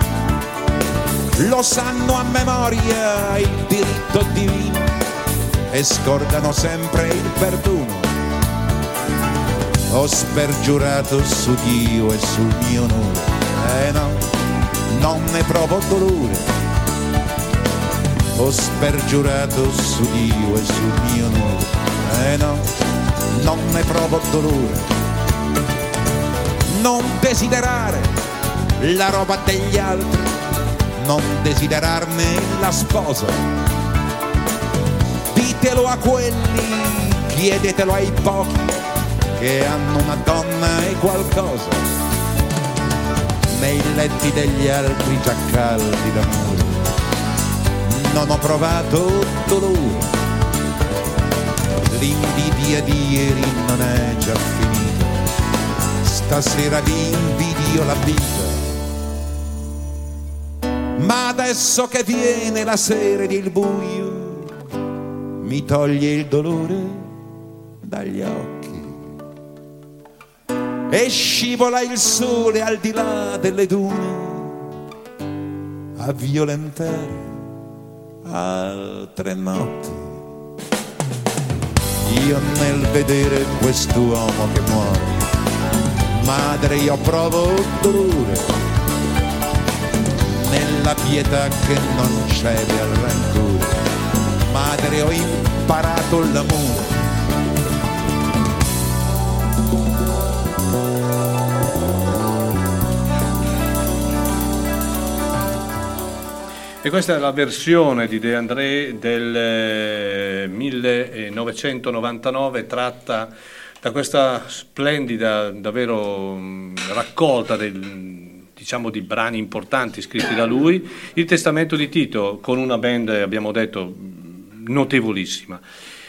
Lo sanno a memoria il diritto divino e scordano sempre il perdono. Ho spergiurato su Dio e sul mio onore, no, non ne provo dolore. Ho spergiurato su Dio e sul mio onore, no, non ne provo dolore. Non desiderare la roba degli altri, non desiderarne la sposa. Ditelo a quelli, chiedetelo ai pochi che hanno una donna e qualcosa. Nei letti degli altri già caldi d'amore non ho provato dolore. L'invidia di ieri non è già finita, stasera vi invidio la vita. Ma adesso che viene la sera ed il buio, mi toglie il dolore dagli occhi. e scivola il sole al di là delle dune a violentare altre notti. Io nel vedere quest'uomo che muore, madre, io provo dolore, nella pietà che non cede al rancore, madre, ho imparato l'amore. E questa è la versione di De André del 1999, tratta da questa splendida, davvero raccolta diciamo di brani importanti scritti da lui, Il testamento di Tito, con una band, abbiamo detto, notevolissima.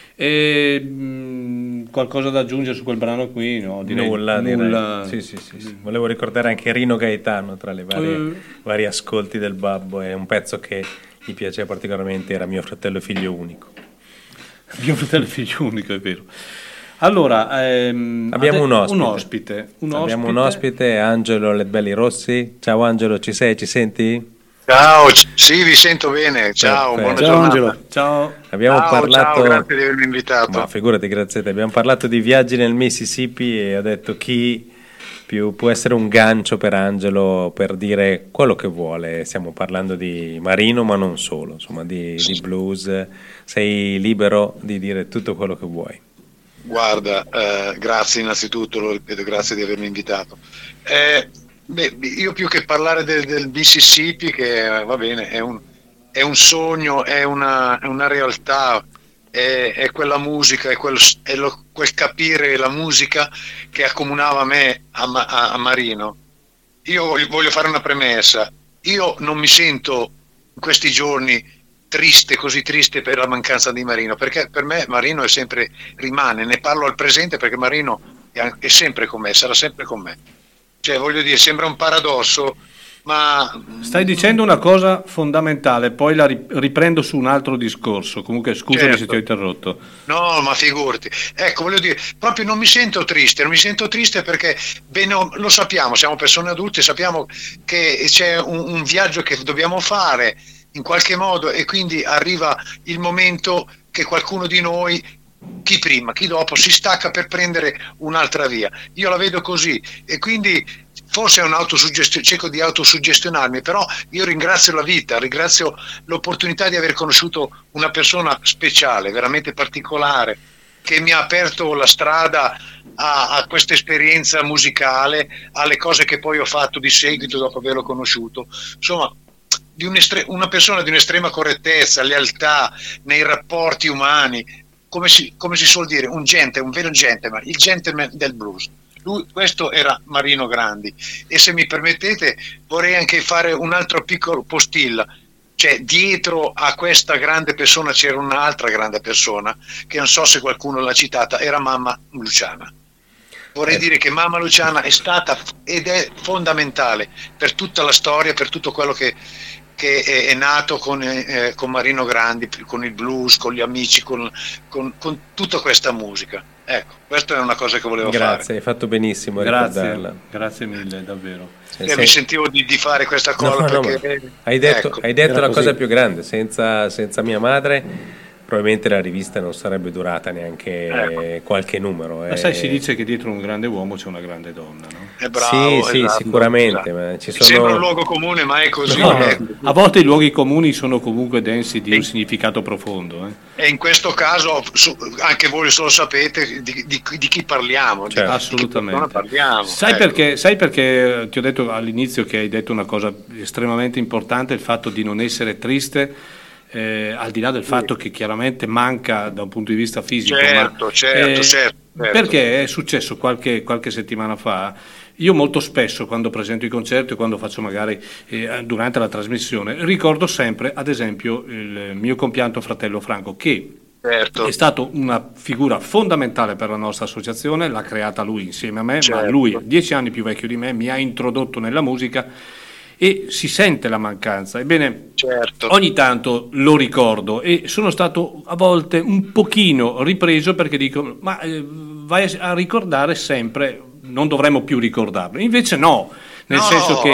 E qualcosa da aggiungere su quel brano qui? No, direi nulla. Sì. Volevo ricordare anche Rino Gaetano tra le vari ascolti del babbo, è un pezzo che gli piaceva particolarmente, era Mio fratello e figlio unico. Mio fratello e figlio unico, è vero. Allora, abbiamo un ospite. Abbiamo un ospite, Angelo Ledbelli Rossi. Ciao Angelo, ci sei? Ci senti? Ciao, sì, vi sento bene. Ciao, buona giornata. Angelo. Ciao. Abbiamo parlato. Ciao, grazie di avermi invitato. Ma figurati, grazie a te. Abbiamo parlato di viaggi nel Mississippi e ho detto chi più può essere un gancio per Angelo per dire quello che vuole. Stiamo parlando di Marino, ma non solo, insomma, di blues. Sei libero di dire tutto quello che vuoi. Guarda, grazie innanzitutto, lo ripeto, grazie di avermi invitato. Io più che parlare del Mississippi, che va bene, è un sogno, è una realtà, è quella musica, è quel capire la musica che accomunava me a Marino. Io voglio fare una premessa: io non mi sento in questi giorni così triste per la mancanza di Marino, perché per me Marino rimane, ne parlo al presente perché Marino è sempre con me, sarà sempre con me. Cioè, voglio dire, sembra un paradosso, ma... Stai dicendo una cosa fondamentale, poi la riprendo su un altro discorso. Comunque, scusami se ti ho interrotto. No, ma figurati. Ecco, voglio dire, proprio non mi sento triste perché, bene, lo sappiamo, siamo persone adulte, sappiamo che c'è un viaggio che dobbiamo fare in qualche modo e quindi arriva il momento che qualcuno di noi, chi prima, chi dopo, si stacca per prendere un'altra via. Io la vedo così e quindi forse è cerco di autosuggestionarmi, però io ringrazio la vita, ringrazio l'opportunità di aver conosciuto una persona speciale, veramente particolare, che mi ha aperto la strada a questa esperienza musicale, alle cose che poi ho fatto di seguito dopo averlo conosciuto. Insomma, una persona di un'estrema correttezza, lealtà nei rapporti umani, come si suol dire, un vero gentleman, il gentleman del blues. Questo era Marino Grandi. E se mi permettete vorrei anche fare un altro piccolo postilla, cioè dietro a questa grande persona c'era un'altra grande persona che non so se qualcuno l'ha citata, era Mamma Luciana. Vorrei dire che Mamma Luciana è stata ed è fondamentale per tutta la storia, per tutto quello che è nato con Marino Grandi, con il blues, con gli amici, con tutta questa musica. Ecco, questa è una cosa che volevo fare. Grazie, hai fatto benissimo a ricordarla. Grazie mille, davvero. Mi sentivo di fare questa cosa perché... Hai detto la cosa più grande, senza mia madre probabilmente la rivista non sarebbe durata neanche qualche numero. Ma sai, si dice che dietro un grande uomo c'è una grande donna, no? È bravo, sì, esatto, sicuramente. Esatto. Ma ci sono... Sembra un luogo comune, ma è così. No, a volte i luoghi comuni sono comunque densi di un significato profondo. E in questo caso anche voi lo sapete di chi parliamo. Cioè, assolutamente. Parliamo, sai perché ti ho detto all'inizio che hai detto una cosa estremamente importante, il fatto di non essere triste. Al di là del fatto che chiaramente manca da un punto di vista fisico, certo. Perché è successo qualche settimana fa. Io molto spesso quando presento i concerti o quando faccio magari durante la trasmissione ricordo sempre ad esempio il mio compianto fratello Franco, che è stato una figura fondamentale per la nostra associazione, l'ha creata lui insieme a me, ma lui 10 anni più vecchio di me mi ha introdotto nella musica e si sente la mancanza. Ebbene, ogni tanto lo ricordo e sono stato a volte un pochino ripreso perché dico, ma vai a ricordare sempre non dovremmo più ricordarlo. Invece no, nel senso che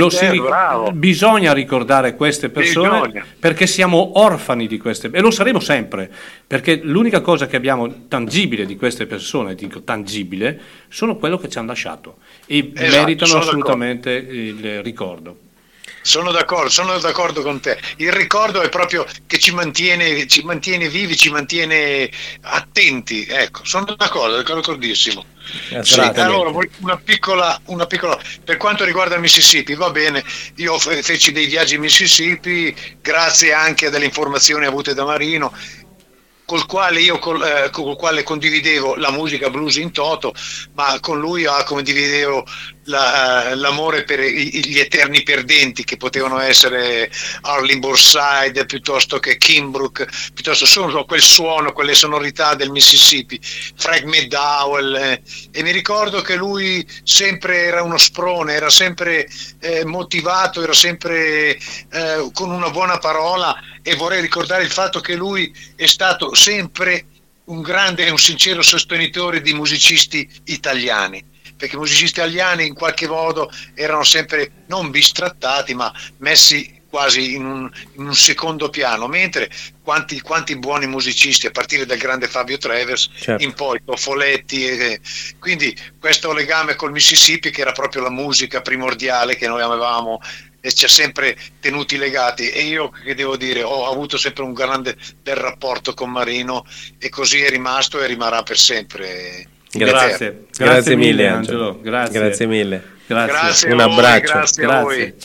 bisogna ricordare queste persone, perché siamo orfani di queste, e lo saremo sempre, perché l'unica cosa che abbiamo tangibile di queste persone, dico tangibile, sono quello che ci hanno lasciato e meritano assolutamente il ricordo. Sono d'accordo con te. Il ricordo è proprio che ci mantiene vivi, ci mantiene attenti. Ecco, sono d'accordissimo. Sì, allora, una piccola. Per quanto riguarda il Mississippi, va bene. Io feci dei viaggi in Mississippi, grazie anche a delle informazioni avute da Marino, col quale condividevo la musica blues in toto, ma con lui condividevo l'amore per gli eterni perdenti, che potevano essere Arlen Burnside piuttosto che Kimbrough, piuttosto sono quel suono, quelle sonorità del Mississippi, Frank McDowell, e mi ricordo che lui sempre era uno sprone, era sempre motivato, era sempre con una buona parola, e vorrei ricordare il fatto che lui è stato sempre un grande e un sincero sostenitore di musicisti italiani, perché i musicisti italiani in qualche modo erano sempre non bistrattati, ma messi quasi in un secondo piano, mentre quanti buoni musicisti, a partire dal grande Fabio Travers, certo, in poi Toffoletti, quindi questo legame col Mississippi, che era proprio la musica primordiale che noi avevamo e ci ha sempre tenuti legati, e io, che devo dire, ho avuto sempre un grande bel rapporto con Marino, e così è rimasto e rimarrà per sempre. Grazie mille Angelo, grazie mille. Grazie un abbraccio. Grazie a voi.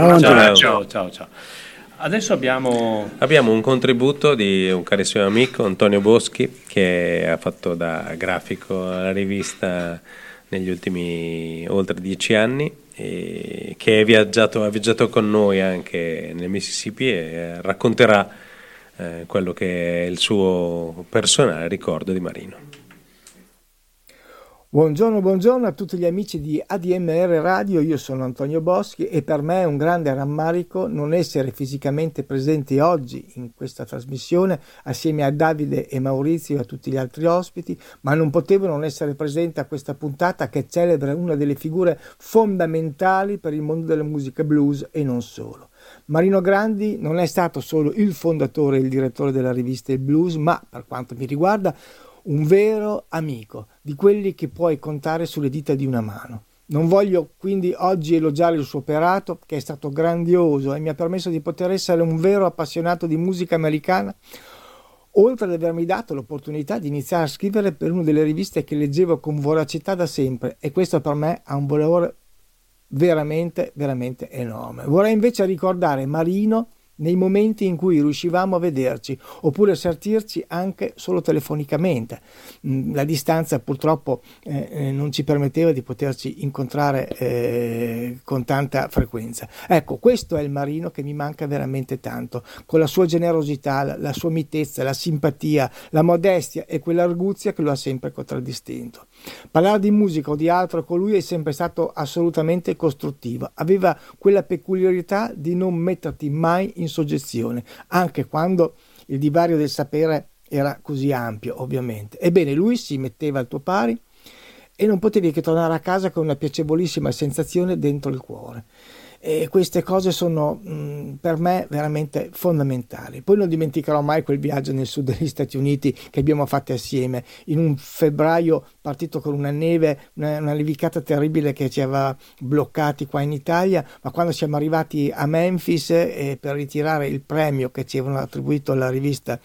Ciao. Adesso abbiamo un contributo di un carissimo amico, Antonio Boschi, che ha fatto da grafico alla rivista negli ultimi oltre 10 anni, e che ha viaggiato con noi anche nel Mississippi, e racconterà quello che è il suo personale ricordo di Marino. Buongiorno a tutti gli amici di ADMR Radio, io sono Antonio Boschi, e per me è un grande rammarico non essere fisicamente presenti oggi in questa trasmissione assieme a Davide e Maurizio e a tutti gli altri ospiti, ma non potevo non essere presente a questa puntata che celebra una delle figure fondamentali per il mondo della musica blues e non solo. Marino Grandi non è stato solo il fondatore e il direttore della rivista Il Blues, ma, per quanto mi riguarda, un vero amico, di quelli che puoi contare sulle dita di una mano. Non voglio quindi oggi elogiare il suo operato, che è stato grandioso e mi ha permesso di poter essere un vero appassionato di musica americana, oltre ad avermi dato l'opportunità di iniziare a scrivere per una delle riviste che leggevo con voracità da sempre, e questo per me ha un valore veramente enorme. Vorrei invece ricordare Marino nei momenti in cui riuscivamo a vederci, oppure sentirci anche solo telefonicamente. La distanza purtroppo non ci permetteva di poterci incontrare con tanta frequenza. Ecco, questo è il Marino che mi manca veramente tanto, con la sua generosità, la sua mitezza, la simpatia, la modestia e quell'arguzia che lo ha sempre contraddistinto. Parlare di musica o di altro con lui è sempre stato assolutamente costruttivo. Aveva quella peculiarità di non metterti mai in soggezione, anche quando il divario del sapere era così ampio, ovviamente. Ebbene, lui si metteva al tuo pari e non potevi che tornare a casa con una piacevolissima sensazione dentro il cuore. E queste cose sono per me veramente fondamentali. Poi non dimenticherò mai quel viaggio nel sud degli Stati Uniti che abbiamo fatto assieme in un febbraio partito con una neve, una nevicata terribile che ci aveva bloccati qua in Italia, ma quando siamo arrivati a Memphis per ritirare il premio che ci avevano attribuito alla rivista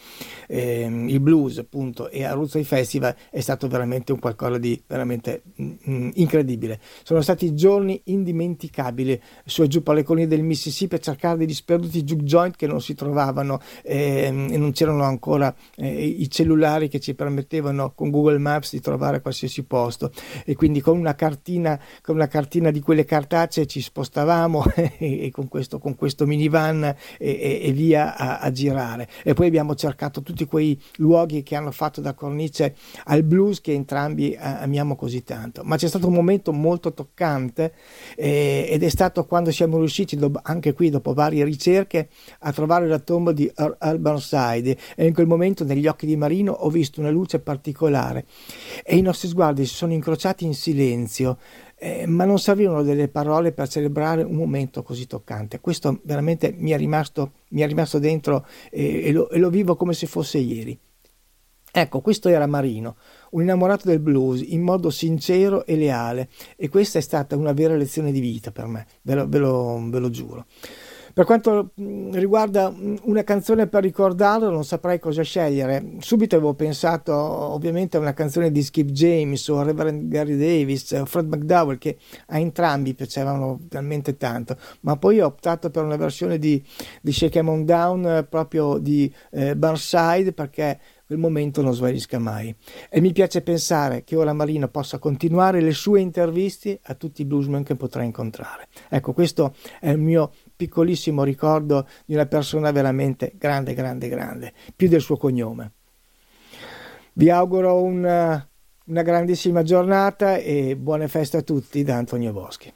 Il Blues, appunto, e a Ruzoi Festival, è stato veramente un qualcosa di veramente incredibile. Sono stati giorni indimenticabili su e giù per le colline del Mississippi a cercare degli sperduti juke joint che non si trovavano, e non c'erano ancora i cellulari che ci permettevano con Google Maps di trovare qualsiasi posto, e quindi con una cartina di quelle cartacee ci spostavamo e con questo minivan e via a girare. E poi abbiamo cercato tutti quei luoghi che hanno fatto da cornice al blues che entrambi amiamo così tanto. Ma c'è stato un momento molto toccante ed è stato quando siamo riusciti, anche qui dopo varie ricerche, a trovare la tomba di Earl Burnside, e in quel momento negli occhi di Marino ho visto una luce particolare, e nostri sguardi si sono incrociati in silenzio, ma non servivano delle parole per celebrare un momento così toccante. Questo veramente mi è rimasto dentro e lo vivo come se fosse ieri. Ecco, questo era Marino, un innamorato del blues in modo sincero e leale, e questa è stata una vera lezione di vita per me, ve lo giuro. Per quanto riguarda una canzone per ricordarlo, non saprei cosa scegliere. Subito avevo pensato ovviamente a una canzone di Skip James o a Reverend Gary Davis o Fred McDowell, che a entrambi piacevano talmente tanto, ma poi ho optato per una versione di Shake 'Em On Down, proprio di Burnside, perché quel momento non svanisca mai. E mi piace pensare che ora Marino possa continuare le sue interviste a tutti i bluesmen che potrà incontrare. Ecco, questo è il mio piccolissimo ricordo di una persona veramente grande, più del suo cognome. Vi auguro una grandissima giornata e buone feste a tutti da Antonio Boschi.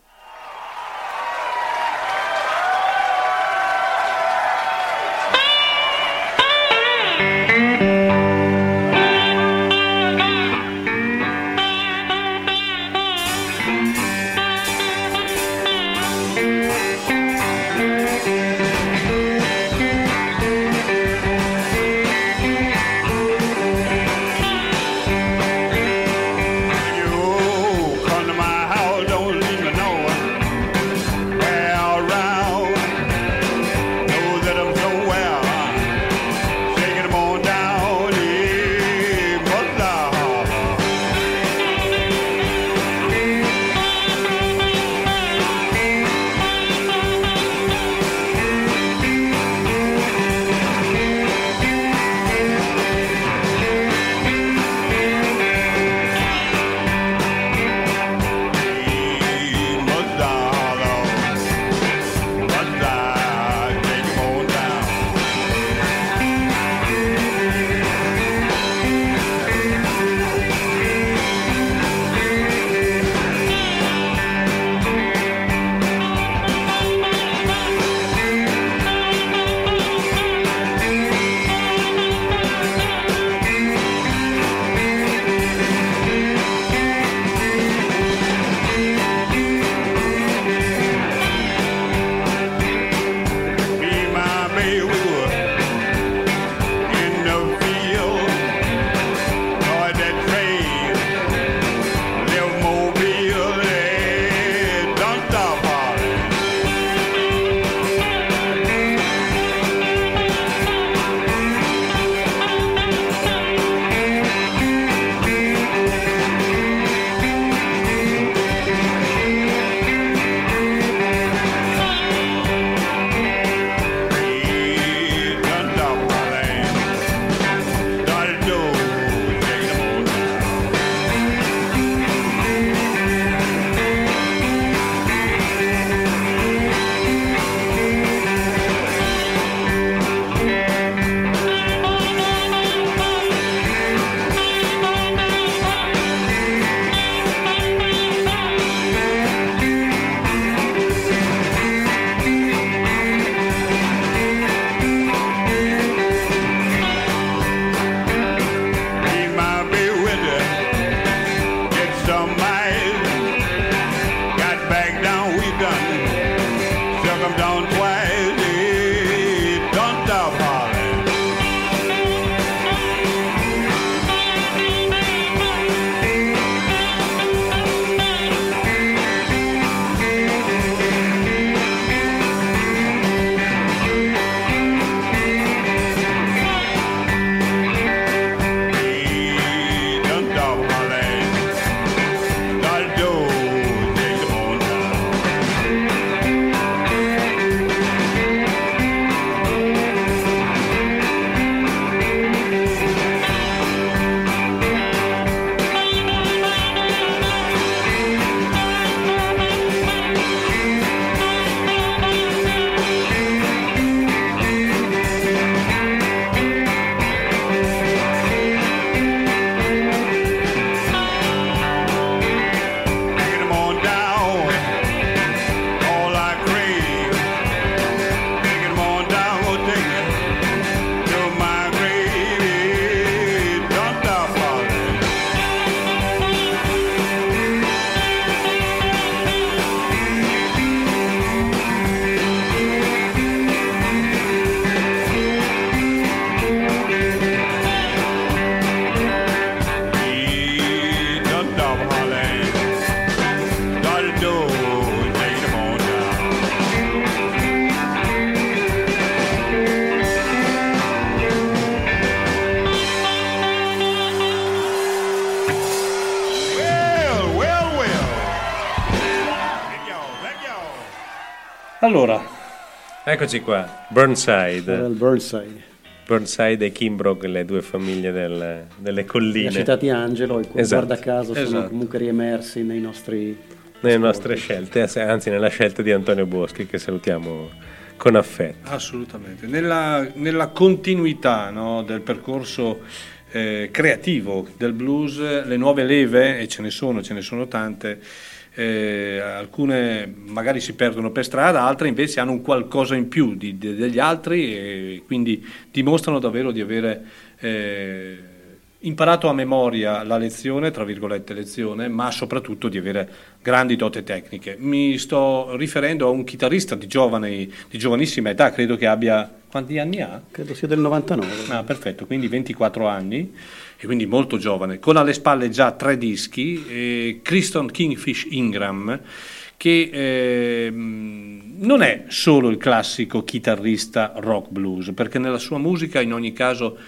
Come to my house, don't leave me no Allora, eccoci qua, Burnside. Burnside e Kimbrough, le due famiglie delle colline. Ha citato Angelo e esatto. guarda caso sono comunque riemersi nelle nostre scelte, anzi nella scelta di Antonio Boschi, che salutiamo con affetto. Assolutamente, nella continuità, no, del percorso creativo del blues, le nuove leve, e ce ne sono tante, alcune magari si perdono per strada, altre invece hanno un qualcosa in più degli altri, e quindi dimostrano davvero di avere imparato a memoria la lezione, tra virgolette lezione, ma soprattutto di avere grandi dote tecniche. Mi sto riferendo a un chitarrista di giovanissima età, credo che abbia... Quanti anni ha? Credo sia del 99. Ah, perfetto, quindi 24 anni, e quindi molto giovane, con alle spalle già 3 dischi, Criston Kingfish Ingram, che non è solo il classico chitarrista rock blues, perché nella sua musica in ogni caso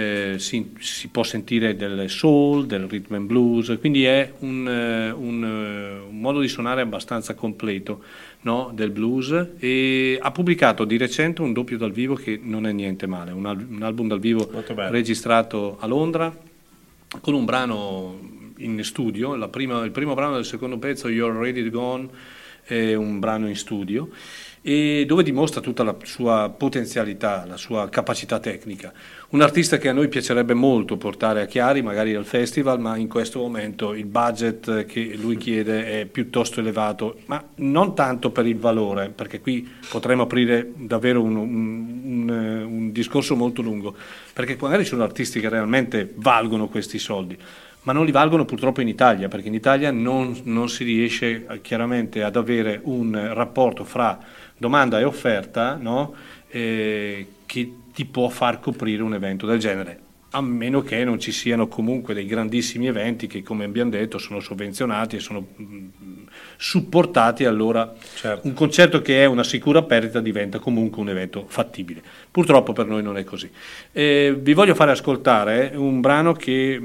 si può sentire del soul, del rhythm and blues, quindi è un modo di suonare abbastanza completo, no, del blues, e ha pubblicato di recente un doppio dal vivo che non è niente male, un album dal vivo registrato a Londra con un brano in studio, il primo brano del secondo pezzo, You're Ready to Gone, è un brano in studio, e dove dimostra tutta la sua potenzialità, la sua capacità tecnica. Un artista che a noi piacerebbe molto portare a Chiari, magari al festival, ma in questo momento il budget che lui chiede è piuttosto elevato, ma non tanto per il valore, perché qui potremmo aprire davvero un discorso molto lungo, perché magari sono artisti che realmente valgono questi soldi, ma non li valgono purtroppo in Italia, perché in Italia non si riesce chiaramente ad avere un rapporto fra domanda e offerta, no? Che ti può far coprire un evento del genere, a meno che non ci siano comunque dei grandissimi eventi che, come abbiamo detto, sono sovvenzionati e sono supportati, allora un concerto che è una sicura perdita diventa comunque un evento fattibile. Purtroppo per noi non è così. Vi voglio fare ascoltare un brano che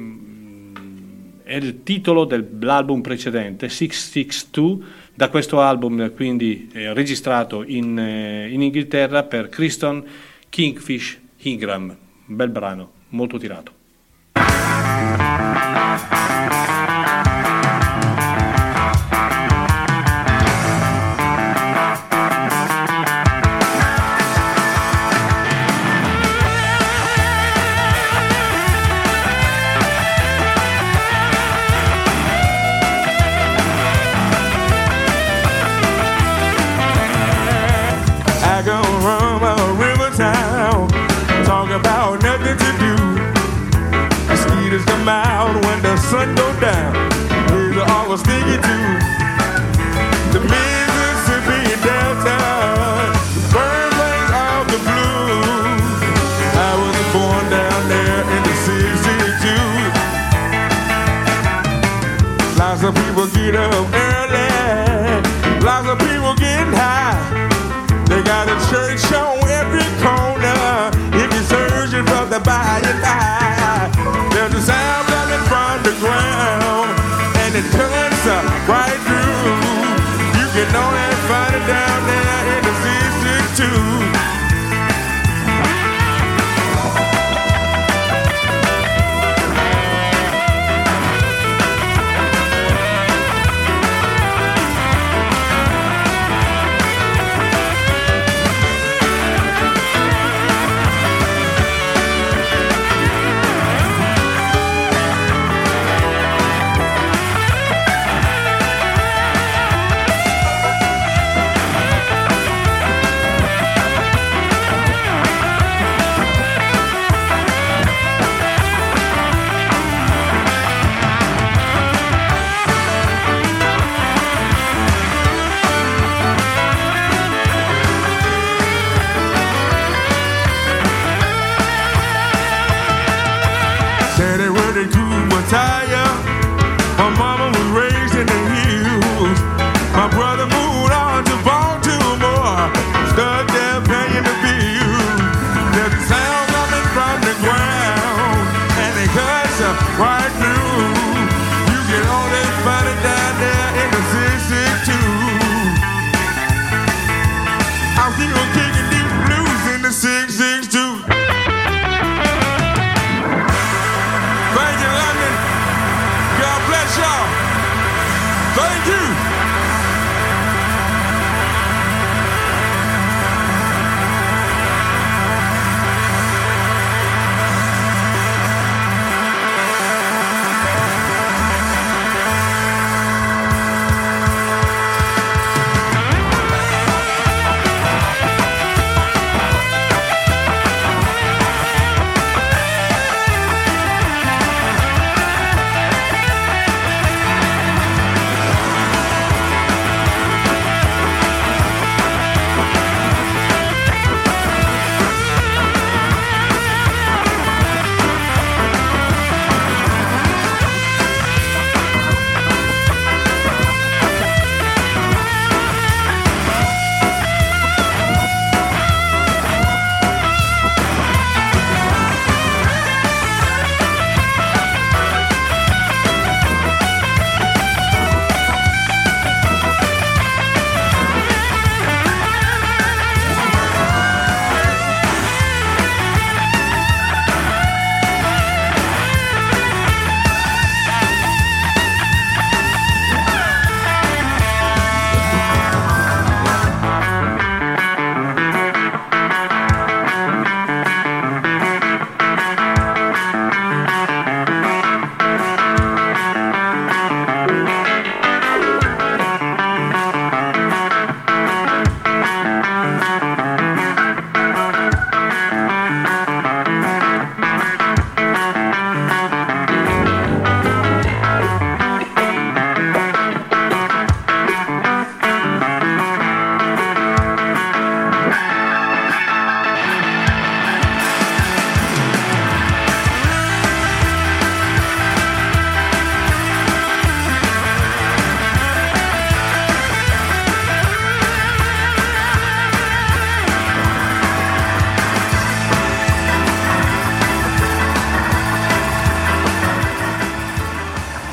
è il titolo dell'album precedente, 662, da questo album, quindi registrato in Inghilterra per Criston Kingfish Ingram. Un bel brano, molto tirato. Come out when the sun goes down. These are all I was thinking too. The Mississippi Delta, the birthplace of the blues. I was born down there in the 62. Lots of people get up early, lots of people getting high. They got a church on every corner if you're searching for the by and by. There's a sound coming from the ground, and it cuts right through. You can only find it down there in the 662.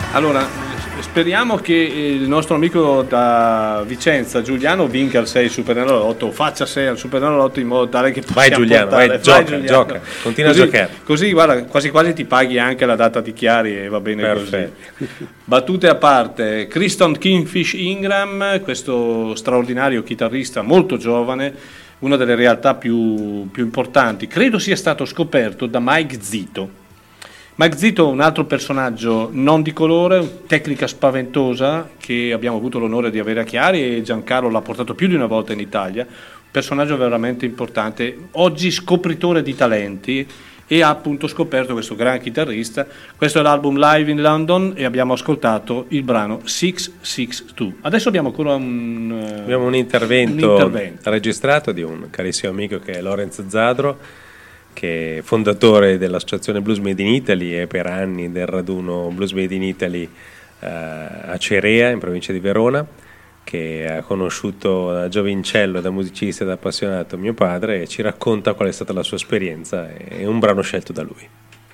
Allora, speriamo che il nostro amico da Vicenza, Giuliano, vinca il 6 Superenalotto, o faccia 6 al Superenalotto in modo tale che vai Giuliano, vai, gioca, continua così, a giocare. Così, guarda, quasi quasi ti paghi anche la data di Chiari e va bene. Perfetto. Così. Battute a parte, Kristen Kingfish Ingram, questo straordinario chitarrista molto giovane, una delle realtà più importanti, credo sia stato scoperto da Mike Zito. Mike Zito, un altro personaggio non di colore, tecnica spaventosa che abbiamo avuto l'onore di avere a Chiari e Giancarlo l'ha portato più di una volta in Italia, personaggio veramente importante, oggi scopritore di talenti, e ha appunto scoperto questo gran chitarrista. Questo è l'album Live in London e abbiamo ascoltato il brano 662. Adesso abbiamo ancora un intervento registrato di un carissimo amico che è Lorenzo Zadro, che è fondatore dell'associazione Blues Made in Italy e per anni del raduno Blues Made in Italy a Cerea, in provincia di Verona, che ha conosciuto da giovincello, da musicista e da appassionato mio padre, e ci racconta qual è stata la sua esperienza e un brano scelto da lui.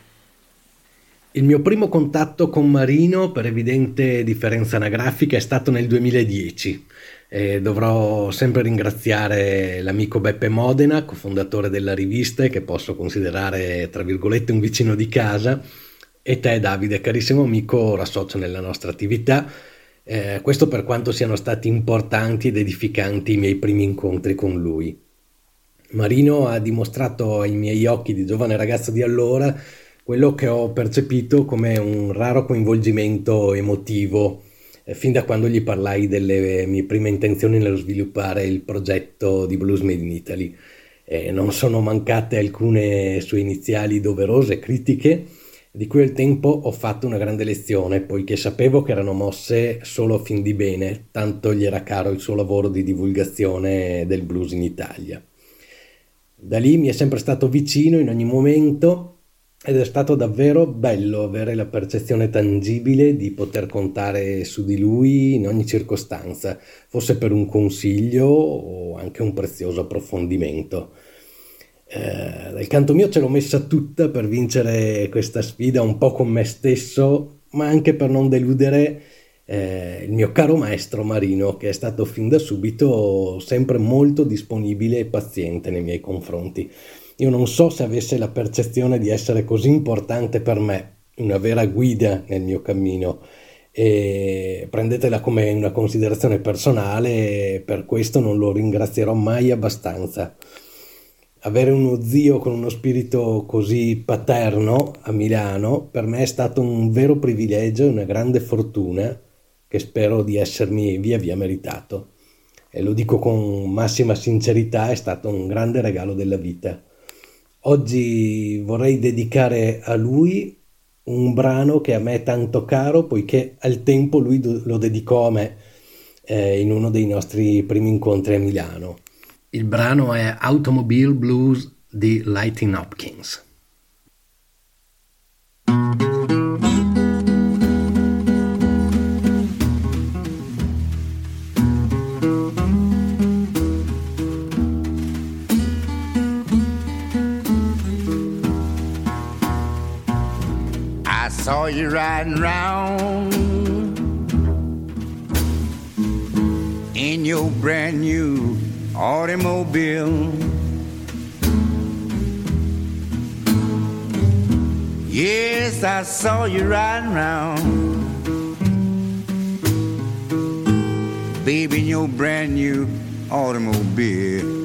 Il mio primo contatto con Marino, per evidente differenza anagrafica, è stato nel 2010. Dovrò sempre ringraziare l'amico Beppe Modena, cofondatore della rivista, che posso considerare tra virgolette un vicino di casa, e te Davide, carissimo amico, ora socio nella nostra attività. Questo per quanto siano stati importanti ed edificanti i miei primi incontri con lui. Marino ha dimostrato ai miei occhi di giovane ragazzo di allora quello che ho percepito come un raro coinvolgimento emotivo fin da quando gli parlai delle mie prime intenzioni nello sviluppare il progetto di Blues Made in Italy. Non sono mancate alcune sue iniziali doverose critiche, di cui al tempo ho fatto una grande lezione, poiché sapevo che erano mosse solo a fin di bene, tanto gli era caro il suo lavoro di divulgazione del blues in Italia. Da lì mi è sempre stato vicino in ogni momento, ed è stato davvero bello avere la percezione tangibile di poter contare su di lui in ogni circostanza, fosse per un consiglio o anche un prezioso approfondimento. Dal canto mio ce l'ho messa tutta per vincere questa sfida, un po' con me stesso, ma anche per non deludere il mio caro maestro Marino, che è stato fin da subito sempre molto disponibile e paziente nei miei confronti. Io non so se avesse la percezione di essere così importante per me, una vera guida nel mio cammino, e prendetela come una considerazione personale, per questo non lo ringrazierò mai abbastanza. Avere uno zio con uno spirito così paterno a Milano per me è stato un vero privilegio e una grande fortuna che spero di essermi via via meritato. E lo dico con massima sincerità, è stato un grande regalo della vita. Oggi vorrei dedicare a lui un brano che a me è tanto caro, poiché al tempo lui lo dedicò a me in uno dei nostri primi incontri a Milano. Il brano è Automobile Blues di Lightning Hopkins. I saw you riding round in your brand new automobile. Yes, I saw you riding around, baby, in your brand new automobile.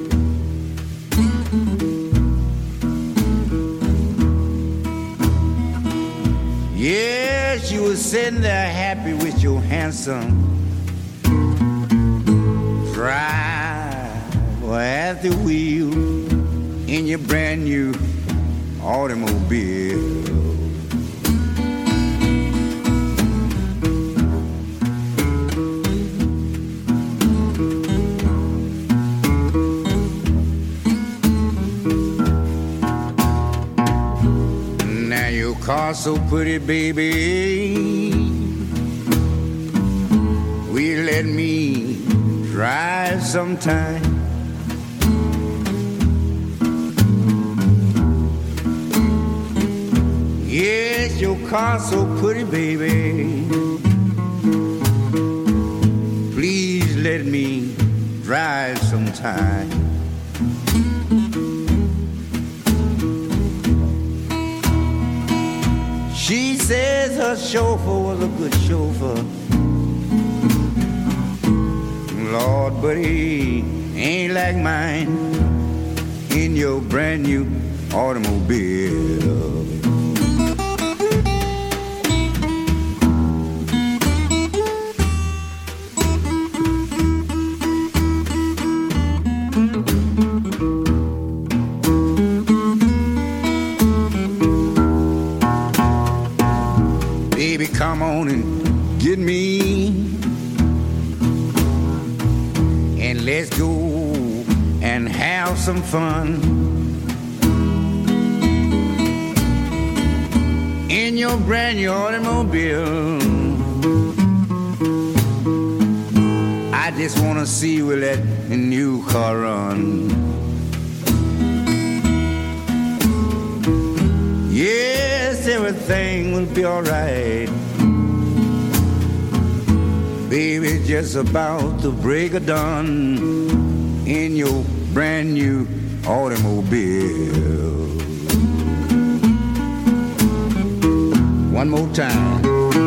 Yes, you were sitting there happy with your handsome driver at the wheel in your brand new automobile. Now your car's so pretty, baby, will you let me drive sometime? Yes, your car so pretty, baby. Please let me drive sometime. She says her chauffeur was a good chauffeur, Lord, but he ain't like mine in your brand new automobile. Baby, come on and get me, and let's go and have some fun in your brand new automobile. I just wanna see you let the new car run. Yes, everything will be alright. Baby, just about the break of dawn in your brand new automobile. One more time.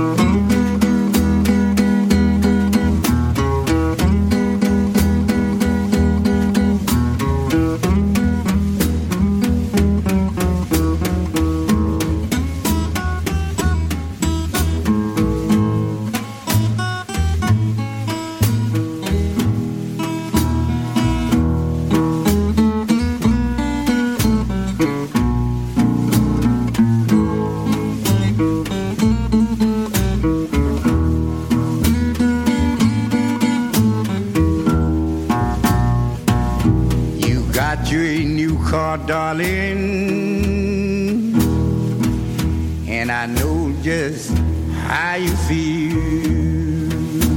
Darling, and I know just how you feel.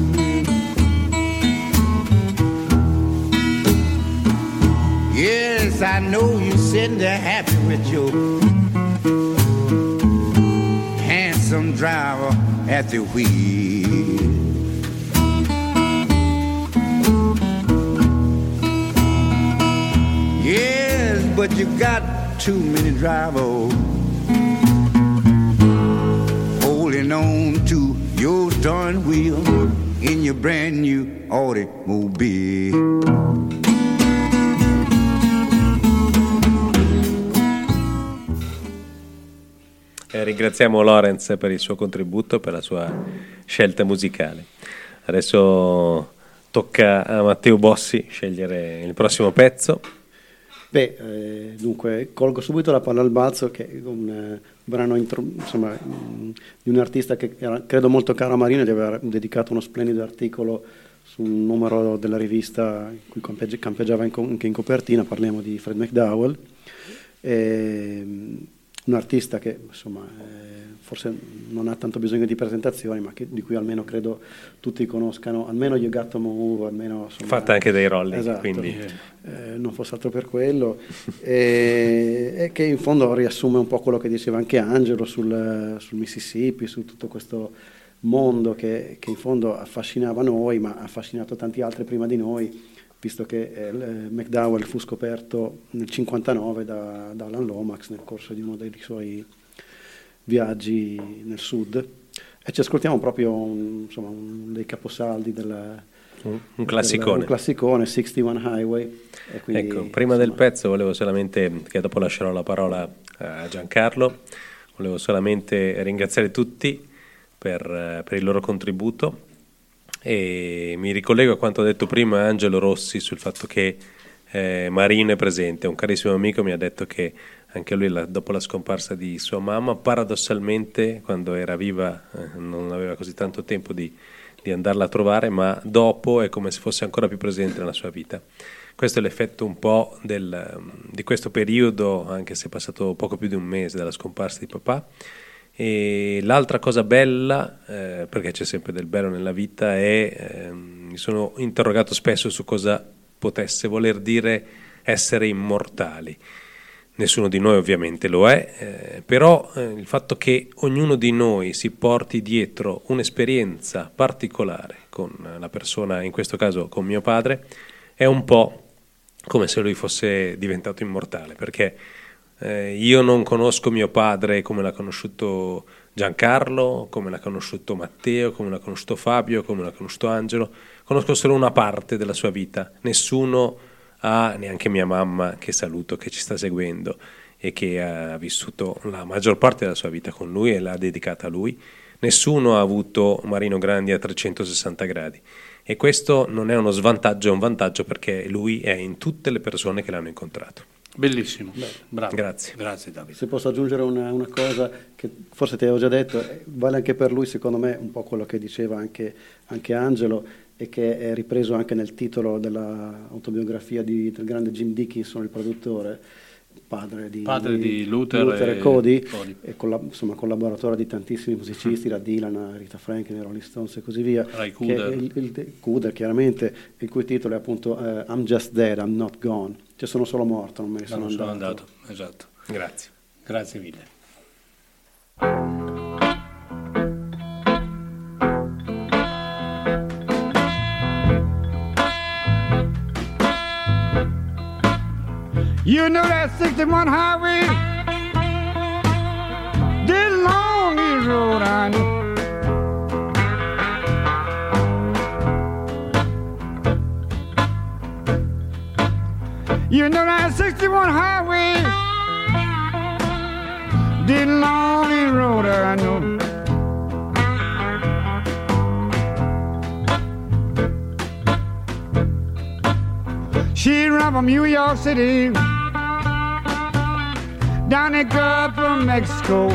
Yes, I know you're sitting there happy with your handsome driver at the wheel. Yes, but you got too many drivers holding on to your steering wheel in your brand new automobile. Ringraziamo Lorenz per il suo contributo, per la sua scelta musicale. Adesso tocca a Matteo Bossi scegliere il prossimo pezzo. Dunque colgo subito la palla al balzo, che è un brano insomma, di un artista che era, credo, molto caro a Marino, e gli aveva dedicato uno splendido articolo su un numero della rivista in cui campeggiava anche in copertina. Parliamo di Fred McDowell, un artista che insomma forse non ha tanto bisogno di presentazioni, ma di cui almeno credo tutti conoscano, almeno You Got to Move, almeno insomma, fatta anche dei rolling, esatto, quindi non fosse altro per quello, e che in fondo riassume un po' quello che diceva anche Angelo sul Mississippi, su tutto questo mondo che in fondo affascinava noi, ma ha affascinato tanti altri prima di noi, visto che McDowell fu scoperto nel 59 da Alan Lomax nel corso di uno dei suoi viaggi nel sud, e ci ascoltiamo proprio un dei caposaldi un classicone. Un classicone, 61 Highway. E quindi, ecco, prima del pezzo volevo solamente, che dopo lascerò la parola a Giancarlo, volevo solamente ringraziare tutti per il loro contributo, e mi ricollego a quanto ha detto prima Angelo Rossi sul fatto che Marino è presente. Un carissimo amico mi ha detto che anche lui dopo la scomparsa di sua mamma, paradossalmente quando era viva non aveva così tanto tempo di andarla a trovare, ma dopo è come se fosse ancora più presente nella sua vita. Questo è l'effetto un po' di questo periodo, anche se è passato poco più di un mese dalla scomparsa di papà. E l'altra cosa bella, perché c'è sempre del bello nella vita, è mi sono interrogato spesso su cosa potesse voler dire essere immortali. nessuno di noi ovviamente lo è, però il fatto che ognuno di noi si porti dietro un'esperienza particolare con la persona, in questo caso con mio padre, è un po' come se lui fosse diventato immortale, perché io non conosco mio padre come l'ha conosciuto Giancarlo, come l'ha conosciuto Matteo, come l'ha conosciuto Fabio, come l'ha conosciuto Angelo. Conosco solo una parte della sua vita, nessuno ha, neanche mia mamma, che saluto, che ci sta seguendo e che ha vissuto la maggior parte della sua vita con lui e l'ha dedicata a lui, nessuno ha avuto Marino Grandi a 360 gradi. E questo non è uno svantaggio, è un vantaggio, perché lui è in tutte le persone che l'hanno incontrato. Bellissimo, bravo. Grazie. Grazie Davide. Se posso aggiungere una cosa che forse ti avevo già detto, vale anche per lui, secondo me, un po' quello che diceva anche Angelo, e che è ripreso anche nel titolo dell'autobiografia del grande Jim Dickinson, il produttore, padre di Luther e Cody. E insomma collaboratore di tantissimi musicisti, da Dylan, Rita Franklin, Rolling Stones e così via. Ray Cooder. Il Cooder, chiaramente, il cui titolo è appunto I'm Just Dead, I'm Not Gone, cioè sono solo morto, non me ne sono andato. Esatto. Grazie. Grazie mille. You know that 61 highway, this long is road I know. You know that 61 highway, this long is road I know. She ran from New York City down the Gulf of Mexico.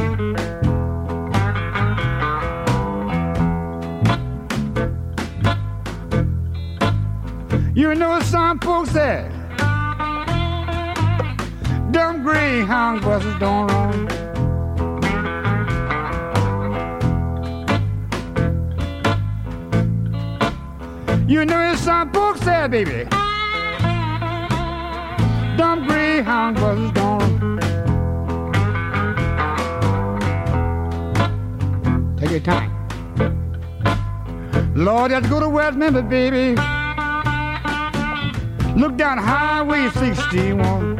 You know some folks say them Greyhound buses don't run. You know some folks say, baby, them Greyhound buses don't run. Take your time. Lord, let's go to West Memphis, baby. Look down Highway 61.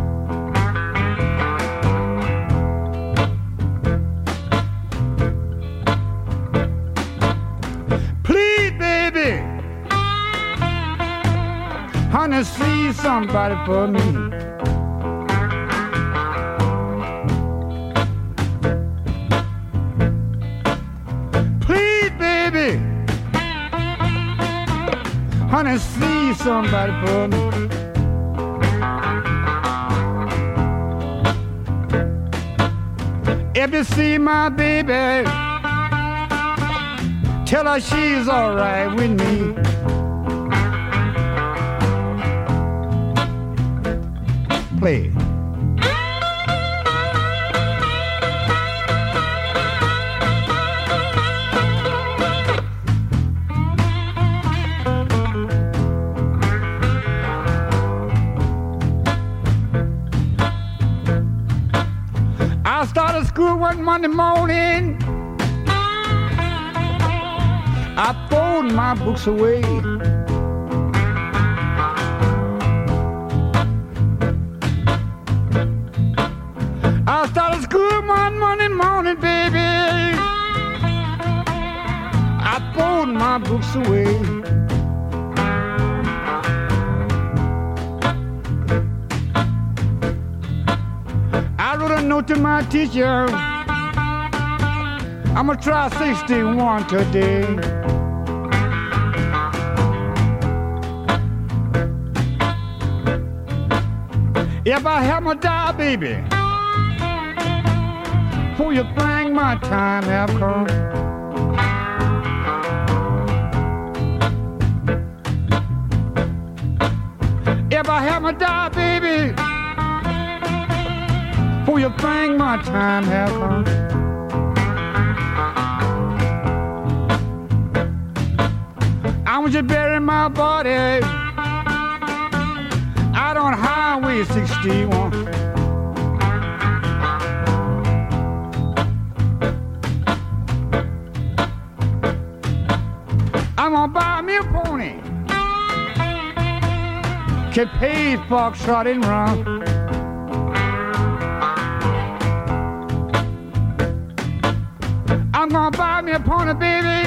Please, baby, honey, see somebody for me. Honey, see somebody for me. If you see my baby, tell her she's all right with me. Play. I started school one Monday morning. I folded my books away. I started school one Monday morning, baby. I folded my books away. I wrote a note to my teacher. I'm gonna try 61 today. If I have my die, baby, before you think my time have come. If I have my die, baby, before you think my time have come. I want you to bury my body out on Highway 61. gonna buy me a pony. Can pay foxtrot and run. I'm gonna buy me a pony, baby.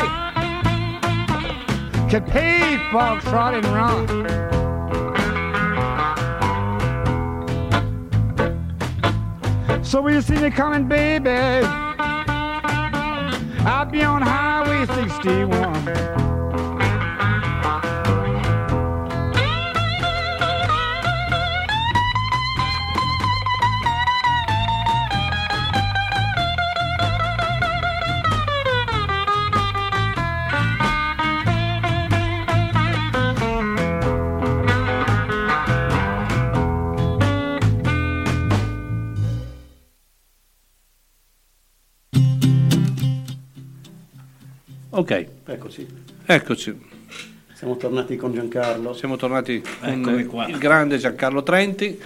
Can pay foxtrot and run. So when you see me coming, baby, I'll be on Highway 61. Ok, eccoci. Siamo tornati con Giancarlo. Siamo tornati con il grande Giancarlo Trenti.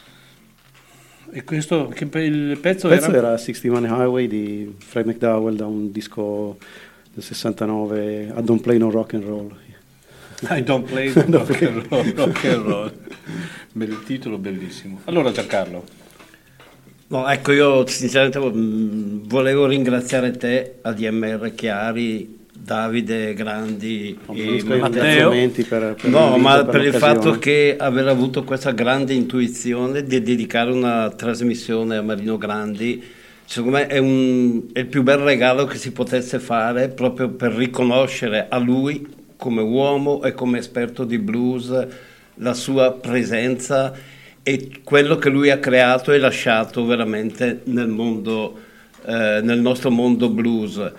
E questo, il pezzo era 61 Highway di Fred McDowell, da un disco del 69, I Don't Play No Rock and Roll. I Don't Play No Rock and Roll. Bel titolo, bellissimo. Allora Giancarlo. No, ecco, io sinceramente volevo ringraziare te, ADMR Chiari, Davide Grandi e Matteo per il fatto che aver avuto questa grande intuizione di dedicare una trasmissione a Marino Grandi, secondo me è il più bel regalo che si potesse fare, proprio per riconoscere a lui come uomo e come esperto di blues la sua presenza e quello che lui ha creato e lasciato veramente nel mondo, nel nostro mondo blues.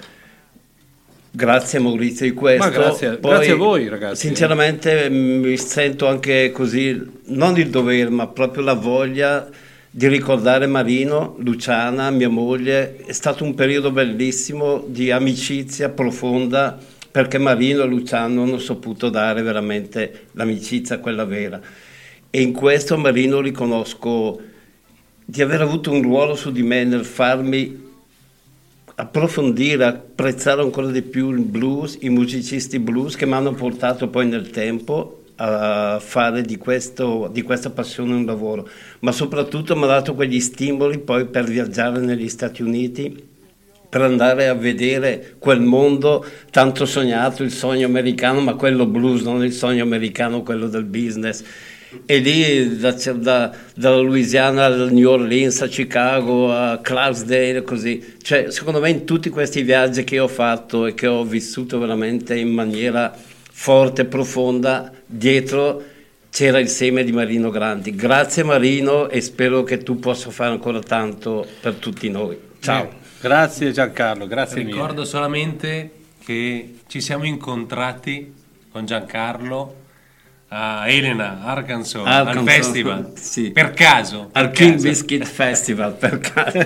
Grazie Maurizio di questo. Ma grazie a voi ragazzi. Sinceramente mi sento anche così, non il dovere, ma proprio la voglia di ricordare Marino, Luciana, mia moglie. È stato un periodo bellissimo di amicizia profonda, perché Marino e Luciano hanno saputo dare veramente l'amicizia, quella vera. E in questo Marino riconosco di aver avuto un ruolo su di me nel farmi approfondire, apprezzare ancora di più il blues, i musicisti blues che mi hanno portato poi nel tempo a fare di questa passione un lavoro, ma soprattutto mi ha dato quegli stimoli poi per viaggiare negli Stati Uniti, per andare a vedere quel mondo tanto sognato, il sogno americano, ma quello blues, non il sogno americano, quello del business. E lì dalla Louisiana al New Orleans, a Chicago, a Clarksdale, così. Cioè, secondo me in tutti questi viaggi che ho fatto e che ho vissuto veramente in maniera forte e profonda, dietro c'era il seme di Marino Grandi. Grazie Marino, e spero che tu possa fare ancora tanto per tutti noi. Ciao. Grazie Giancarlo, grazie mille. Ricordo solamente che ci siamo incontrati con Giancarlo a Helena, Arkansas, al festival, sì. Per caso. Al King Biscuit Festival, per caso.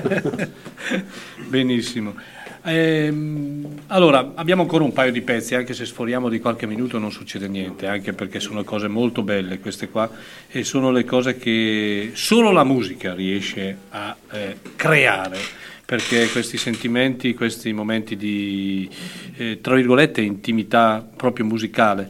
Benissimo. Allora, abbiamo ancora un paio di pezzi, anche se sforiamo di qualche minuto non succede niente, anche perché sono cose molto belle queste qua, e sono le cose che solo la musica riesce a creare, perché questi sentimenti, questi momenti di, tra virgolette, intimità proprio musicale,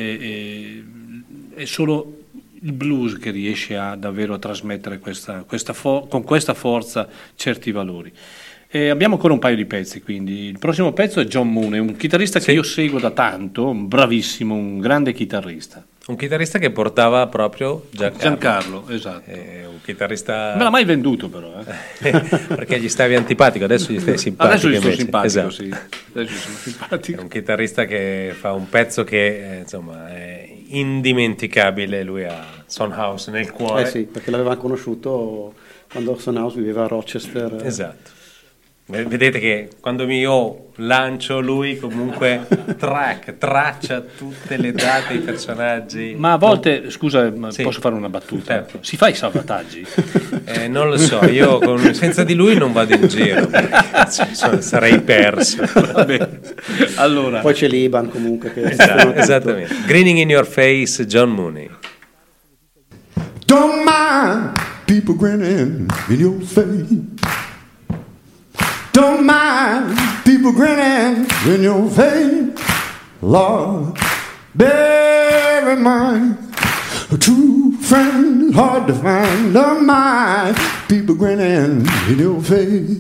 è solo il blues che riesce a davvero trasmettere con questa forza certi valori. Abbiamo ancora un paio di pezzi, quindi il prossimo pezzo è John Mooney, un chitarrista che io seguo da tanto, un bravissimo, un grande chitarrista. Un chitarrista che portava proprio Giancarlo, esatto. Un chitarrista... Non me l'ha mai venduto però. Perché gli stavi antipatico, adesso gli stai simpatico. Adesso gli sto invece. simpatico, Esatto. sì. Adesso sono simpatico. È un chitarrista che fa un pezzo che insomma è indimenticabile, lui ha Son House nel cuore. Sì, perché l'aveva conosciuto quando Son House viveva a Rochester. Esatto. Vedete che quando io lancio, lui comunque traccia tutte le date, i personaggi. Ma a volte, scusa, sì. Posso fare una battuta? Certo. Si fa i salvataggi? Non lo so, io senza di lui non vado in giro, sarei perso. Vabbè. Allora. Poi c'è l'Iban comunque. Che esattamente. Grinning in your face, John Mooney. Don't mind people grinning in your face. Don't mind people grinning in your face. Lord, bear in mind, a true friend is hard to find. Don't mind people grinning in your face.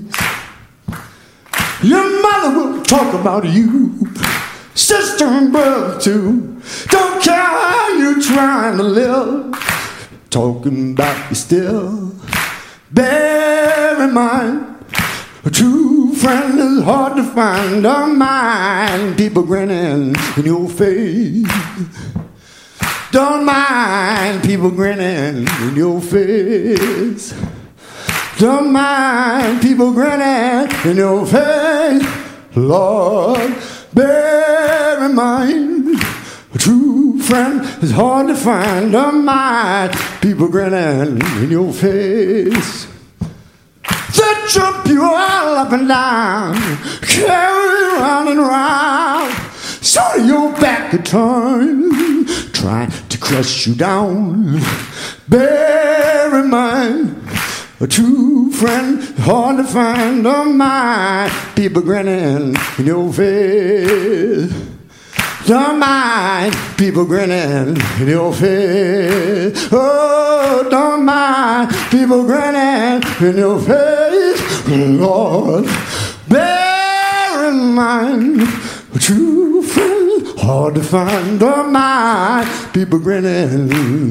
Your mother will talk about you, sister and brother too. Don't care how you're trying to live, talking about you still. Bear in mind, a true friend is hard to find. Don't mind people grinning in your face. Don't mind people grinning in your face. Don't mind people grinning in your face. Lord, bear in mind, a true friend is hard to find. Don't mind people grinning in your face. They jump you all up and down, carry you round and round, so your back could turn, trying to crush you down. Bear in mind, a true friend, hard to find. Don't mind people grinning in your face. Don't mind people grinning in your face. Oh, don't mind people grinning in your face. Lord, bear in mind, a true friend, hard to find. Don't mind people grinning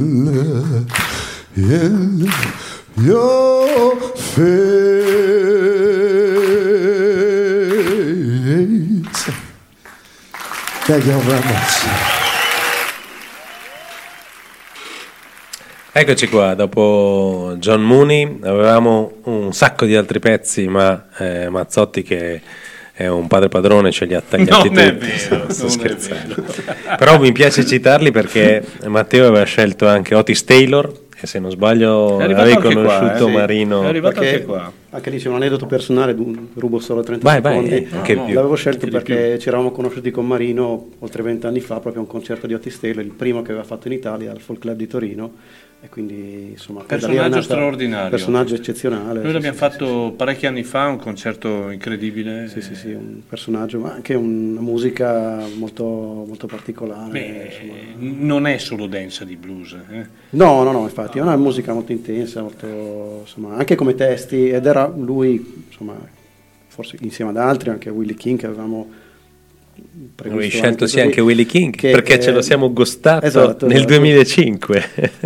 in your face. Thank you very much. Eccoci qua, dopo John Mooney avevamo un sacco di altri pezzi, ma Mazzotti, che è un padre padrone, ce li ha tagliati non tutti. È vero, Sto non scherzando. È vero. Però mi piace citarli perché Matteo aveva scelto anche Otis Taylor, e se non sbaglio avevi conosciuto qua, Marino. È arrivato anche qua. Anche lì c'è un aneddoto personale, rubo solo 30 vai, secondi. Vai, l'avevo scelto perché ci eravamo conosciuti con Marino oltre 20 anni fa, proprio a un concerto di Otis Taylor, il primo che aveva fatto in Italia al Folk Club di Torino, e quindi insomma Personaggio straordinario, personaggio eccezionale. Noi l'abbiamo fatto parecchi anni fa, un concerto incredibile. Sì, un personaggio, ma anche una musica molto, molto particolare. Beh, non è solo densa di blues. No, infatti è una musica molto intensa, molto, insomma, anche come testi, ed era lui, insomma, forse insieme ad altri, anche Willie King, che avevamo Avevi scelto anche Willie King, perché ce lo siamo gustato esatto, nel 2005.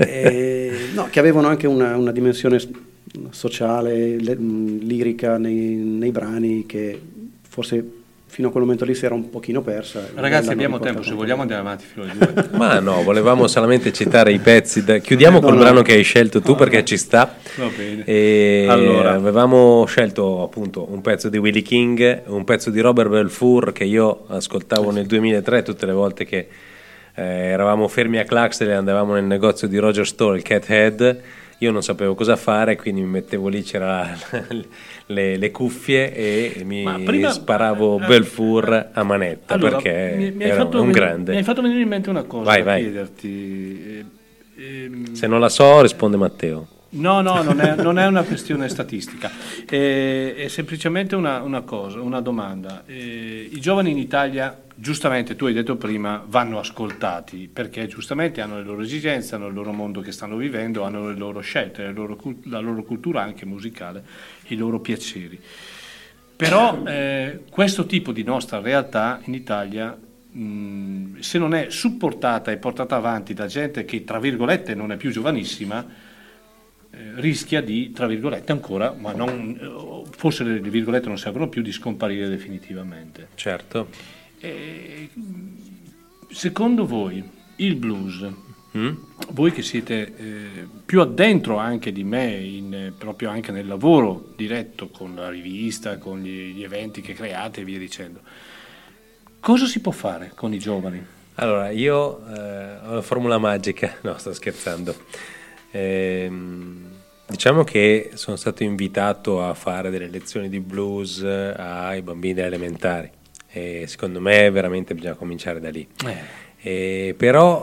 No, che avevano anche una dimensione sociale, lirica nei brani, che forse fino a quel momento lì si era un pochino persa. Ragazzi, abbiamo tempo, se vogliamo andiamo avanti fino alle 2. Ma no, volevamo solamente citare i pezzi. Chiudiamo col brano che hai scelto tu, perché ci sta. Va bene. E allora, avevamo scelto appunto un pezzo di Willie King, un pezzo di Robert Belfour che io ascoltavo nel 2003 tutte le volte che eravamo fermi a Claxel e andavamo nel negozio di Roger Stoll, il Cat Head. Io non sapevo cosa fare, quindi mi mettevo lì, c'era le cuffie e mi sparavo Belfour a manetta, allora, perché era un grande. Mi hai fatto venire in mente una cosa da chiederti. Se non la so, risponde Matteo. No, non è una questione statistica, è semplicemente una cosa, una domanda. I giovani in Italia, giustamente tu hai detto prima, vanno ascoltati perché giustamente hanno le loro esigenze, hanno il loro mondo che stanno vivendo, hanno le loro scelte, la loro cultura anche musicale, i loro piaceri. Però questo tipo di nostra realtà in Italia, se non è supportata e portata avanti da gente che tra virgolette non è più giovanissima, rischia di, tra virgolette ancora, ma non, forse le virgolette non servono più, di scomparire definitivamente. Certo. Secondo voi il blues, voi che siete più addentro anche di me, proprio anche nel lavoro diretto con la rivista, con gli eventi che create e via dicendo, cosa si può fare con i giovani? Allora, io ho la formula magica, no, sto scherzando. Diciamo che sono stato invitato a fare delle lezioni di blues ai bambini elementari e secondo me veramente bisogna cominciare da lì. Però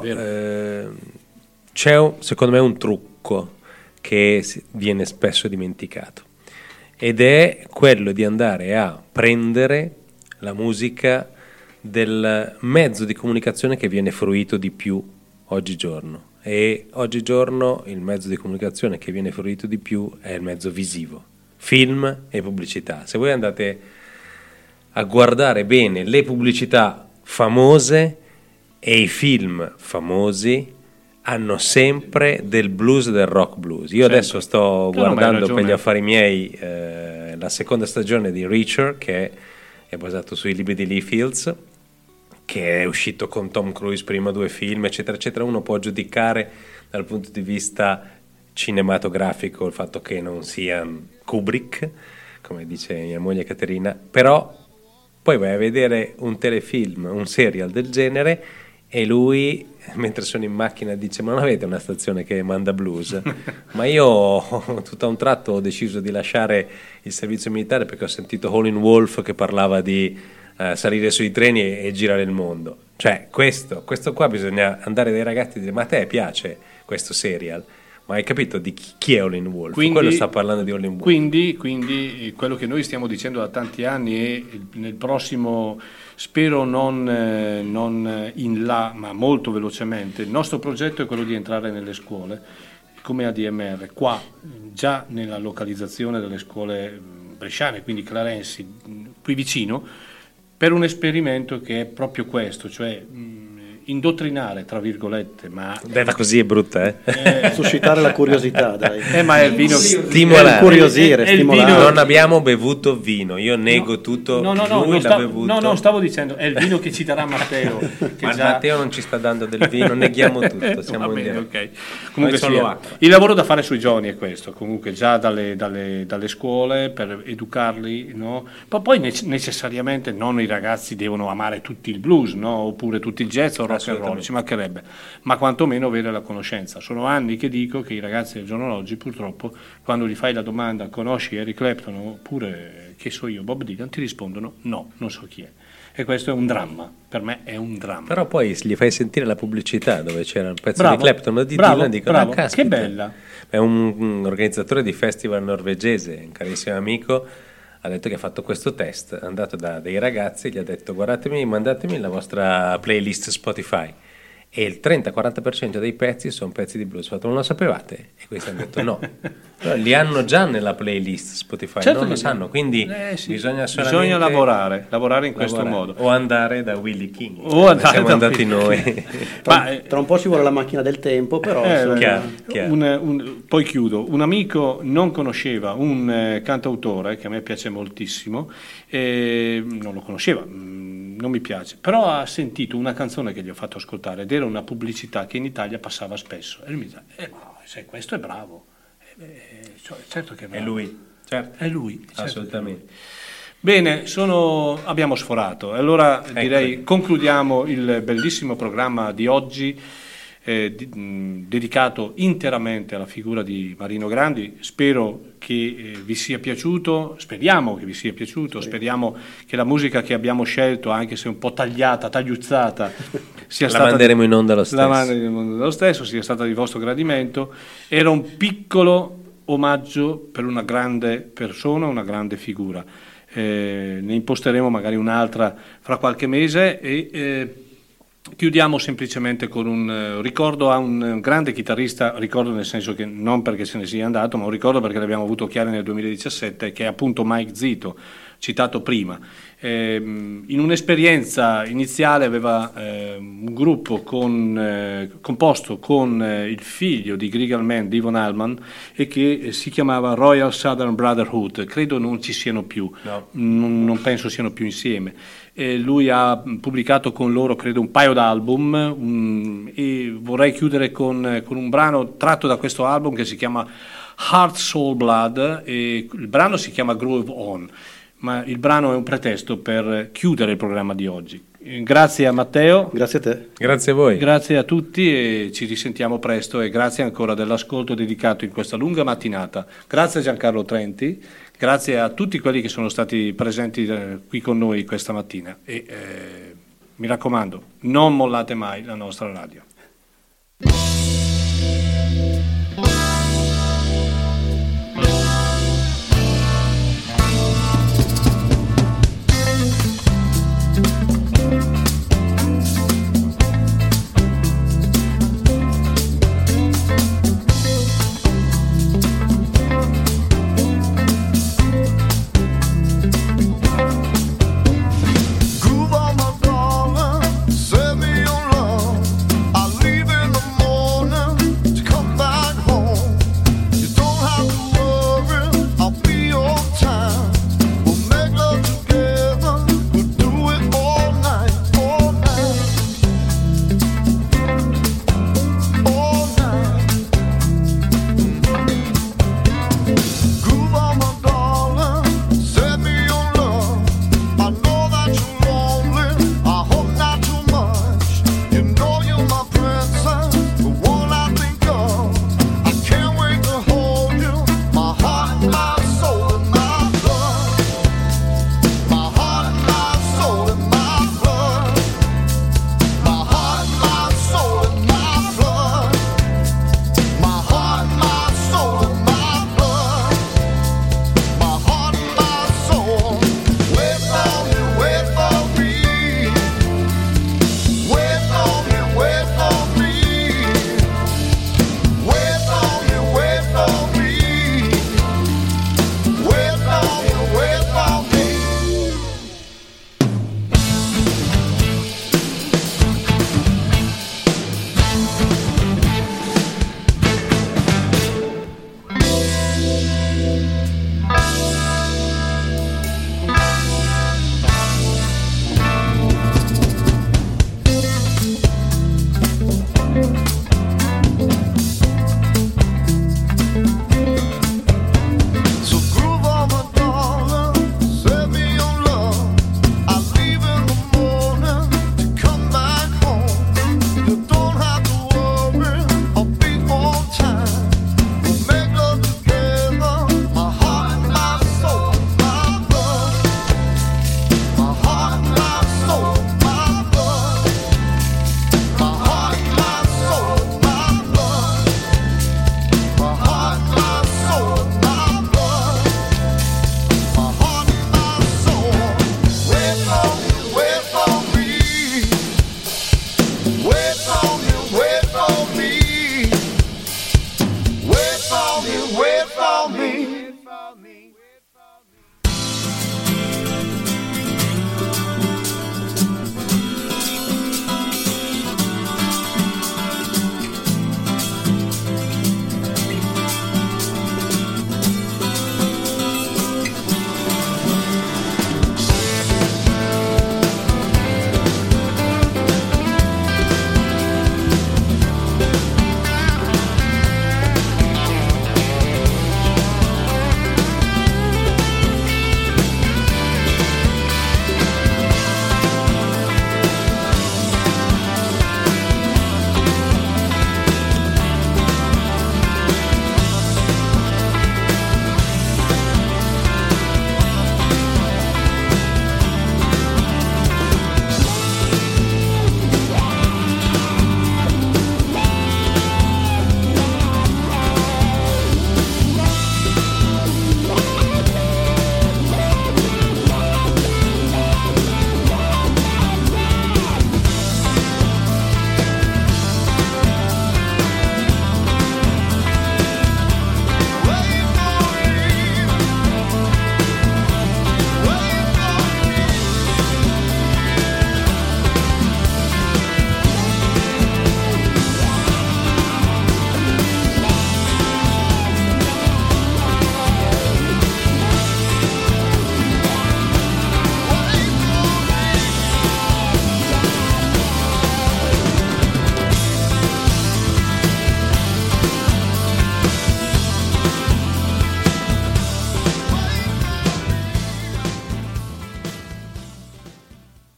c'è secondo me un trucco che viene spesso dimenticato, ed è quello di andare a prendere la musica del mezzo di comunicazione che viene fruito di più oggigiorno, e oggigiorno il mezzo di comunicazione che viene fruito di più è il mezzo visivo, film e pubblicità. Se voi andate a guardare bene le pubblicità famose e i film famosi hanno sempre del blues, del rock blues. Io adesso sto guardando per gli affari miei la seconda stagione di Reacher, che è basato sui libri di Lee Fields, che è uscito con Tom Cruise prima, 2 film, eccetera, eccetera. Uno può giudicare dal punto di vista cinematografico il fatto che non sia Kubrick, come dice mia moglie Caterina, però poi vai a vedere un telefilm, un serial del genere, e lui, mentre sono in macchina, dice: ma non avete una stazione che manda blues? Ma io tutto a un tratto ho deciso di lasciare il servizio militare perché ho sentito Howlin' Wolf che parlava di salire sui treni e girare il mondo. Cioè questo qua bisogna andare dai ragazzi e dire: ma a te piace questo serial? Ma hai capito di chi è Howlin' Wolf? Quello sta parlando di Howlin' Wolf. Quindi quello che noi stiamo dicendo da tanti anni è, nel prossimo, spero non in là, ma molto velocemente, il nostro progetto è quello di entrare nelle scuole come ADMR, qua già nella localizzazione delle scuole bresciane, quindi Clarensi, qui vicino, per un esperimento che è proprio questo, cioè indottrinare, tra virgolette, ma detta così è brutta, suscitare la curiosità, dai. Ma è il vino, stimolare, incuriosire, stimolare. Non abbiamo bevuto vino, io nego tutto. Lui l'ha bevuto. No, stavo dicendo, è il vino che ci darà Matteo. Che ma Matteo non ci sta dando del vino, neghiamo tutto. Siamo bene, okay. Comunque il lavoro da fare sui giovani è questo, comunque già dalle scuole, per educarli, no? Ma poi necessariamente non i ragazzi devono amare tutti il blues, no? Oppure tutti il jazz o rock and roll, ci mancherebbe, ma quantomeno avere la conoscenza. Sono anni che dico che i ragazzi del giorno d'oggi, purtroppo, quando gli fai la domanda: conosci Eric Clapton oppure, che so io, Bob Dylan, ti rispondono: no, non so chi è. E questo è un dramma, per me è un dramma. Però poi gli fai sentire la pubblicità dove c'era il pezzo di Clapton o di Dylan, dicono: che bella. È un organizzatore di festival norvegese, un carissimo amico, ha detto che ha fatto questo test, è andato da dei ragazzi, gli ha detto: guardatemi, mandatemi la vostra playlist Spotify, e il 30-40% dei pezzi sono pezzi di blues. Non lo sapevate? E questi hanno detto no. Però li hanno già nella playlist Spotify, certo, non lo sanno, quindi sì, bisogna lavorare in questo modo, o andare da Willie King, siamo andati noi. Tra un po' ci vuole la macchina del tempo, però chiaro. Poi chiudo. Un amico non conosceva un cantautore che a me piace moltissimo, non lo conosceva, non mi piace, però ha sentito una canzone che gli ho fatto ascoltare ed era una pubblicità che in Italia passava spesso, e lui mi dice: ma se questo è bravo, certo che è bravo. È lui, certo. È lui, assolutamente. Bene, abbiamo sforato, allora direi concludiamo il bellissimo programma di oggi, dedicato interamente alla figura di Marino Grandi. Spero che vi sia piaciuto, speriamo che vi sia piaciuto, speriamo che la musica che abbiamo scelto, anche se un po' tagliuzzata, la manderemo in onda lo stesso, sia stata di vostro gradimento. Era un piccolo omaggio per una grande persona, una grande figura. Ne imposteremo magari un'altra fra qualche mese, e chiudiamo semplicemente con un ricordo a un grande chitarrista, ricordo nel senso che non perché se ne sia andato, ma un ricordo perché l'abbiamo avuto Chiari nel 2017, che è appunto Mike Zito, citato prima. In un'esperienza iniziale aveva un gruppo composto con il figlio di Grigal Man, Devon Allman, e che si chiamava Royal Southern Brotherhood. Credo non ci siano più, no. Non penso siano più insieme. Lui ha pubblicato con loro credo un paio d'album, e vorrei chiudere con un brano tratto da questo album che si chiama Heart, Soul, Blood, e il brano si chiama Groove On, ma il brano è un pretesto per chiudere il programma di oggi. Grazie a Matteo, grazie a te, grazie a voi, grazie a tutti, e ci risentiamo presto, e grazie ancora dell'ascolto dedicato in questa lunga mattinata. Grazie a Giancarlo Trenti, grazie a tutti quelli che sono stati presenti qui con noi questa mattina, e mi raccomando, non mollate mai la nostra radio.